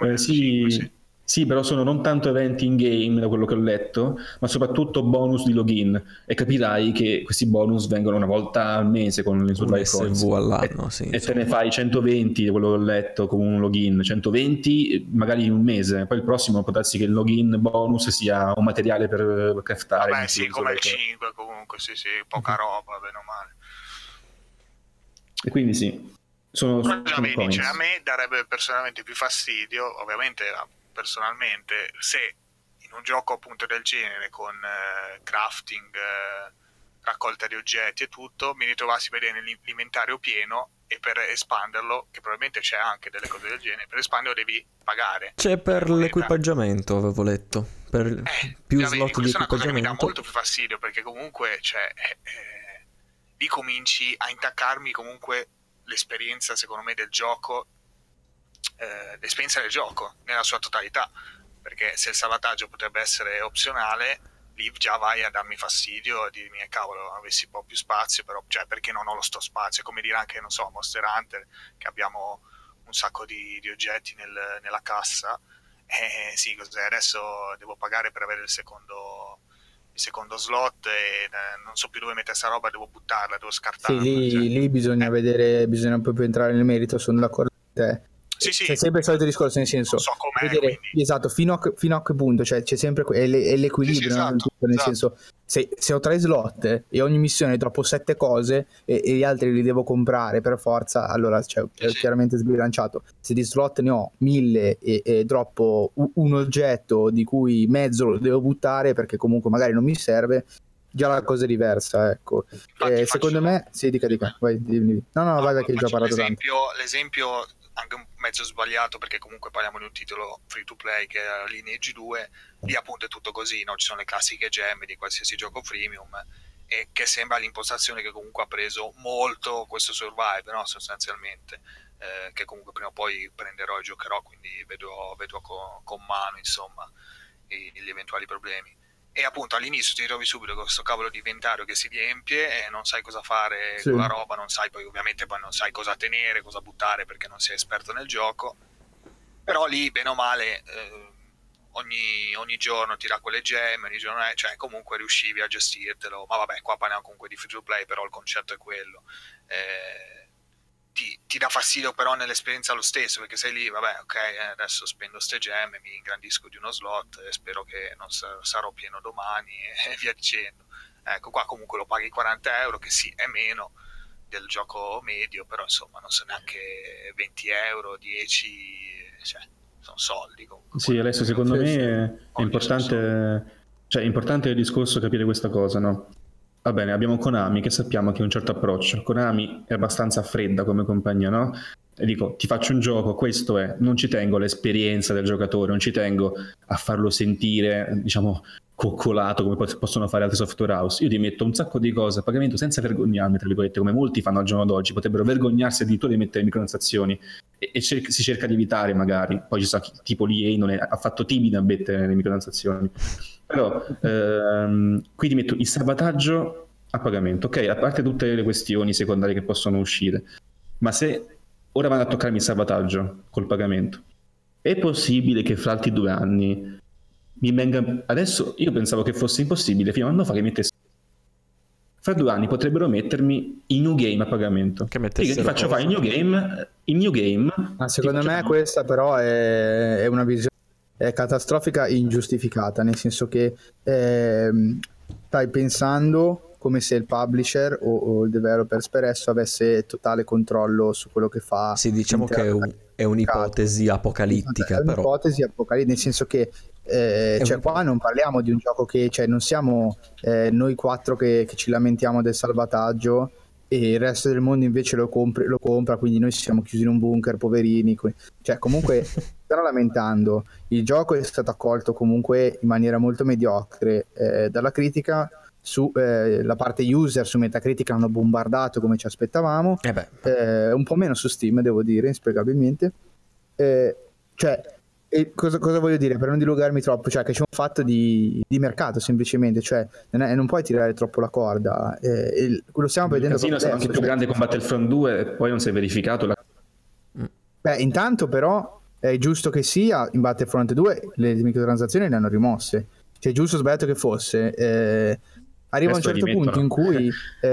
sì, però sono non tanto eventi in game da quello che ho letto, ma soprattutto bonus di login, e capirai che questi bonus vengono una volta al mese con le Survive Coins all'anno, sì, e te ne fai 120 da quello che ho letto con un login, 120 magari in un mese, poi il prossimo può darsi che il login bonus sia un materiale per craftare. Vabbè, sì, come il 5 comunque, sì, poca roba, bene o male. E quindi sì, sono Vedi, coins. cioè, a me darebbe personalmente più fastidio, ovviamente personalmente, se in un gioco appunto del genere con crafting, raccolta di oggetti e tutto, mi ritrovassi a vedere l'inventario pieno e per espanderlo, che probabilmente c'è anche delle cose del genere, per espanderlo devi pagare. C'è per l'equipaggiamento, avevo letto. Per più già vedi, slot di questa è una cosa che mi dà equipaggiamento. molto più fastidio, perché comunque lì cominci a intaccarmi comunque l'esperienza, secondo me, del gioco, l'esperienza del gioco nella sua totalità, perché se il salvataggio potrebbe essere opzionale, lì già vai a darmi fastidio, a dirmi cavolo, avessi un po' più spazio, però cioè, perché non ho lo sto spazio, come dire anche, non so, Monster Hunter, che abbiamo un sacco di oggetti nella cassa. Sì, cos'è? Adesso devo pagare per avere il secondo slot e non so più dove mettere sta roba, devo buttarla, devo scartarla. Sì, lì bisogna vedere, bisogna proprio entrare nel merito, sono d'accordo con te. Sì, C'è sempre il solito discorso, nel senso, non so com'è, vedere, quindi. esatto, fino a che punto, cioè c'è sempre è l'equilibrio, Sì, no? esatto, Nel esatto. senso, se ho 3 slot e ogni missione droppo 7 cose e gli altri li devo comprare per forza, allora è chiaramente sbilanciato. Se di slot ne ho 1000 e droppo un oggetto di cui mezzo lo devo buttare perché comunque magari non mi serve, già la cosa è diversa, ecco. Secondo me, sì, dica, vai, dimmi. No, vai, che hai già parlato tanto. L'esempio anche un mezzo sbagliato, perché comunque parliamo di un titolo free to play che è Lineage 2, lì appunto è tutto così, no? Ci sono le classiche gemme di qualsiasi gioco freemium, e che sembra l'impostazione che comunque ha preso molto questo Survive, no? Sostanzialmente, che comunque prima o poi prenderò e giocherò, quindi vedrò con mano, insomma, gli eventuali problemi. E appunto all'inizio ti trovi subito con questo cavolo di inventario che si riempie e non sai cosa fare con la roba, non sai poi ovviamente non sai cosa tenere, cosa buttare, perché non sei esperto nel gioco. Però lì bene o male ogni giorno ti dà quelle gemme, ogni giorno cioè comunque riuscivi a gestirtelo. Ma vabbè, qua parliamo comunque di free to play, però il concetto è quello. Ti dà fastidio però nell'esperienza lo stesso, perché sei lì, vabbè, ok, adesso spendo ste gemme, mi ingrandisco di uno slot e spero che non sarò pieno domani e via dicendo. Ecco, qua comunque lo paghi 40 euro, che sì, è meno del gioco medio, però insomma non sono neanche 20 euro, 10, cioè sono soldi comunque. Sì, Alessio, secondo me è importante, cioè è importante il discorso capire questa cosa, no? Va bene, abbiamo Konami che sappiamo che ha un certo approccio. Konami è abbastanza fredda come compagnia, no? E dico, ti faccio un gioco, questo è, non ci tengo all'esperienza del giocatore, non ci tengo a farlo sentire, diciamo, coccolato come possono fare altri software house. Io ti metto un sacco di cose a pagamento senza vergognarmi, tra virgolette, come molti fanno al giorno d'oggi, potrebbero vergognarsi addirittura di mettere microtransazioni e si cerca di evitare magari. Poi ci sa tipo l'EA non è affatto timido a mettere le microtransazioni. Però qui ti metto il salvataggio a pagamento, ok, a parte tutte le questioni secondarie che possono uscire, ma se ora vanno a toccarmi il salvataggio col pagamento, è possibile che fra altri 2 anni mi venga, adesso io pensavo che fosse impossibile fino a un anno fa che mettesse, fra 2 anni potrebbero mettermi il new game a pagamento, che ti faccio fare il new game. Ma secondo me questa però è una visione catastrofica e ingiustificata, nel senso che stai pensando come se il publisher o il developer per esso avesse totale controllo su quello che fa. Sì, diciamo che è un'ipotesi apocalittica, è un'ipotesi apocalittica, nel senso che cioè qua non parliamo di un gioco che, cioè non siamo noi 4 che ci lamentiamo del salvataggio e il resto del mondo invece lo compra, quindi noi siamo chiusi in un bunker, poverini. Cioè comunque stanno lamentando, il gioco è stato accolto comunque in maniera molto mediocre dalla critica, su la parte user su Metacritic hanno bombardato come ci aspettavamo, un po' meno su Steam devo dire, inspiegabilmente. Cioè cosa voglio dire, per non dilungarmi troppo, cioè che c'è un fatto di mercato semplicemente, cioè non puoi tirare troppo la corda, lo stiamo vedendo. Il casino sarà anche più grande con Battlefront 2 e poi non si è verificato intanto però è giusto che sia in Battlefront 2 le microtransazioni le hanno rimosse, cioè giusto o sbagliato che fosse, arriva un certo punto in cui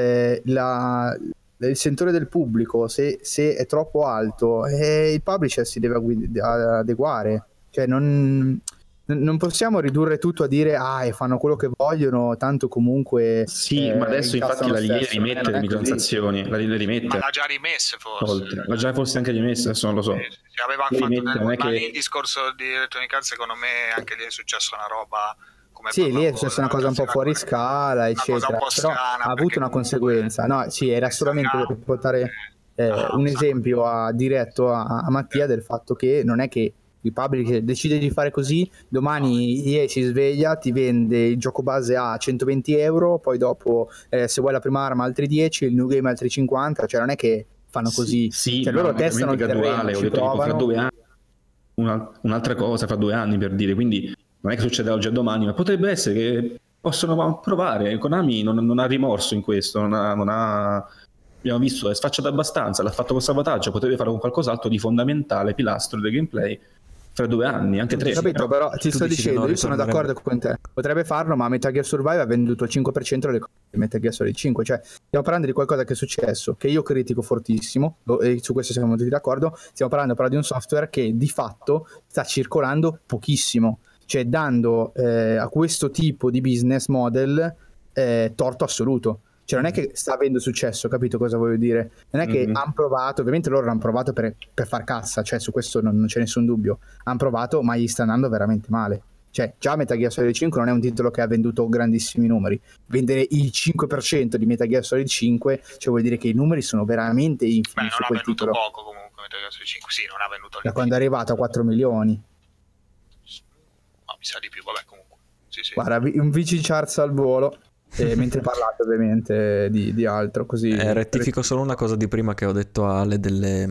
il sentore del pubblico se è troppo alto il publisher si deve adeguare, cioè non non possiamo ridurre tutto a dire e fanno quello che vogliono, tanto comunque sì, ma adesso infatti la linea rimette le microtransazioni, le rimette. Ma l'ha già rimesse forse. L'ha già forse anche rimessa, adesso non lo so. Sì, aveva fatto ma lì il discorso di Electronic Arts, secondo me anche lì è successa una roba come sì, lì è successa una cosa un po' fuori scala, eccetera, però ha avuto una conseguenza. No, sì, era solamente per portare un esempio diretto a Mattia del fatto che non è che il publisher decide di fare così, domani EA si sveglia, ti vende il gioco base a 120 euro, poi dopo se vuoi la prima arma altri 10, il new game altri 50, cioè non è che fanno così, sì, cioè loro testano il terreno, ci provano. Fra 2 anni, un'altra cosa fra 2 anni, per dire, quindi non è che succede oggi a domani, ma potrebbe essere che possono provare. Konami non ha rimorso in questo, non ha abbiamo visto, è sfacciato abbastanza, l'ha fatto col salvataggio, potrebbe fare con qualcos'altro di fondamentale, pilastro del gameplay fra 2 anni, anche 3. Capito, però ti sto dicendo, io sono d'accordo con te, potrebbe farlo, ma Metal Gear Survive ha venduto il 5% delle cose di Metal Gear Solid 5, cioè stiamo parlando di qualcosa che è successo, che io critico fortissimo, e su questo siamo tutti d'accordo, stiamo parlando però di un software che di fatto sta circolando pochissimo, cioè dando a questo tipo di business model torto assoluto. Cioè non è che sta avendo successo, capito cosa voglio dire? Non è che hanno provato, ovviamente loro hanno provato per far cassa, cioè su questo non c'è nessun dubbio, hanno provato ma gli sta andando veramente male. Cioè già Metal Gear Solid 5 non è un titolo che ha venduto grandissimi numeri, vendere il 5% di Metal Gear Solid 5, cioè vuol dire che i numeri sono veramente infimi su quel titolo. Non ha venduto poco comunque Metal Gear Solid 5, sì, non ha venduto da quando è arrivato a 4 milioni. No, mi sa di più, vabbè comunque. Sì. Guarda, un VC charts al volo. Mentre parlate ovviamente di altro così rettifico solo una cosa di prima che ho detto a Ale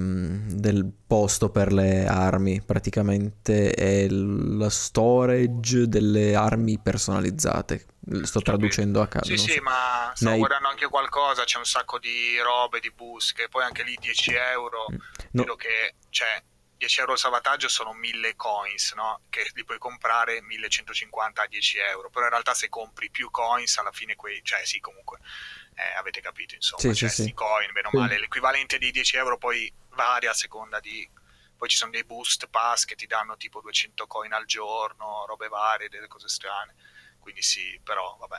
del posto per le armi, praticamente è la storage delle armi personalizzate, sto traducendo a caso. Sì, ma stavo guardando anche qualcosa, c'è un sacco di robe, di busche, poi anche lì 10 euro, vedo che c'è 10 euro il salvataggio sono 1000 coins, no? Che li puoi comprare 1150 a 10 euro, però in realtà se compri più coins alla fine comunque avete capito, insomma, sì. Coin, bene o male, l'equivalente di 10 euro poi varia a seconda di... Poi ci sono dei boost pass che ti danno tipo 200 coin al giorno, robe varie, delle cose strane, quindi sì, però vabbè.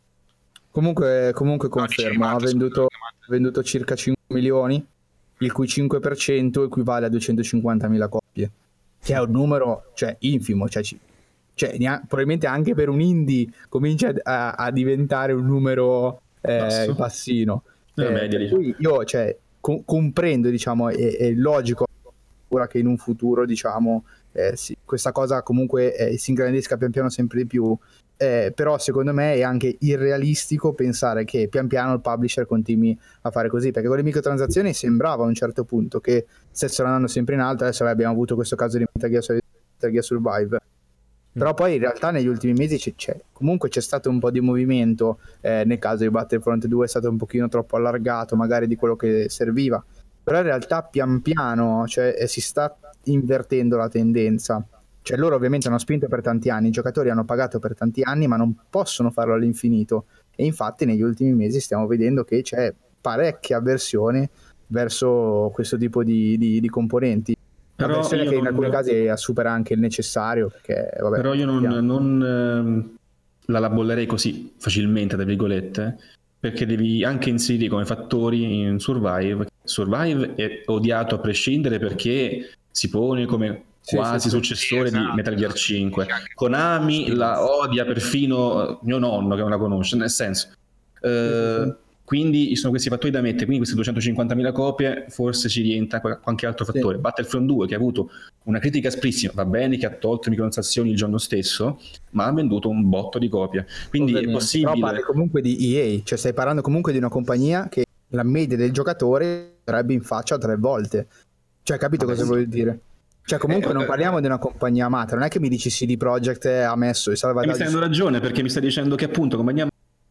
Comunque confermo, ha venduto circa 5 milioni, il cui 5% equivale a 250.000 copie, che è un numero infimo, probabilmente anche per un indie comincia a diventare un numero bassino. Cui io comprendo, diciamo, è logico ora che in un futuro, diciamo, questa cosa comunque si ingrandisca pian piano sempre di più. Però secondo me è anche irrealistico pensare che pian piano il publisher continui a fare così, perché con le microtransazioni sembrava a un certo punto che stessero andando sempre in alto. Adesso abbiamo avuto questo caso di Metal Gear Survive, però poi in realtà negli ultimi mesi comunque c'è stato un po' di movimento, nel caso di Battlefront 2 è stato un pochino troppo allargato magari di quello che serviva, però in realtà pian piano si sta invertendo la tendenza. Cioè loro ovviamente hanno spinto per tanti anni, i giocatori hanno pagato per tanti anni, ma non possono farlo all'infinito, e infatti negli ultimi mesi stiamo vedendo che c'è parecchia avversione verso questo tipo di componenti, avversione che in alcuni casi supera anche il necessario, perché vabbè, però io non la bollerei così facilmente, tra virgolette, perché devi anche inserire come fattori in Survive è odiato a prescindere perché si pone come quasi successore di Metal Gear 5. Konami la odia perfino mio nonno che non la conosce, nel senso quindi ci sono questi fattori da mettere, quindi queste 250.000 copie forse ci rientra qualche altro fattore. Battlefront 2 che ha avuto una critica asprissima, va bene che ha tolto le microtransazioni il giorno stesso, ma ha venduto un botto di copie, quindi ovviamente è possibile. Però parli comunque di EA, cioè stai parlando comunque di una compagnia che la media del giocatore sarebbe in faccia 3 volte, cioè capito cosa voglio dire? Cioè comunque non parliamo di una compagnia amata, non è che mi dici CD Projekt ha messo i salvataggi. Mi stai dando ragione, perché mi stai dicendo che appunto compagnia,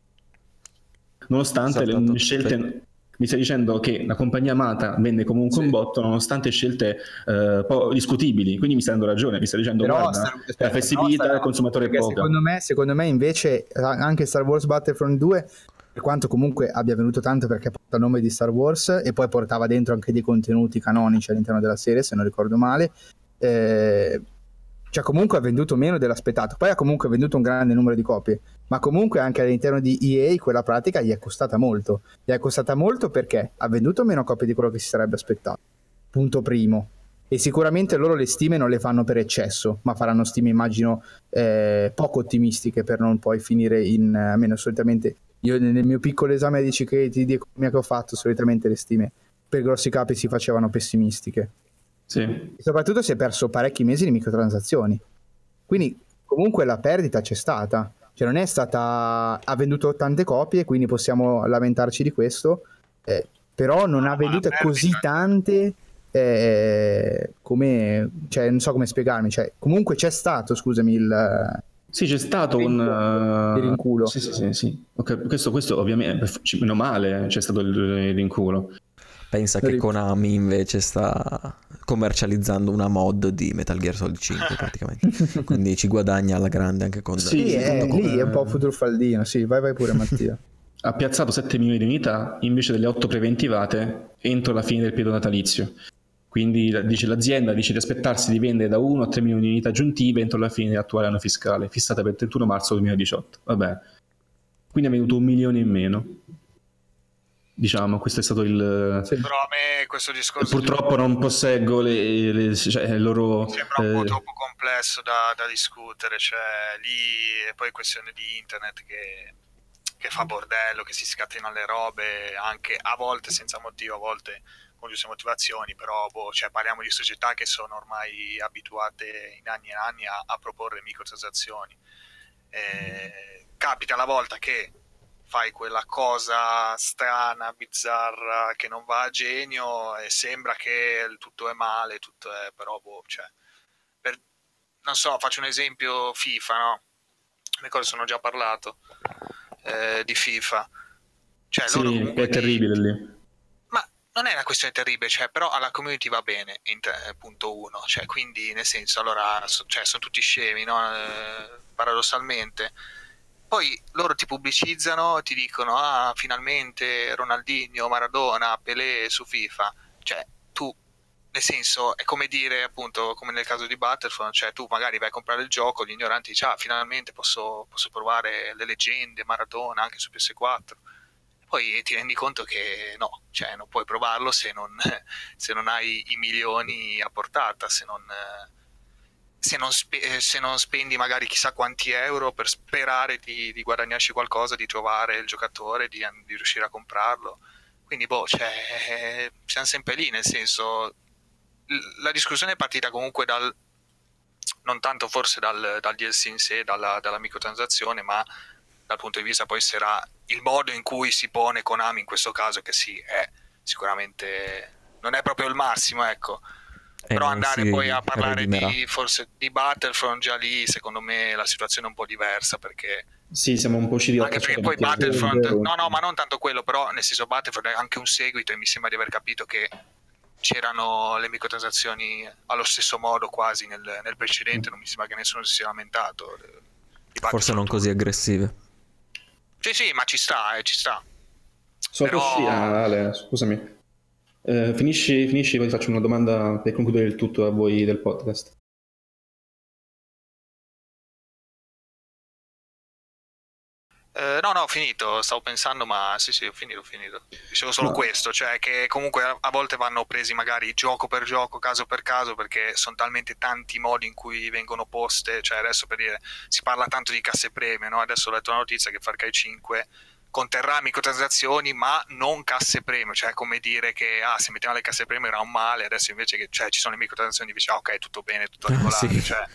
nonostante le scelte, mi stai dicendo che la compagnia amata vende comunque un botto nonostante scelte un po' discutibili, quindi mi stai dando ragione, mi stai dicendo però guarda, la flessibilità del consumatore è poca. Secondo me invece anche Star Wars Battlefront 2, per quanto comunque abbia venuto tanto perché porta il nome di Star Wars e poi portava dentro anche dei contenuti canonici all'interno della serie, se non ricordo male, cioè comunque ha venduto meno dell'aspettato, poi ha comunque venduto un grande numero di copie, ma comunque anche all'interno di EA quella pratica gli è costata molto. Gli è costata molto perché ha venduto meno copie di quello che si sarebbe aspettato, punto primo. E sicuramente loro le stime non le fanno per eccesso, ma faranno stime immagino poco ottimistiche per non poi finire in, almeno solitamente, io nel mio piccolo esame di cicletti di economia che ho fatto, solitamente le stime per grossi capi si facevano pessimistiche. Sì. E soprattutto si è perso parecchi mesi di microtransazioni, quindi comunque la perdita c'è stata, cioè non è stata, ha venduto tante copie quindi possiamo lamentarci di questo, però non ha vendute così tante come, cioè non so come spiegarmi, cioè comunque c'è stato, scusami, il Sì, c'è stato il un rinculo. Sì. Okay, questo ovviamente meno male c'è stato il rinculo. Pensa che Konami invece sta commercializzando una mod di Metal Gear Solid 5 praticamente, quindi ci guadagna alla grande anche con... Sì, lì è un po' futruffaldino, sì, vai pure Mattia. Ha piazzato 7 milioni di unità invece delle 8 preventivate entro la fine del periodo natalizio. Quindi l'azienda dice di aspettarsi di vendere da 1 a 3 milioni di unità aggiuntive entro la fine dell'attuale anno fiscale, fissata per il 31 marzo 2018. Vabbè. Quindi è venuto 1 milione in meno. Diciamo, questo è stato il... Sì. Però a me questo discorso... Purtroppo non posseggo cioè, loro... Mi sembra un po' troppo complesso da discutere, cioè lì è poi questione di internet che fa bordello, che si scatenano le robe, anche a volte senza motivo, a volte con giuste motivazioni, però cioè, parliamo di società che sono ormai abituate in anni e anni a proporre microtransazioni. Capita la volta che fai quella cosa strana, bizzarra, che non va a genio e sembra che tutto è male, tutto è però cioè, non so, faccio un esempio FIFA, no? Le cose sono già parlato di FIFA, cioè sì, loro è terribile lì. Ma non è una questione terribile, cioè, però alla community va bene, punto uno, cioè, quindi nel senso, allora, cioè, sono tutti scemi, no? Paradossalmente. Poi loro ti pubblicizzano, ti dicono, finalmente Ronaldinho, Maradona, Pelé su FIFA, cioè, tu, nel senso, è come dire, appunto, come nel caso di Battlefront, cioè, tu magari vai a comprare il gioco, gli ignoranti dici, finalmente posso provare le leggende, Maradona, anche su PS4. Poi ti rendi conto che no, cioè non puoi provarlo se non hai i milioni a portata, se non spendi magari chissà quanti euro per sperare di guadagnarci qualcosa, di trovare il giocatore, di riuscire a comprarlo. Quindi cioè, siamo sempre lì, nel senso, la discussione è partita comunque non tanto forse dal DLC in sé, dalla microtransazione, ma dal punto di vista poi sarà il modo in cui si pone Konami in questo caso, che sì, è sicuramente non è proprio il massimo, ecco. Però andare poi a parlare forse di Battlefront, già lì secondo me la situazione è un po' diversa, perché sì, siamo un po' usciti anche perché poi Battlefront no, ma non tanto quello, però nel senso Battlefront è anche un seguito e mi sembra di aver capito che c'erano le microtransazioni allo stesso modo quasi nel precedente, non mi sembra che nessuno si sia lamentato forse non così aggressive. Sì, ma ci sta. Però... Ale, scusami. Finisci, poi faccio una domanda per concludere il tutto a voi del podcast. No, ho finito, stavo pensando, ma sì, ho finito. Dicevo solo questo, cioè che comunque a volte vanno presi magari gioco per gioco, caso per caso, perché sono talmente tanti i modi in cui vengono poste, cioè adesso per dire, si parla tanto di casse premio, no? Adesso ho letto una notizia che Far Cry 5 conterrà microtransazioni ma non casse premio, cioè come dire che se mettevamo le casse premio era un male, adesso invece che ci sono le microtransazioni dice ok, tutto bene, tutto regolare, sì. cioè,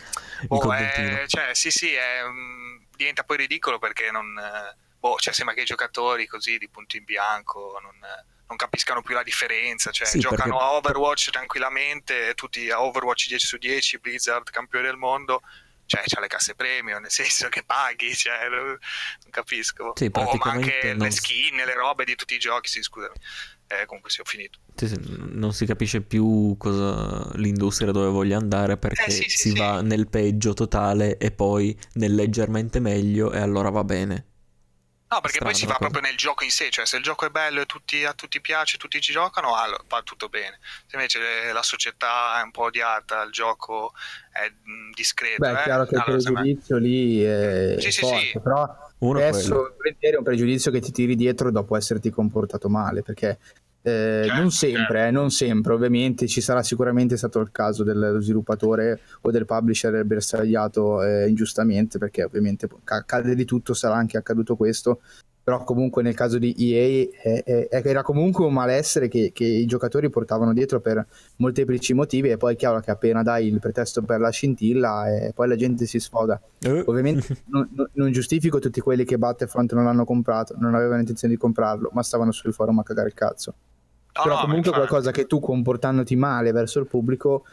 diventa poi ridicolo perché sembra che i giocatori così di punto in bianco non capiscano più la differenza, cioè sì, giocano a Overwatch tranquillamente, tutti a Overwatch 10 su 10, Blizzard campione del mondo, cioè c'ha le casse premium, nel senso che paghi, cioè non capisco. Sì, ma anche le skin, le robe di tutti i giochi, sì, scusami. Comunque sì, ho finito. Sì, non si capisce più cosa l'industria dove voglia andare, perché si va nel peggio totale e poi nel leggermente meglio e allora va bene. No, perché poi Strana si la va cosa. proprio nel gioco in sé, cioè se il gioco è bello e a tutti piace, tutti ci giocano, va tutto bene. Se invece la società è un po' odiata, il gioco è discreto, Beh, è chiaro che il allora sembra... pregiudizio lì è Sì, sì, sì. forte, però Uno è quello. spesso volentieri è un pregiudizio che ti tiri dietro dopo esserti comportato male, perché Certo, certo. non sempre, ovviamente ci sarà sicuramente stato il caso dello sviluppatore o del publisher bersagliato ingiustamente, perché ovviamente accade di tutto, sarà anche accaduto questo, però comunque nel caso di EA era comunque un malessere che i giocatori portavano dietro per molteplici motivi, e poi è chiaro che appena dai il pretesto per la scintilla poi la gente si sfoga. Ovviamente non giustifico tutti quelli che Battlefront non l'hanno comprato, non avevano intenzione di comprarlo, ma stavano sul forum a cagare il cazzo. No, Però no, ma comunque infatti. qualcosa che tu, comportandoti male verso il pubblico,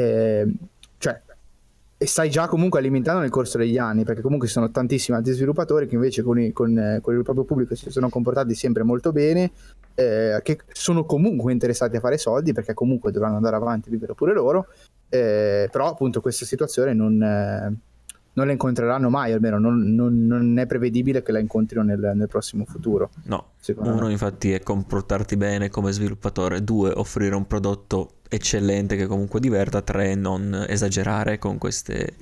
cioè, e stai già comunque alimentando nel corso degli anni, perché comunque ci sono tantissimi altri sviluppatori che invece con il proprio pubblico si sono comportati sempre molto bene, che sono comunque interessati a fare soldi, perché comunque dovranno andare avanti e vivere pure loro, però appunto questa situazione non la incontreranno mai, almeno non è prevedibile che la incontrino nel prossimo futuro. No, Secondo uno me. infatti è comportarti bene come sviluppatore, due offrire un prodotto eccellente che comunque diverta, tre non esagerare con queste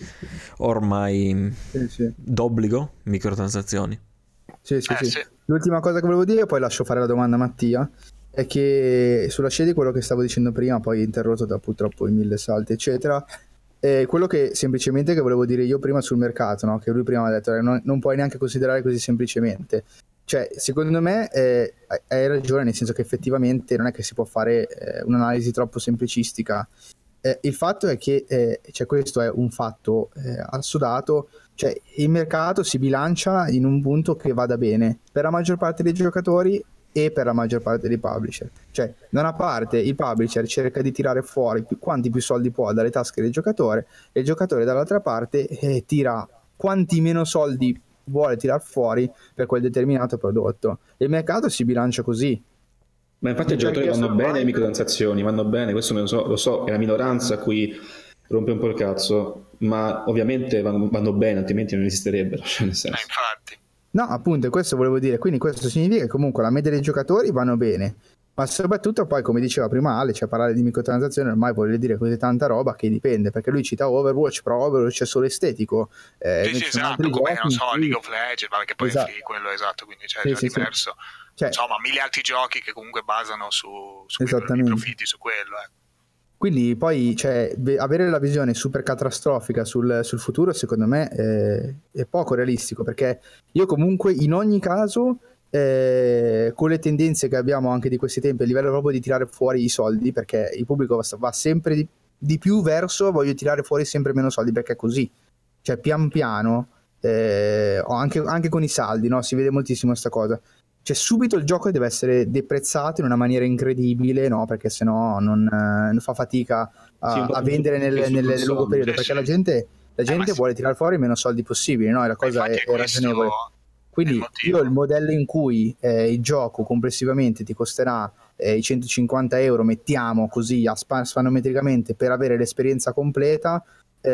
ormai Sì, sì. d'obbligo microtransazioni. Sì, sì, sì. Sì. L'ultima cosa che volevo dire, poi lascio fare la domanda a Mattia, è che sulla scia di quello che stavo dicendo prima, poi interrotto da purtroppo i 1000 salti, eccetera, quello che semplicemente che volevo dire io prima sul mercato, no? Che lui prima ha detto, non puoi neanche considerare così semplicemente. Cioè, secondo me hai ragione, nel senso che effettivamente non è che si può fare un'analisi troppo semplicistica. Il fatto è che, cioè questo è un fatto assodato, cioè il mercato si bilancia in un punto che vada bene per la maggior parte dei giocatori e per la maggior parte dei publisher. Cioè, da una parte il publisher cerca di tirare fuori quanti più soldi può dalle tasche del giocatore, e il giocatore dall'altra parte tira quanti meno soldi vuole tirar fuori per quel determinato prodotto. Il mercato si bilancia così. Ma infatti i Mentre giocatori che vanno sul bene le Vive- microtransazioni, vanno bene, questo lo so, è la minoranza a cui rompe un po' il cazzo, ma ovviamente vanno bene, altrimenti non esisterebbero, cioè nel senso. Infatti. No, appunto, questo volevo dire. Quindi questo significa che comunque la media dei giocatori vanno bene, ma soprattutto poi, come diceva prima Ale, cioè parlare di microtransazioni ormai vuol dire così tanta roba che dipende, perché lui cita Overwatch, però Overwatch è solo estetico, Sì, sì, invece ci sono esatto, altri come, giochi non in so, cui... League of Legends, vabbè, che poi è Esatto, free, quello esatto, quindi c'è sì, già sì, sì. diverso. Cioè, Insomma, mille altri giochi che comunque basano su i esattamente. profitti su quello, Quindi poi cioè, avere la visione super catastrofica sul futuro secondo me è poco realistico, perché io comunque in ogni caso con le tendenze che abbiamo anche di questi tempi a livello proprio di tirare fuori i soldi, perché il pubblico va sempre di più verso voglio tirare fuori sempre meno soldi, perché è così, cioè pian piano o anche con i saldi, no? Si vede moltissimo questa cosa, cioè subito il gioco deve essere deprezzato in una maniera incredibile, no? Perché sennò non fa fatica Sì, un po' a come vendere su nel lungo console. periodo, Sì, perché sì. la Ma gente sì, vuole tirare fuori meno soldi possibili, no? E la ma cosa infatti è è questo ragionevole. il Quindi io il motivo. modello in cui il gioco complessivamente ti costerà i 150 euro, mettiamo così spanometricamente, per avere l'esperienza completa,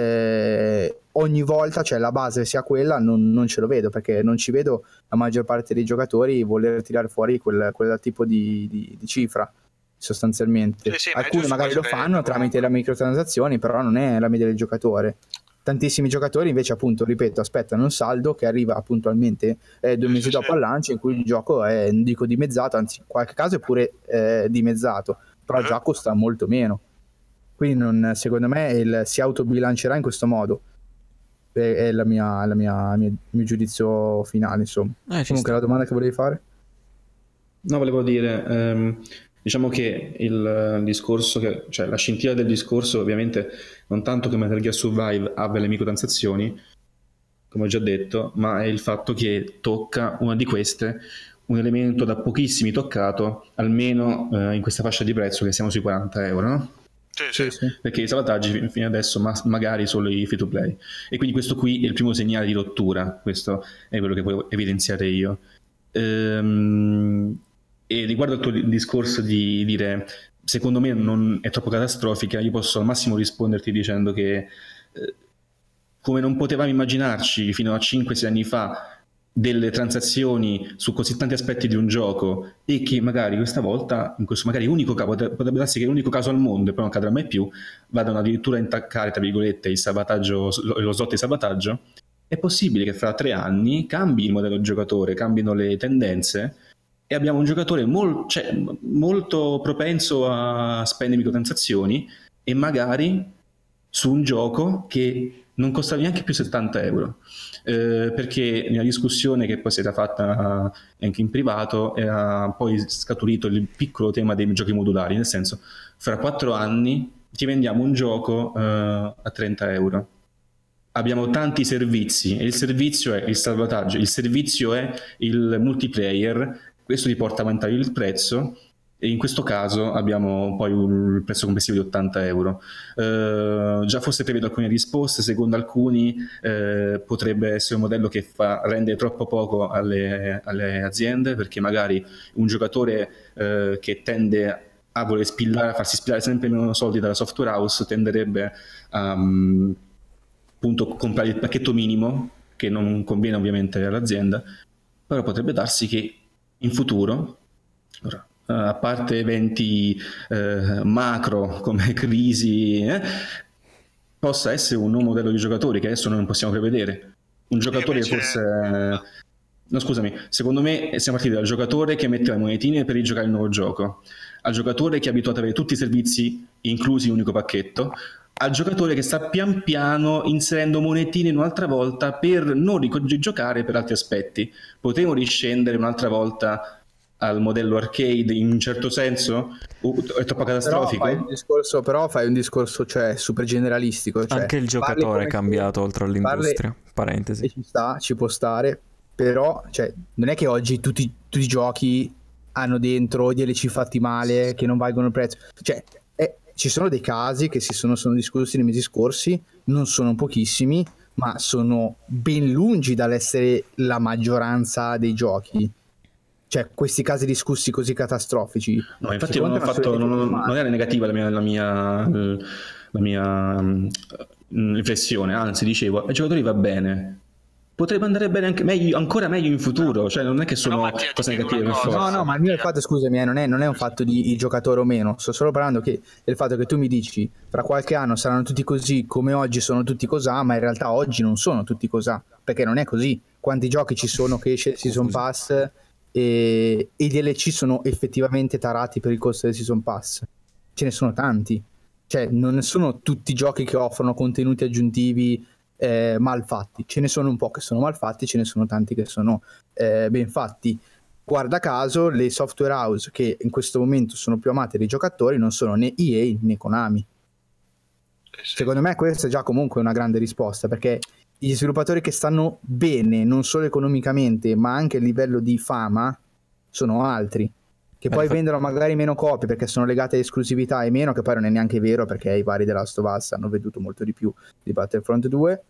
ogni volta, cioè la base sia quella, non ce lo vedo, perché non ci vedo la maggior parte dei giocatori voler tirare fuori quel tipo di cifra, Sì, sostanzialmente. sì, ma è Alcuni giusto magari lo così fanno tramite comunque. le microtransazioni, però non è la media del giocatore. Tantissimi giocatori invece, appunto, ripeto, aspettano un saldo che arriva puntualmente 2 mesi Sì, sì, dopo al lancio, in cui il gioco è, non dico dimezzato, anzi in qualche caso è pure dimezzato, però già costa molto meno. Quindi secondo me si autobilancerà in questo modo. È il mio giudizio finale, insomma. Ci Comunque sta. la domanda che volevi fare? No, volevo dire, diciamo che il discorso, cioè la scintilla del discorso, ovviamente non tanto che Metal Gear Survive abbia le microtransazioni, come ho già detto, ma è il fatto che tocca una di queste, un elemento da pochissimi toccato, almeno in questa fascia di prezzo che siamo sui 40 euro, no? Sì, Sì, sì. sì. Perché i salvataggi fino adesso magari solo i free to play, e quindi questo qui è il primo segnale di rottura, questo è quello che volevo evidenziare io. E riguardo al tuo discorso di dire secondo me non è troppo catastrofica, io posso al massimo risponderti dicendo che come non potevamo immaginarci fino a 5-6 anni fa delle transazioni su così tanti aspetti di un gioco, e che magari questa volta, in questo magari unico caso, potrebbe darsi che è l'unico caso al mondo, e poi non accadrà mai più, vadano addirittura a intaccare, tra virgolette, il salvataggio, lo slot di salvataggio. È possibile che fra 3 anni cambi il modello giocatore, cambino le tendenze, e abbiamo un giocatore molto propenso a spendere microtransazioni, e magari su un gioco che non costa neanche più 70 euro. Perché nella discussione che poi si era fatta anche in privato era poi scaturito il piccolo tema dei giochi modulari, nel senso, fra 4 anni ti vendiamo un gioco a 30 euro. Abbiamo tanti servizi, e il servizio è il salvataggio, il servizio è il multiplayer, questo ti porta a aumentare il prezzo, e in questo caso abbiamo poi un prezzo complessivo di 80 euro. Già forse prevedo alcune risposte, secondo alcuni potrebbe essere un modello che rende troppo poco alle aziende, perché magari un giocatore che tende a voler a farsi spillare sempre meno soldi dalla software house tenderebbe a appunto comprare il pacchetto minimo, che non conviene ovviamente all'azienda, però potrebbe darsi che in futuro, a parte eventi macro come crisi, possa essere un nuovo modello di giocatori che adesso noi non possiamo prevedere. Un giocatore invece... forse... No, scusami, secondo me siamo partiti dal giocatore che mette le monetine per rigiocare il nuovo gioco, al giocatore che è abituato ad avere tutti i servizi inclusi in un unico pacchetto, al giocatore che sta pian piano inserendo monetine un'altra volta per non giocare per altri aspetti. Potremmo riscendere un'altra volta al modello arcade in un certo senso? È troppo catastrofico? Però fai un discorso cioè, super generalistico. Cioè, anche il giocatore è cambiato oltre all'industria, parentesi. E ci può stare, però cioè, non è che oggi tutti i giochi hanno dentro DLC fatti male che non valgono il prezzo. Cioè, ci sono dei casi che sono discussi nei mesi scorsi, non sono pochissimi, ma sono ben lungi dall'essere la maggioranza dei giochi. Cioè, questi casi discussi così catastrofici. No, infatti non era negativa la mia riflessione, anzi dicevo, ai giocatori va bene. Potrebbe andare bene anche ancora meglio in futuro, cioè non è che sono cose negative per forza. No, ma il mio fatto, scusami, non è un fatto di giocatore o meno, sto solo parlando del fatto che tu mi dici fra qualche anno saranno tutti così come oggi sono tutti cosà, ma in realtà oggi non sono tutti cosà, perché non è così. Quanti giochi ci sono che esce il Season Pass e i DLC sono effettivamente tarati per il costo del Season Pass? Ce ne sono tanti, cioè non sono tutti giochi che offrono contenuti aggiuntivi mal fatti, ce ne sono un po' che sono mal fatti, ce ne sono tanti che sono ben fatti. Guarda caso le software house che in questo momento sono più amate dai giocatori non sono né EA né Konami. Secondo me questa è già comunque una grande risposta, perché gli sviluppatori che stanno bene non solo economicamente ma anche a livello di fama sono altri, che poi vendono magari meno copie perché sono legate a esclusività e meno, che poi non è neanche vero, perché i vari The Last of Us hanno venduto molto di più di Battlefront 2,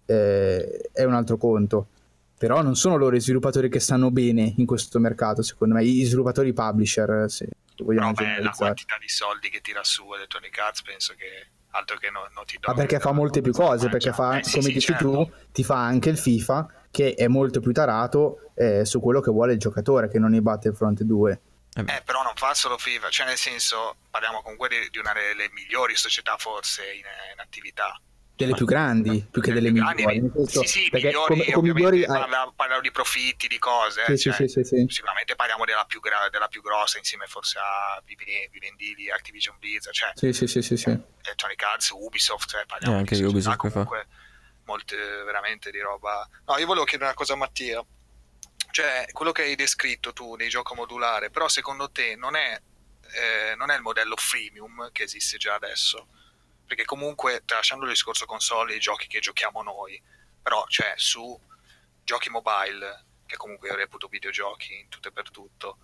è un altro conto. Però non sono loro i sviluppatori che stanno bene in questo mercato, secondo me, i sviluppatori publisher, se vogliamo la quantità di soldi che tira su Electronic Arts penso che altro che non ti do. Ma perché fa molte più cose, perché fa, come dici certo. Tu, ti fa anche il FIFA, che è molto più tarato su quello che vuole il giocatore, che non il Battlefront 2. Però non fa solo FIFA, cioè nel senso parliamo comunque di una delle migliori società forse in attività, delle più grandi, più che delle migliori. Sì, migliori, ovviamente parliamo di profitti, di cose, sì. Sicuramente parliamo della più grossa insieme forse a Vivendi, Activision Blizzard, cioè sì. Electronic Arts, Ubisoft, cioè parliamo anche di Ubisoft comunque molte veramente di roba. No, io volevo chiedere una cosa a Mattia. Cioè, quello che hai descritto tu dei giochi modulare, però secondo te non è il modello freemium che esiste già adesso? Perché comunque, tralasciando il discorso console e i giochi che giochiamo noi, però cioè su giochi mobile, che comunque io reputo videogiochi in tutto e per tutto,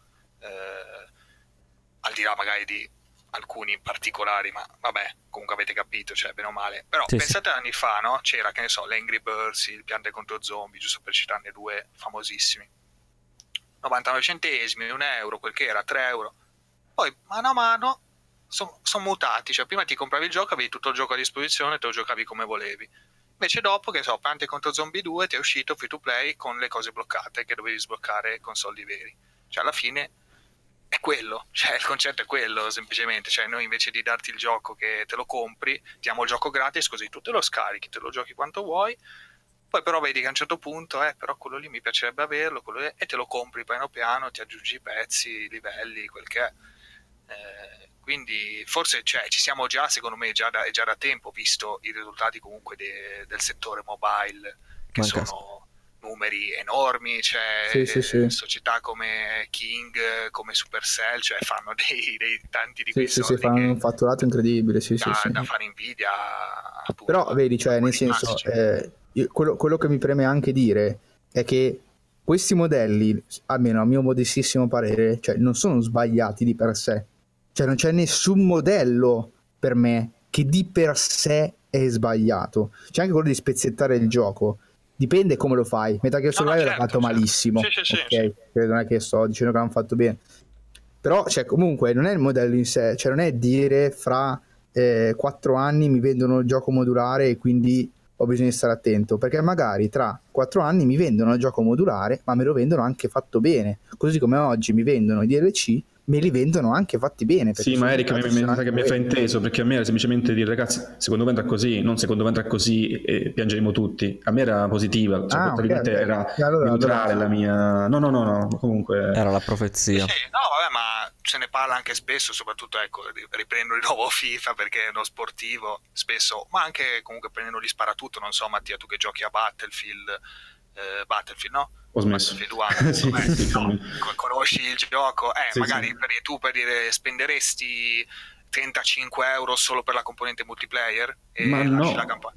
al di là magari di alcuni in particolari, ma vabbè, comunque avete capito, cioè bene o male. Però pensate anni fa, no? C'era, che ne so, l'Angry Birds, il Piante contro Zombie, giusto per citarne due famosissimi. 99 centesimi, €1, quel che era, 3 euro. Poi mano a mano sono mutati, cioè prima ti compravi il gioco, avevi tutto il gioco a disposizione, te lo giocavi come volevi. Invece dopo, che so, Plants contro Zombie 2 ti è uscito free to play con le cose bloccate che dovevi sbloccare con soldi veri. Cioè alla fine è quello, cioè il concetto è quello semplicemente, cioè noi invece di darti il gioco che te lo compri, ti diamo il gioco gratis così tu te lo scarichi, te lo giochi quanto vuoi, poi però vedi che a un certo punto però quello lì mi piacerebbe averlo, e te lo compri piano piano, ti aggiungi i pezzi, i livelli, quel che è. Quindi forse ci siamo già, secondo me, già da tempo, visto i risultati comunque del settore mobile, che sono numeri enormi, cioè società come King, come Supercell, cioè fanno dei tanti di quei soldi fanno un fatturato incredibile, da fare invidia, appunto, però vedi, cioè nel senso quello che mi preme anche dire è che questi modelli, almeno a mio modestissimo parere, cioè non sono sbagliati di per sé, cioè non c'è nessun modello per me che di per sé è sbagliato. C'è anche quello di spezzettare il gioco, dipende come lo fai. Metal Gear Survive l'ha fatto malissimo, ok? Non è che sto dicendo che l'hanno fatto bene, però cioè, comunque non è il modello in sé, cioè non è dire fra 4 anni mi vendono il gioco modulare e quindi ho bisogno di stare attento, perché magari tra 4 anni mi vendono il gioco modulare ma me lo vendono anche fatto bene, così come oggi mi vendono i DLC, me li vendono anche fatti bene. Sì, ma Eric mi fa inteso, perché a me era semplicemente dire ragazzi, secondo me andrà così, non secondo me andrà così e piangeremo tutti. A me era positiva, cioè era neutrale la mia... No, comunque... Era la profezia. Sì, no, vabbè, ma se ne parla anche spesso, soprattutto, ecco, riprendo di nuovo FIFA perché è uno sportivo, spesso, ma anche comunque prendendo gli sparatutto, non so Mattia, tu che giochi a Battlefield, no? Ho smesso. Conosci il gioco, magari tu per dire spenderesti 35 euro solo per la componente multiplayer e lasci la campagna.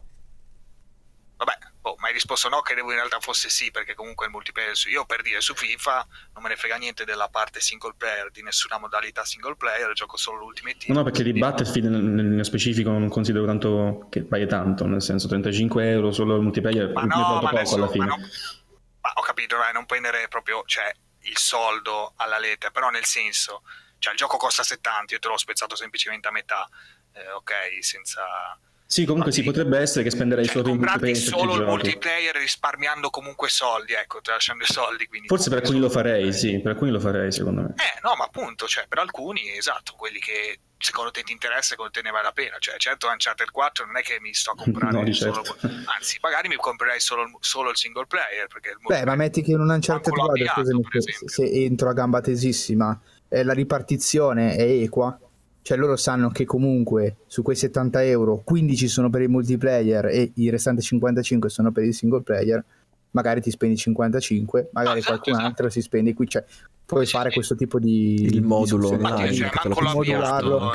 Vabbè, ma hai risposto no, credevo in realtà fosse sì, perché comunque il multiplayer, io per dire su FIFA non me ne frega niente della parte single player, di nessuna modalità single player, gioco solo l'Ultimate Team. No, perché di Battlefield nello specifico non considero tanto che paghi tanto, nel senso 35 euro solo il multiplayer ma no, ma adesso, alla fine. Ma ho capito, non prendere proprio il soldo alla lettera, però nel senso, il gioco costa 70, io te l'ho spezzato semplicemente a metà, ok, senza... Sì, comunque potrebbe essere che spenderei solo il multiplayer. Solo il multiplayer risparmiando comunque soldi, ecco, tralasciando i soldi. Quindi forse per alcuni lo farei, sì, per alcuni lo farei secondo me. No, ma appunto, per alcuni, esatto, quelli che secondo te ti interessa, secondo te ne vale la pena. Certo, Uncharted 4 non è che mi sto a comprare anzi, magari mi comprerei solo il single player, perché ma metti che in un Uncharted 4, scusami, se entro a gamba tesissima, la ripartizione è equa. Cioè loro sanno che comunque su quei 70 euro 15 sono per il multiplayer e i restanti 55 sono per il single player, magari ti spendi 55, magari qualcun altro si spende qui, cioè puoi fare questo tipo di il modulo online, modularlo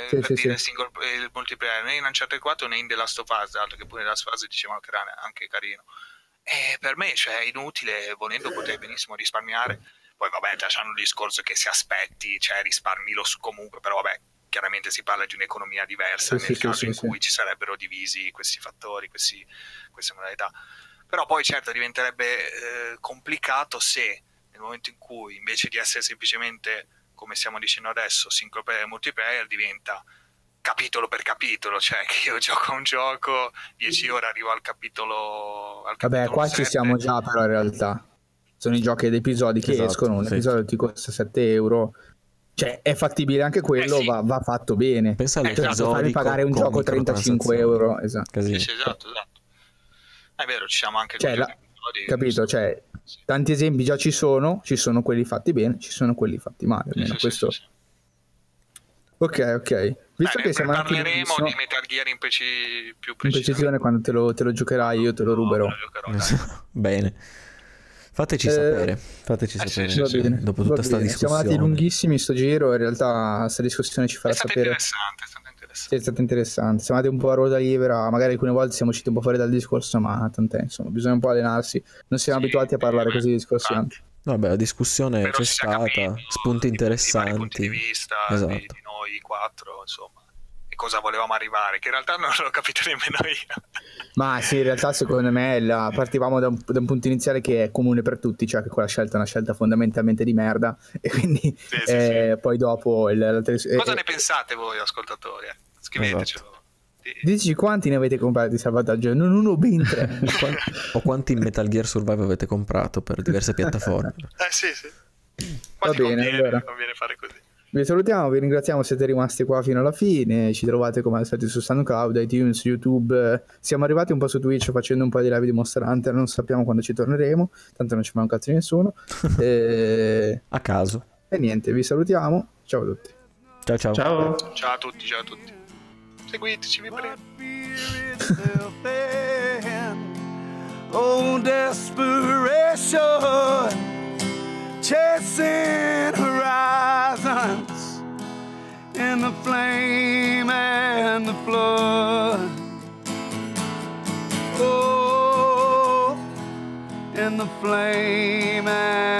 il multiplayer né in Uncharted 4 né in The Last of Us, altro che pure The Last of Us dicevano che era anche carino, e per me è inutile, volendo poter benissimo risparmiare. Poi vabbè, c'hanno un discorso che se aspetti, risparmi lo comunque, però vabbè, chiaramente si parla di un'economia diversa nel caso in cui ci sarebbero divisi questi fattori, queste modalità. Però poi certo diventerebbe complicato se nel momento in cui invece di essere semplicemente, come stiamo dicendo adesso, single player e multiplayer, diventa capitolo per capitolo, cioè che io gioco a un gioco, 10 ore arrivo al capitolo vabbè, qua 7. ci siamo già, però in realtà sono i giochi ed episodi che escono, un episodio ti costa 7 euro, cioè è fattibile anche quello, va fatto bene. Pensa all'episodio, farmi pagare un gioco 35 euro, esatto. Esatto. È vero, ci siamo anche capito, tanti esempi già ci sono quelli fatti bene, ci sono quelli fatti male, almeno questo. Sì. Ok. Visto che siamo parleremo di Metal Gear in più precisione quando te lo giocherai, io te lo ruberò. Bene. Fateci sapere. Va bene. Dopo tutta sta discussione. Siamo andati lunghissimi sto giro, in realtà questa discussione ci farà sapere. È stata interessante. Siamo andati un po' a ruota libera, magari alcune volte siamo usciti un po' fuori dal discorso, ma tant'è, insomma, bisogna un po' allenarsi. Non siamo abituati a parlare così di discorsi ampi. Vabbè, la discussione c'è stata, spunti interessanti. Punti di vista esatto. di noi quattro, insomma. E cosa volevamo arrivare, che in realtà non l'ho capito nemmeno io. Ma sì, in realtà secondo me partivamo da un punto iniziale che è comune per tutti, cioè che quella scelta è una scelta fondamentalmente di merda, e quindi poi dopo cosa ne pensate voi ascoltatori? Scrivetecelo. Dici quanti ne avete comprati di salvataggio? Non uno, ben 3. O quanti Metal Gear Survive avete comprato per diverse piattaforme? Sì. Va bene, allora. Conviene fare così. Vi salutiamo, vi ringraziamo, siete rimasti qua fino alla fine, ci trovate come al solito su SoundCloud, iTunes, YouTube, siamo arrivati un po' su Twitch facendo un po' di live di Monster Hunter, non sappiamo quando ci torneremo, tanto non ci fa un cazzo di nessuno. A caso. E niente, vi salutiamo, ciao a tutti. Ciao. Ciao a tutti. Seguiteci, vi prego. Oh, desperation, chasing horizons in the flame and the flood. Oh, in the flame and